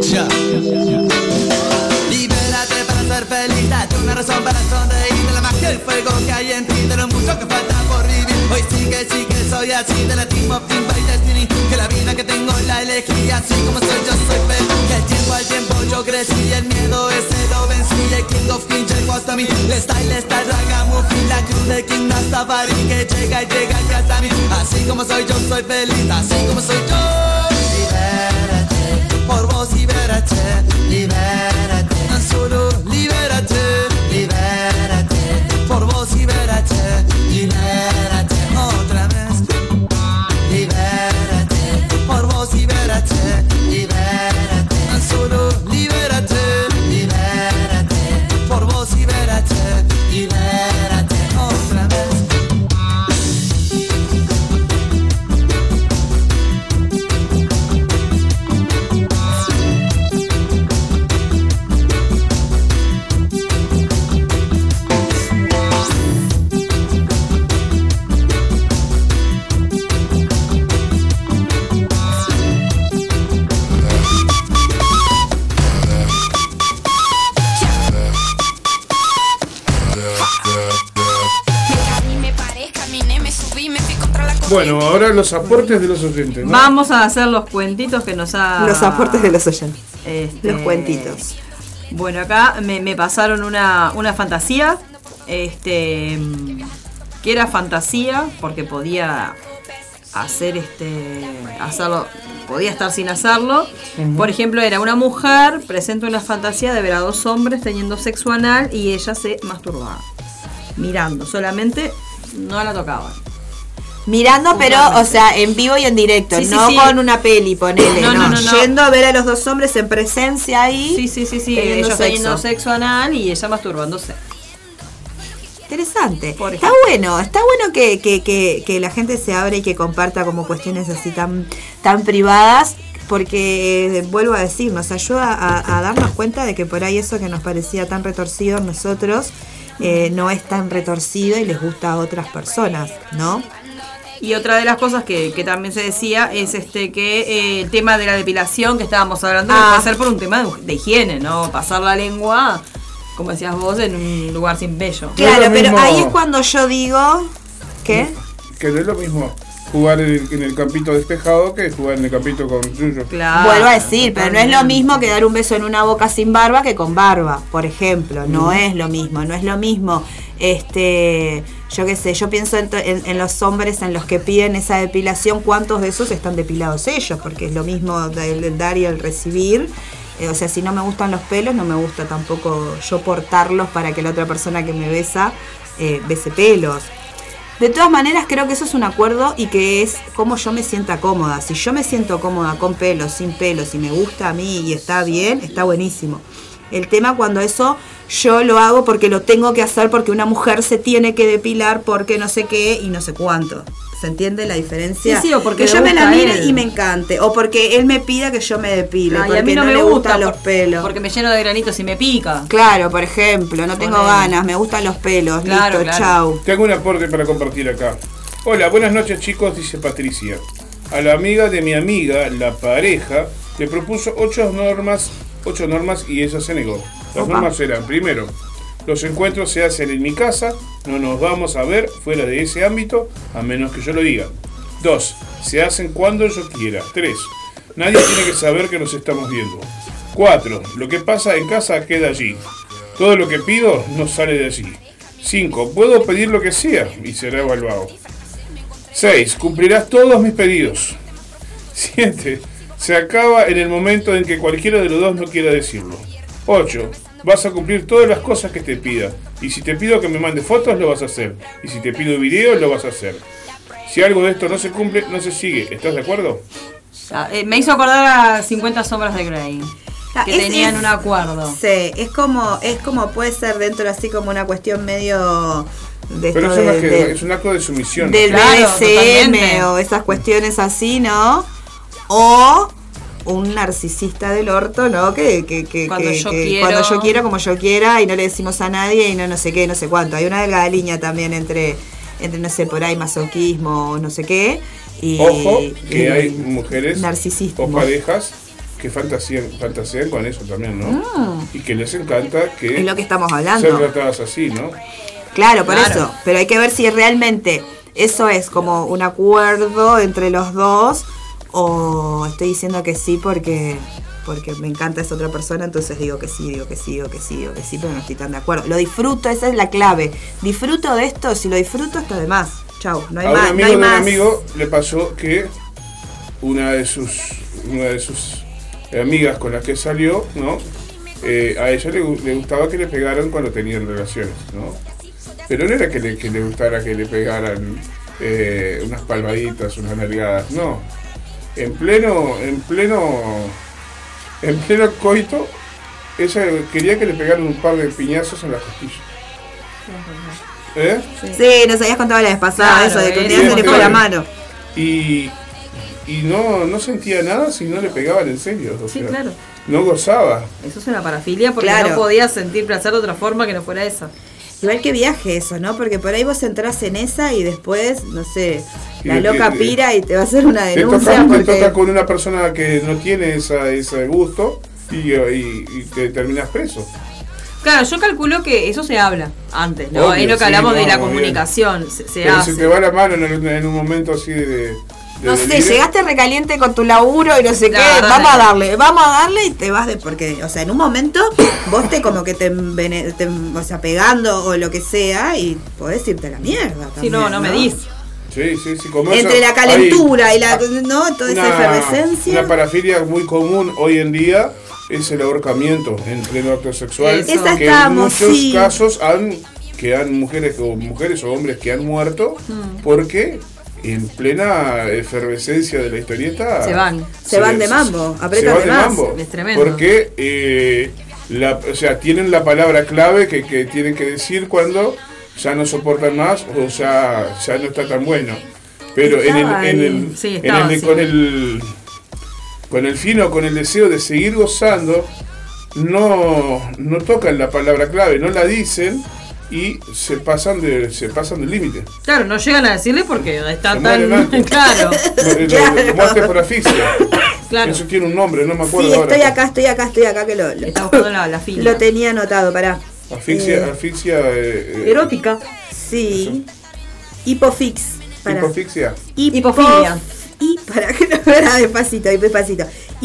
F: Ya. Libérate para ser feliz, date una razón para sonreír de la magia y el fuego que hay en ti, de lo mucho que falta por vivir. Hoy sí que sí que soy así, de la team of team by destiny, que la vida que tengo la elegí, así como soy yo soy feliz. Que el tiempo al tiempo yo crecí, el miedo ese lo vencí, el king of king llegó hasta mí, el style está ragamuffin, la cruz de king Rastafari que llega y llega hasta mí, así como soy yo soy feliz, así como soy yo. Libérate, por vos libérate, libérate, tan solo libérate, libérate, por vos libérate, libérate, otra vez, libérate, por vos libérate, libérate, tan solo libérate, libérate, por vos libérate, libérate, otra vez.
E: Bueno, ahora los aportes de los oyentes, ¿no?
D: Vamos a hacer los cuentitos que nos ha...
B: Los aportes de los oyentes.
D: Este,
B: Los cuentitos.
D: Bueno, acá me, me pasaron una, una fantasía, este, que era fantasía porque podía hacer este, hacerlo, podía estar sin hacerlo. Uh-huh. Por ejemplo, era una mujer presenta una fantasía de ver a dos hombres teniendo sexo anal y ella se masturbaba, mirando, solamente no la tocaban.
B: Mirando, pero, o sea, en vivo y en directo,
D: sí, sí,
B: no
D: sí.
B: con una peli, ponele,
D: no,
B: no,
D: no, no, no.
B: Yendo a ver a los dos hombres en presencia ahí.
D: Sí, sí, sí, sí,
B: teniendo
D: ellos
B: sexo.
D: teniendo sexo anal y ella masturbándose.
B: Interesante.
D: Por
B: está bueno, está bueno que, que, que, que la gente se abra y que comparta como cuestiones así tan, tan privadas, porque, vuelvo a decir, nos ayuda a, a darnos cuenta de que por ahí eso que nos parecía tan retorcido en nosotros, eh, no es tan retorcido y les gusta a otras personas, ¿no?
D: Y otra de las cosas que, que también se decía es este que eh, el tema de la depilación que estábamos hablando
B: ah.
D: puede ser por un tema de, de higiene, ¿no? Pasar la lengua, como decías vos, en un lugar sin vello.
B: Claro,
E: no
B: pero
E: mismo,
B: ahí es cuando yo digo... ¿Qué?
E: Que no es lo mismo jugar en el, en el campito despejado que jugar en el campito con yuyo.
D: Claro,
B: Vuelvo a decir, pero no es lo mismo que dar un beso en una boca sin barba que con barba, por ejemplo. No mm. es lo mismo, no es lo mismo. Este, yo qué sé, yo pienso en, en, en los hombres en los que piden esa depilación, ¿cuántos de esos están depilados ellos? Porque es lo mismo del, del dar y el recibir. Eh, o sea, si no me gustan los pelos, no me gusta tampoco yo portarlos para que la otra persona que me besa eh, bese pelos. De todas maneras, creo que eso es un acuerdo y que es como yo me sienta cómoda. Si yo me siento cómoda con pelos, sin pelos, y me gusta a mí y está bien, está buenísimo. El tema cuando eso yo lo hago porque lo tengo que hacer, porque una mujer se tiene que depilar porque no sé qué y no sé cuánto. ¿Se entiende la diferencia?
D: Sí, sí, o porque
B: que yo me la mire
D: él.
B: y me encante. O porque él me pida que yo me depile.
D: Ah,
B: porque
D: y a mí no,
B: no
D: me
B: le
D: gusta
B: gustan los
D: por,
B: pelos.
D: Porque me lleno de granitos y me pica.
B: Claro, por ejemplo, no tengo
D: Ponele.
B: ganas, me gustan los pelos.
D: Claro,
B: listo,
D: claro.
B: chau.
E: Tengo un aporte para compartir acá. Hola, buenas noches chicos, dice Patricia. A la amiga de mi amiga, la pareja, le propuso ocho normas, ocho normas y ella se negó. Las
B: Opa.
E: normas eran, primero, los encuentros se hacen en mi casa, no nos vamos a ver fuera de ese ámbito, a menos que yo lo diga. Dos, se hacen cuando yo quiera. Tres, nadie tiene que saber que nos estamos viendo. Cuatro, lo que pasa en casa queda allí. Todo lo que pido no sale de allí. Cinco, puedo pedir lo que sea y será evaluado. Seis, cumplirás todos mis pedidos. Siete, se acaba en el momento en que cualquiera de los dos no quiera decirlo. Ocho, vas a cumplir todas las cosas que te pida. Y si te pido que me mandes fotos, lo vas a hacer. Y si te pido video, lo vas a hacer. Si algo de esto no se cumple, no se sigue. ¿Estás de acuerdo?
D: Ah, eh, me hizo acordar a cincuenta sombras de Grey.
B: Ah,
D: Que
B: es-
D: tenían
B: es-
D: un acuerdo.
B: Sí, es como, es como puede ser dentro así como una cuestión medio de
E: Pero
B: esto
E: eso
B: de-
E: más que
B: de-
E: es un acto de sumisión.
B: del
D: Claro,
B: B D S M
D: totalmente.
B: o esas cuestiones así, ¿no? O un narcisista del orto, ¿no? Que, que, que,
D: Cuando
B: que-
D: yo
B: que
D: quiero.
B: cuando yo quiero, como yo quiera, y no le decimos a nadie y no no sé qué, no sé cuánto. Hay una delgada línea también entre, entre no sé, por ahí masoquismo o no sé qué. Y,
E: Ojo, que
B: y
E: hay mujeres
B: narcisismo.
E: o parejas que fantasean, fantasean con eso también, ¿no?
B: Mm.
E: Y que les encanta que
B: Es lo que estamos hablando.
E: ser tratadas así, ¿no?
B: Claro, por
D: Claro.
B: eso. Pero hay que ver si realmente eso es como un acuerdo entre los dos o estoy diciendo que sí porque porque me encanta esa otra persona, entonces digo que sí, digo que sí, digo que sí, digo que sí, pero no estoy tan de acuerdo. Lo disfruto, esa es la clave. Disfruto de esto, si lo disfruto está de más. Chau, no hay
E: A un
B: más,
E: amigo
B: no hay
E: de un
B: más.
E: amigo le pasó que una de sus una de sus amigas con las que salió, ¿no? Eh, a ella le, gu- le gustaba que le pegaran cuando tenían relaciones, ¿no? Pero no era que le, que le gustara que le pegaran eh, unas palmaditas, unas nalgadas, no. En pleno, en pleno, en pleno coito, ella quería que le pegaran un par de piñazos en las costillas. ¿Eh?
B: Sí, nos habías contado la vez pasada
D: Claro,
B: eso de que un
D: eh,
B: día
E: sí,
B: se le fue
E: claro.
B: la mano.
E: Y, y no, no sentía nada si no le pegaban en serio. O
D: Sí,
E: sea,
D: claro.
E: no gozaba.
D: Eso es una parafilia porque
B: Claro.
D: no podías sentir placer de otra forma que no fuera esa.
B: Igual que viaje eso, ¿no? Porque por ahí vos entrás en esa y después, no sé,
E: Y
B: la
E: de-
B: loca
E: de-
B: pira y te va a hacer una
E: Te
B: denuncia
E: toca, te
B: porque...
E: toca con una persona que no tiene esa, ese gusto y, y, y te terminas preso.
D: Claro, yo calculo que eso se habla antes, ¿no?
E: Obvio,
D: es lo que
E: sí,
D: hablamos de
E: no,
D: la
E: bien.
D: comunicación, se, se
E: Pero
D: hace.
E: se te va la mano en, el- en un momento así de... de
B: No sé,
E: delirio.
B: llegaste recaliente con tu laburo y no sé
D: La
B: qué,
D: verdad,
B: vamos a
D: no.
B: darle, vamos a darle y te vas de... Porque, o sea, en un momento vos te como que te, envene- te o sea, pegando o lo que sea y podés irte a la mierda
D: Sí,
B: también,
D: no, no me dis.
E: Sí, sí, sí. Como
B: Entre
E: eso,
B: la calentura
E: hay
B: y la... ¿no? Toda esa
E: una,
B: efervescencia.
E: una parafilia muy común hoy en día es el ahorcamiento en pleno acto sexual.
D: Eso.
B: Esa
E: Que
B: estamos,
E: en muchos
B: sí.
E: casos han que han mujeres o mujeres o hombres que han muerto
B: Mm.
E: porque en plena efervescencia de la historieta
D: Se van.
B: Se van de mambo,
E: se
B: apretan
E: van
B: de
E: de
B: más.
E: mambo
D: Es tremendo.
E: porque eh, la, o sea, tienen la palabra clave que, que tienen que decir cuando ya no soportan más o ya, ya no está tan bueno, pero en el,
B: Estaba
E: en
B: ahí.
E: el,
D: Sí,
E: en
D: estaba
E: el-
D: así.
E: con el con el fin o con el deseo de seguir gozando no, no tocan la palabra clave, no la dicen y se pasan de se pasan del límite.
D: Claro, no llegan a decirle porque está
E: Se
D: tan...
E: mueren antes.
D: Claro,
E: Lo- lo-
B: Claro.
E: Muerte por asfixia.
D: claro.
E: Eso tiene un nombre, no me acuerdo
B: Sí,
E: ahora.
B: estoy acá, estoy acá, estoy acá, que lo, lo,
D: Está buscando la, la filia.
B: lo tenía anotado, pará.
E: Asfixia,
B: Eh,
E: asfixia eh, eh,
D: Erótica.
B: Sí. Hipofix. Pará.
E: hipofixia.
B: Hipo-
D: Hipofilia.
B: Y para que no era despacito, despacito.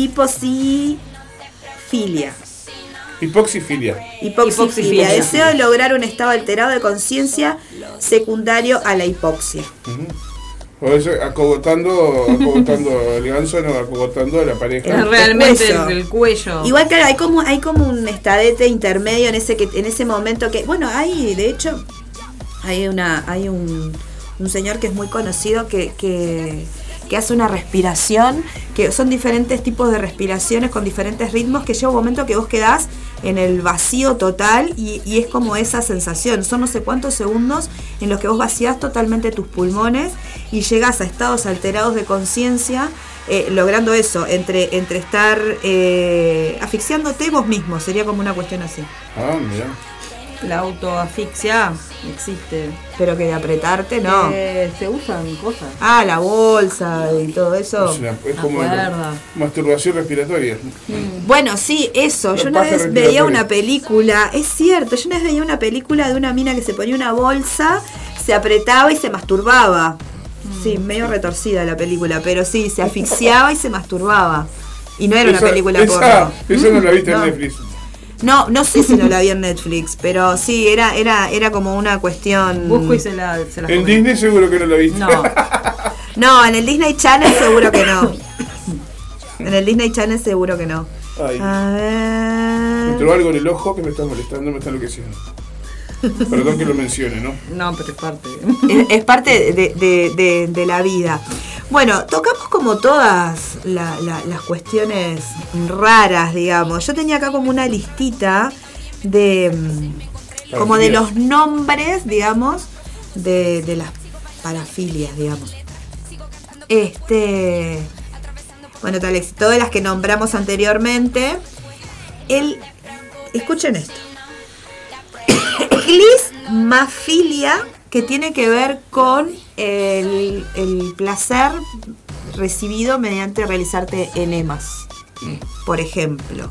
B: Hiposifilia.
E: Hipoxifilia.
B: Hipoxifilia.
D: Hipoxifilia.
B: Deseo de lograr un estado alterado de conciencia secundario a la hipoxia.
E: Por eso, acogotando, acogotando el ganso, no, acogotando a la pareja.
B: El
D: Realmente
B: cuello.
D: el, el cuello.
B: Igual, claro, hay como, hay como un estadete intermedio en ese que, en ese momento que, bueno, hay, de hecho, hay una, hay un, un señor que es muy conocido que, que, que hace una respiración, que son diferentes tipos de respiraciones con diferentes ritmos, que llega un momento que vos quedás en el vacío total y, y es como esa sensación. Son no sé cuántos segundos en los que vos vaciás totalmente tus pulmones y llegás a estados alterados de conciencia, eh, logrando eso, entre, entre estar eh, asfixiándote vos mismo, sería como una cuestión así.
E: Ah, mira.
D: La autoasfixia existe.
B: Pero que de apretarte, no.
D: Eh, se usan cosas.
B: Ah, la bolsa y todo eso.
E: Es, una- es como
D: Acuerda.
E: masturbación respiratoria.
B: Bueno, sí, eso.
E: La
B: Yo una
E: paja
B: vez
E: respiratoria.
B: veía una película, es cierto, yo una vez veía una película de una mina que se ponía una bolsa, se apretaba y se masturbaba. Sí, medio retorcida la película, pero sí, se asfixiaba y se masturbaba. Y no era una
E: Esa-
B: película
E: esa,
B: porno.
E: esa no la viste
B: No.
E: en Netflix.
B: No, no sé si no la vi en Netflix, pero sí, era, era, era como una cuestión.
D: Busco y se la, se la
E: En
D: come.
E: Disney seguro que no la viste.
D: No.
B: No, en el Disney Channel seguro que no. En el Disney Channel seguro que no.
E: Ay,
B: A
E: me
B: ver.
E: entró algo en el ojo que me está molestando, me está enloqueciendo. Perdón que lo mencione, ¿no?
D: No, pero es parte.
B: Es, es parte de, de- de- de la vida. Bueno, tocamos como todas la- la- las cuestiones raras, digamos. Yo tenía acá como una listita de mm, como de los nombres, digamos, de, de las parafilias, digamos. Este, bueno, tal vez todas las que nombramos anteriormente. El, escuchen esto. Clismafilia, que tiene que ver con el, el placer recibido mediante realizarte enemas. por ejemplo.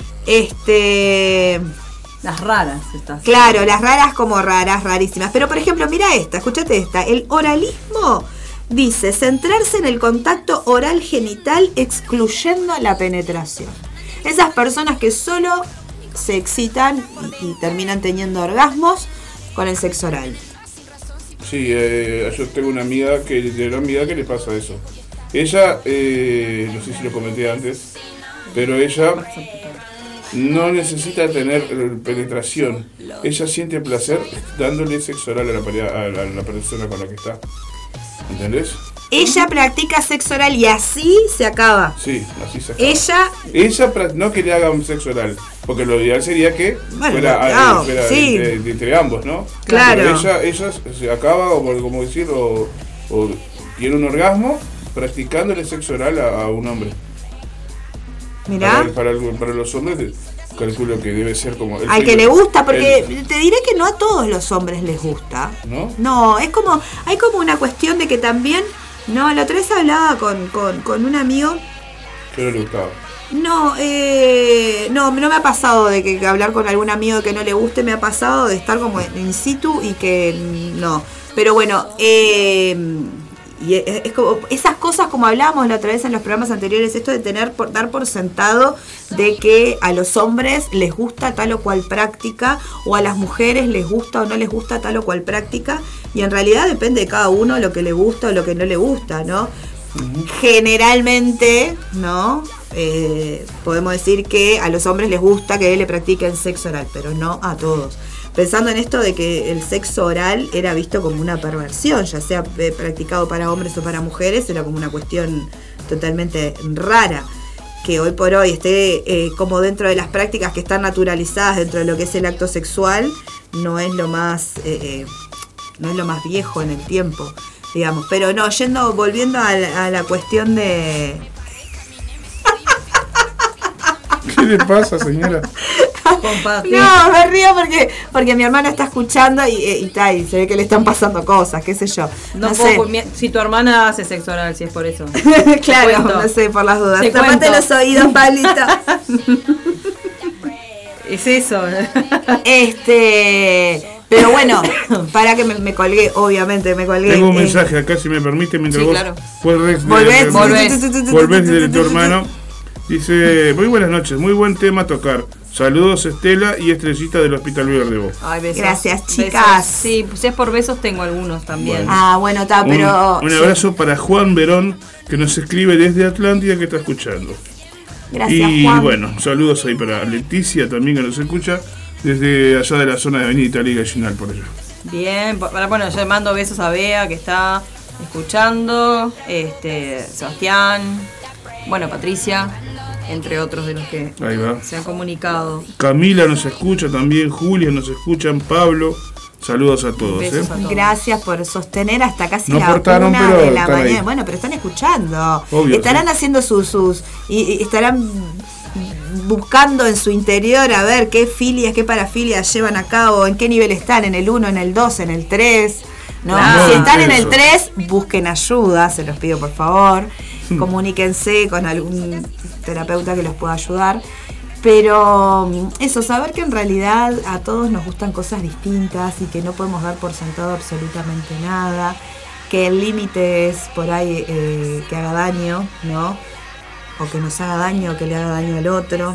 B: Este...
D: Las raras estas.
B: Claro, las raras como raras, rarísimas. Pero por ejemplo, mira esta, escúchate esta. El oralismo dice centrarse en el contacto oral genital excluyendo la penetración. Esas personas que solo se excitan y, y terminan teniendo orgasmos con el sexo oral.
E: Sí, eh, yo tengo una amiga que de una amiga que le pasa eso. Ella, eh, no sé si lo comenté antes, pero ella no necesita tener penetración. Ella siente placer dándole sexo oral a la, pareja, a la, a la persona con la que está. ¿Entendés?
B: Ella practica sexo oral y así se acaba.
E: Sí, así se acaba.
B: Ella...
E: Ella no que le haga un sexo oral, porque lo ideal sería que
B: bueno,
E: fuera,
B: no,
E: eh, fuera
B: sí.
E: entre, entre, entre ambos, ¿no?
B: Claro.
E: Pero ella, ella se acaba, o como decir, o, o tiene un orgasmo practicándole sexo oral a, a un hombre.
B: Mirá.
E: Para, para, para los hombres calculo que debe ser como...
B: Al que le gusta, porque el, te diré que no a todos los hombres les gusta.
E: ¿No?
B: No, es como... Hay como una cuestión de que también... No, la otra vez hablaba con, con, con un amigo...
E: Que no le gustaba.
B: No, eh, no, no me ha pasado de que hablar con algún amigo que no le guste, me ha pasado de estar como in situ y que no. Pero bueno, eh... y es, es como esas cosas como hablábamos la otra vez en los programas anteriores, esto de tener por dar por sentado de que a los hombres les gusta tal o cual práctica o a las mujeres les gusta o no les gusta tal o cual práctica, y en realidad depende de cada uno lo que le gusta o lo que no le gusta, ¿no? Uh-huh. Generalmente, ¿no? Eh, podemos decir que a los hombres les gusta que le practiquen sexo oral, pero no a todos. Pensando en esto de que el sexo oral era visto como una perversión, ya sea practicado para hombres o para mujeres, era como una cuestión totalmente rara. Que hoy por hoy esté eh, como dentro de las prácticas que están naturalizadas dentro de lo que es el acto sexual, no es lo más, eh, eh, no es lo más viejo en el tiempo, digamos. Pero no, yendo, volviendo a la, a la cuestión de...
E: ¿Qué le pasa, señora?
B: No, me río porque porque mi hermana está escuchando y, y, y, y se ve que le están pasando cosas, qué sé yo.
D: No,
B: no
D: puedo,
B: sé.
D: Si tu hermana hace sexo oral, si es por eso.
B: Claro, no sé, por las dudas. Tapate los oídos, Pablito.
D: Es eso.
B: Este... Pero bueno, para que me, me colgué, obviamente me colgué.
E: Tengo un
B: eh,
E: mensaje acá, si me permite, mientras
D: sí,
E: vos
D: claro.
E: volvés,
B: volvés,
E: volvés, volvés de tu hermano. Dice, muy buenas noches, muy buen tema a tocar. Saludos Estela y Estrellita del Hospital Verde. Vos.
D: Ay, besos.
B: Gracias, chicas.
D: Besos. Sí, pues si es por besos tengo algunos también.
E: Bueno.
B: Ah, bueno, está, pero...
E: Un, un abrazo sí. para Juan Verón, que nos escribe desde Atlántida, que está escuchando.
B: Gracias,
E: y
B: Juan.
E: bueno, saludos ahí para Leticia también, que nos escucha desde allá de la zona de Avenida Italia y Gallinal, por allá.
D: Bien, para, bueno, yo le mando besos a Bea, que está escuchando, este Sebastián, bueno, Patricia, entre otros de los que se han comunicado.
E: Camila nos escucha también, Julia nos escuchan, Pablo, saludos a todos. ¿eh?
B: a todos. Gracias por sostener hasta casi
E: no
B: la
E: portaron,
B: una
E: pero
B: de la mañana.
E: ahí.
B: Bueno, pero están escuchando.
E: Obvio,
B: estarán
E: sí.
B: haciendo sus, sus y, y estarán buscando en su interior a ver qué filias, qué parafilias llevan a cabo, en qué nivel están, en el uno, en el dos, en el tres. ¿no?
E: Claro,
B: si están
E: eso.
B: en el tres, busquen ayuda, se los pido por favor. Comuníquense con algún terapeuta que los pueda ayudar. Pero eso, saber que en realidad a todos nos gustan cosas distintas y que no podemos dar por sentado absolutamente nada, que el límite es por ahí eh, que haga daño, ¿no? O que nos haga daño o que le haga daño al otro.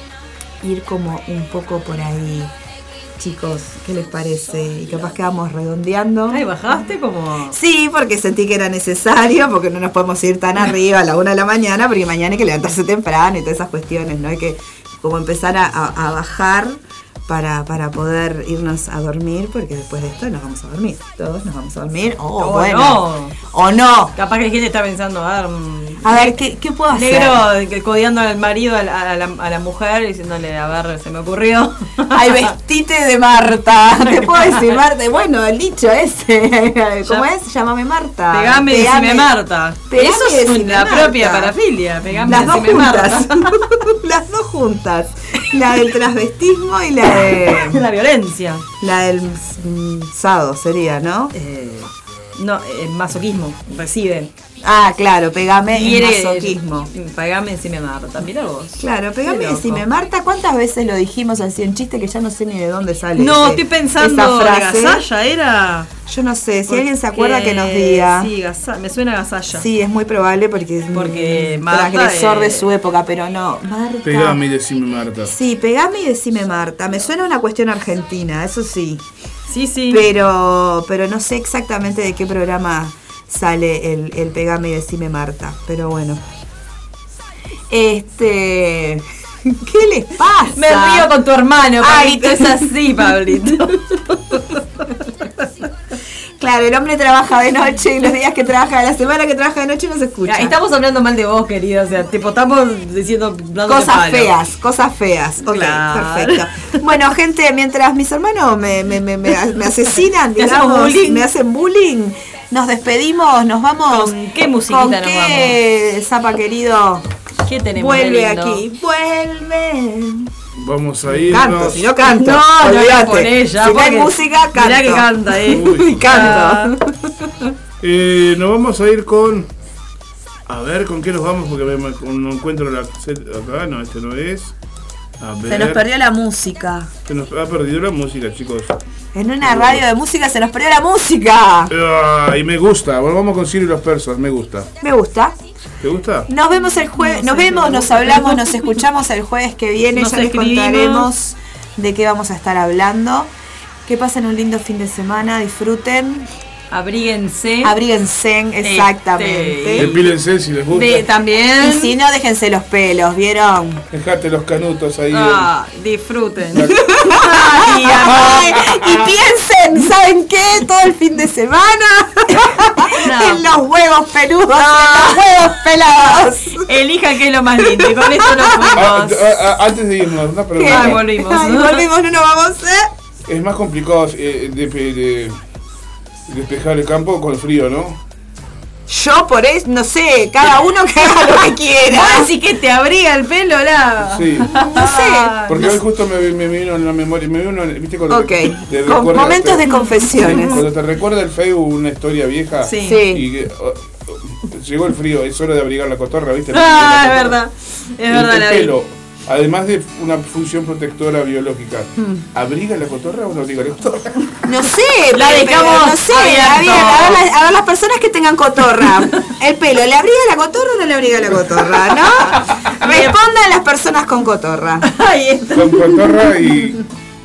B: Ir como un poco por ahí, chicos, ¿qué les parece? Y capaz que vamos redondeando.
D: Ay, bajaste como...
B: Sí, porque sentí que era necesario, porque no nos podemos ir tan arriba a la una de la mañana, porque mañana hay que levantarse temprano y todas esas cuestiones, ¿no? Hay que como empezar a, a, a bajar para, para poder irnos a dormir, porque después de esto nos vamos a dormir. Todos nos vamos a dormir. Oh,
D: oh
B: bueno.
D: No.
B: O no.
D: Capaz que la gente está pensando, a ver...
B: A ver, ¿qué, qué puedo hacer?
D: Negro codeando al marido, a la, a, la, a la mujer, diciéndole, a ver, se me ocurrió.
B: Ay, vestite de Marta. Te puedo decir Marta. Bueno, el dicho ese. ¿Cómo ya, es? Llámame Marta.
D: Pegame,
B: pegame
D: decime Marta.
B: Pegame,
D: eso es
B: decime
D: la
B: Marta.
D: propia parafilia. Pegame,
B: Las dos
D: decime
B: juntas.
D: Marta.
B: Las dos juntas. La del transvestismo y la de...
D: La violencia.
B: La del mm, sado sería, ¿no?
D: Eh, no, eh, masoquismo. Recibe.
B: Ah, claro, pegame y
D: Quiere
B: masoquismo.
D: Pegame si me Marta, mira vos.
B: Claro, pegame
D: Qué
B: y
D: loco.
B: decime, Marta, ¿cuántas veces lo dijimos así en chiste que ya no sé ni de dónde sale?
D: No,
B: ese-
D: estoy pensando
B: esa
D: de
B: frase?
D: Gasalla, era.
B: Yo no sé, si
D: Porque-
B: alguien se acuerda que nos diga.
D: Sí, Gasalla, me suena a Gasalla.
B: Sí, es muy probable porque es
D: Porque
B: un
D: Marta
B: transgresor de
D: es-
B: su época, pero no. Marta.
E: Pegame y decime Marta.
B: Sí, pegame y decime Marta. Me suena una cuestión argentina, eso sí.
D: Sí, sí.
B: Pero, pero no sé exactamente de qué programa sale el, el pegame y decime Marta. Pero bueno. Este. ¿Qué les pasa?
D: Me río con tu hermano,
B: Ay,
D: Pablito, es así, Pablito.
B: Claro, el hombre trabaja de noche y los días que trabaja de la semana que trabaja de noche no se escucha.
D: Estamos hablando mal de vos, querida, o sea, tipo, estamos diciendo dándote
B: Cosas
D: palo.
B: feas, cosas feas. Ok,
D: Claro.
B: perfecto. Bueno, gente, mientras mis hermanos me, me, me, me, me asesinan,
D: ¿Te hacemos
B: digamos,
D: bullying?
B: me hacen bullying, nos despedimos, nos vamos.
D: ¿Con qué musiquita
B: ¿Con
D: nos
B: qué, Zapa querido?
D: ¿Qué tenemos de
B: Vuelve
D: lindo?
B: aquí, vuelve.
E: Vamos a ir.
B: Canto, si no canto.
D: No, no la
B: olvídate.
D: ponés ya,
B: Si no hay
D: porque-
B: música, canto.
D: Mirá que canta, eh.
E: Uy.
B: Canto.
E: Eh, nos vamos a ir con. A ver, ¿con qué nos vamos? Porque me- me- no encuentro la. Acá, no, este no es. A ver.
B: Se nos perdió la música.
E: Se nos ha perdido la música, chicos.
B: En una radio de música se nos perdió la música.
E: Ah, y me gusta. Bueno, vamos con Ciro y los persas, me gusta.
B: Me gusta.
E: ¿Te gusta?
B: Nos vemos el jueves, nos vemos, nos hablamos, nos escuchamos el jueves que viene,
D: Nos
B: ya les
D: escribimos.
B: contaremos de qué vamos a estar hablando. Que pasen un lindo fin de semana, disfruten,
D: Abríguense.
B: abríguense, exactamente.
E: Depílense si les gusta.
D: De- también.
B: Y si no, déjense los pelos, ¿vieron?
E: Dejate los canutos ahí.
D: Ah, disfruten.
B: Ay, ay, y piensen, ¿saben qué? Todo el fin de semana
D: No.
B: en los huevos peludos, en los huevos pelados.
D: Elija qué es lo más lindo. Y con esto nos
E: Ah,
D: fuimos.
E: ah, ah, antes de irnos, una pregunta.
D: Ay, volvimos.
B: Ay, volvimos, no nos vamos, ¿eh?
E: Es más complicado eh, de, de- despejar el campo con frío, ¿no?
B: Yo por eso, no sé, cada uno que haga lo que quiera.
D: Así que te abriga el pelo, la.
E: Sí.
B: No sé.
E: Porque hoy justo me, me vino en la memoria, me vino, ¿viste? Cuando
B: Ok,
E: te- te
B: con
E: recuerda-
B: momentos
E: te-
B: de confesiones.
E: Sí, cuando te recuerda el Facebook una historia vieja.
D: Sí.
B: Sí.
E: Y que, oh, oh, llegó el frío, es hora de abrigar la cotorra, ¿viste?
D: Ah, es
E: La cotorra.
D: verdad. Es
E: El-
D: verdad,
E: el
D: la vi.
E: pelo, además de una función protectora biológica,
B: Hmm.
E: ¿abriga la cotorra o no abriga la cotorra?
B: No sé,
D: La
B: pero-
D: dejamos
B: no sé,
D: abierto.
B: a ver, a ver las- a ver las personas que tengan cotorra. El pelo, ¿le abriga la cotorra o no le abriga la cotorra? ¿No? Respondan las personas con cotorra.
D: Ahí está.
E: Con cotorra y,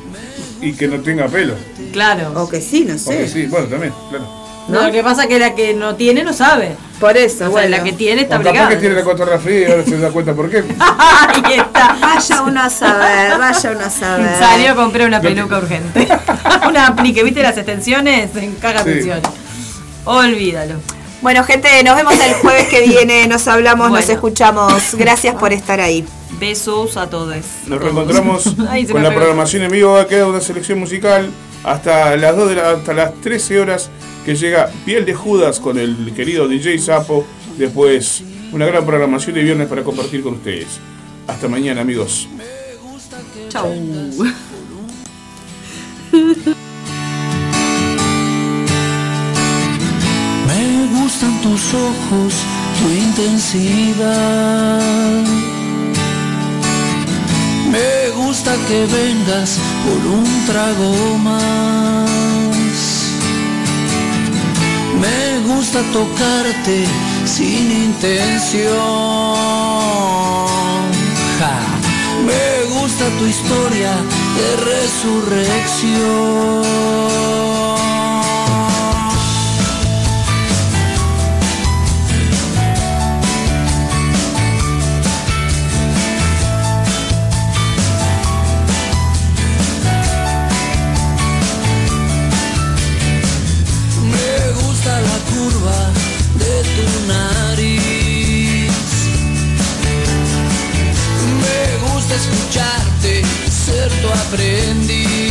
E: y que no tenga pelo.
D: Claro.
B: O que sí, no
E: Porque
B: sé.
E: sí, bueno, también, claro.
D: No, lo que pasa es que la que no tiene no sabe.
B: Por eso,
D: O sea,
B: bueno.
D: la que tiene está
E: O capaz
D: abrigada.
E: que tiene la cotorra fría y ahora se da cuenta por qué.
D: Ahí está.
B: Vaya uno a saber, vaya uno a saber.
D: Salió a comprar una peluca urgente. Una aplique, ¿viste las extensiones? En caja
E: Sí.
D: pensiones. Olvídalo.
B: Bueno, gente, nos vemos el jueves que viene. Nos hablamos, nos
D: Bueno.
B: escuchamos. Gracias por estar ahí.
D: Besos a todos.
E: Nos reencontramos
D: Ay, se
E: con
D: me
E: la
D: pegó.
E: programación en vivo. Va a quedar una selección musical hasta las dos de la, hasta las trece horas que llega Piel de Judas con el querido D J Sapo. Después una gran programación de viernes para compartir con ustedes. Hasta mañana, amigos.
D: Chau.
F: Me gustan tus ojos, tu intensidad. Me gusta que vengas por un trago más. Me gusta tocarte sin intención. Ja. Me gusta tu historia de resurrección. Me gusta la curva de tu nariz. Me gusta escucharte, ser tu aprendiz.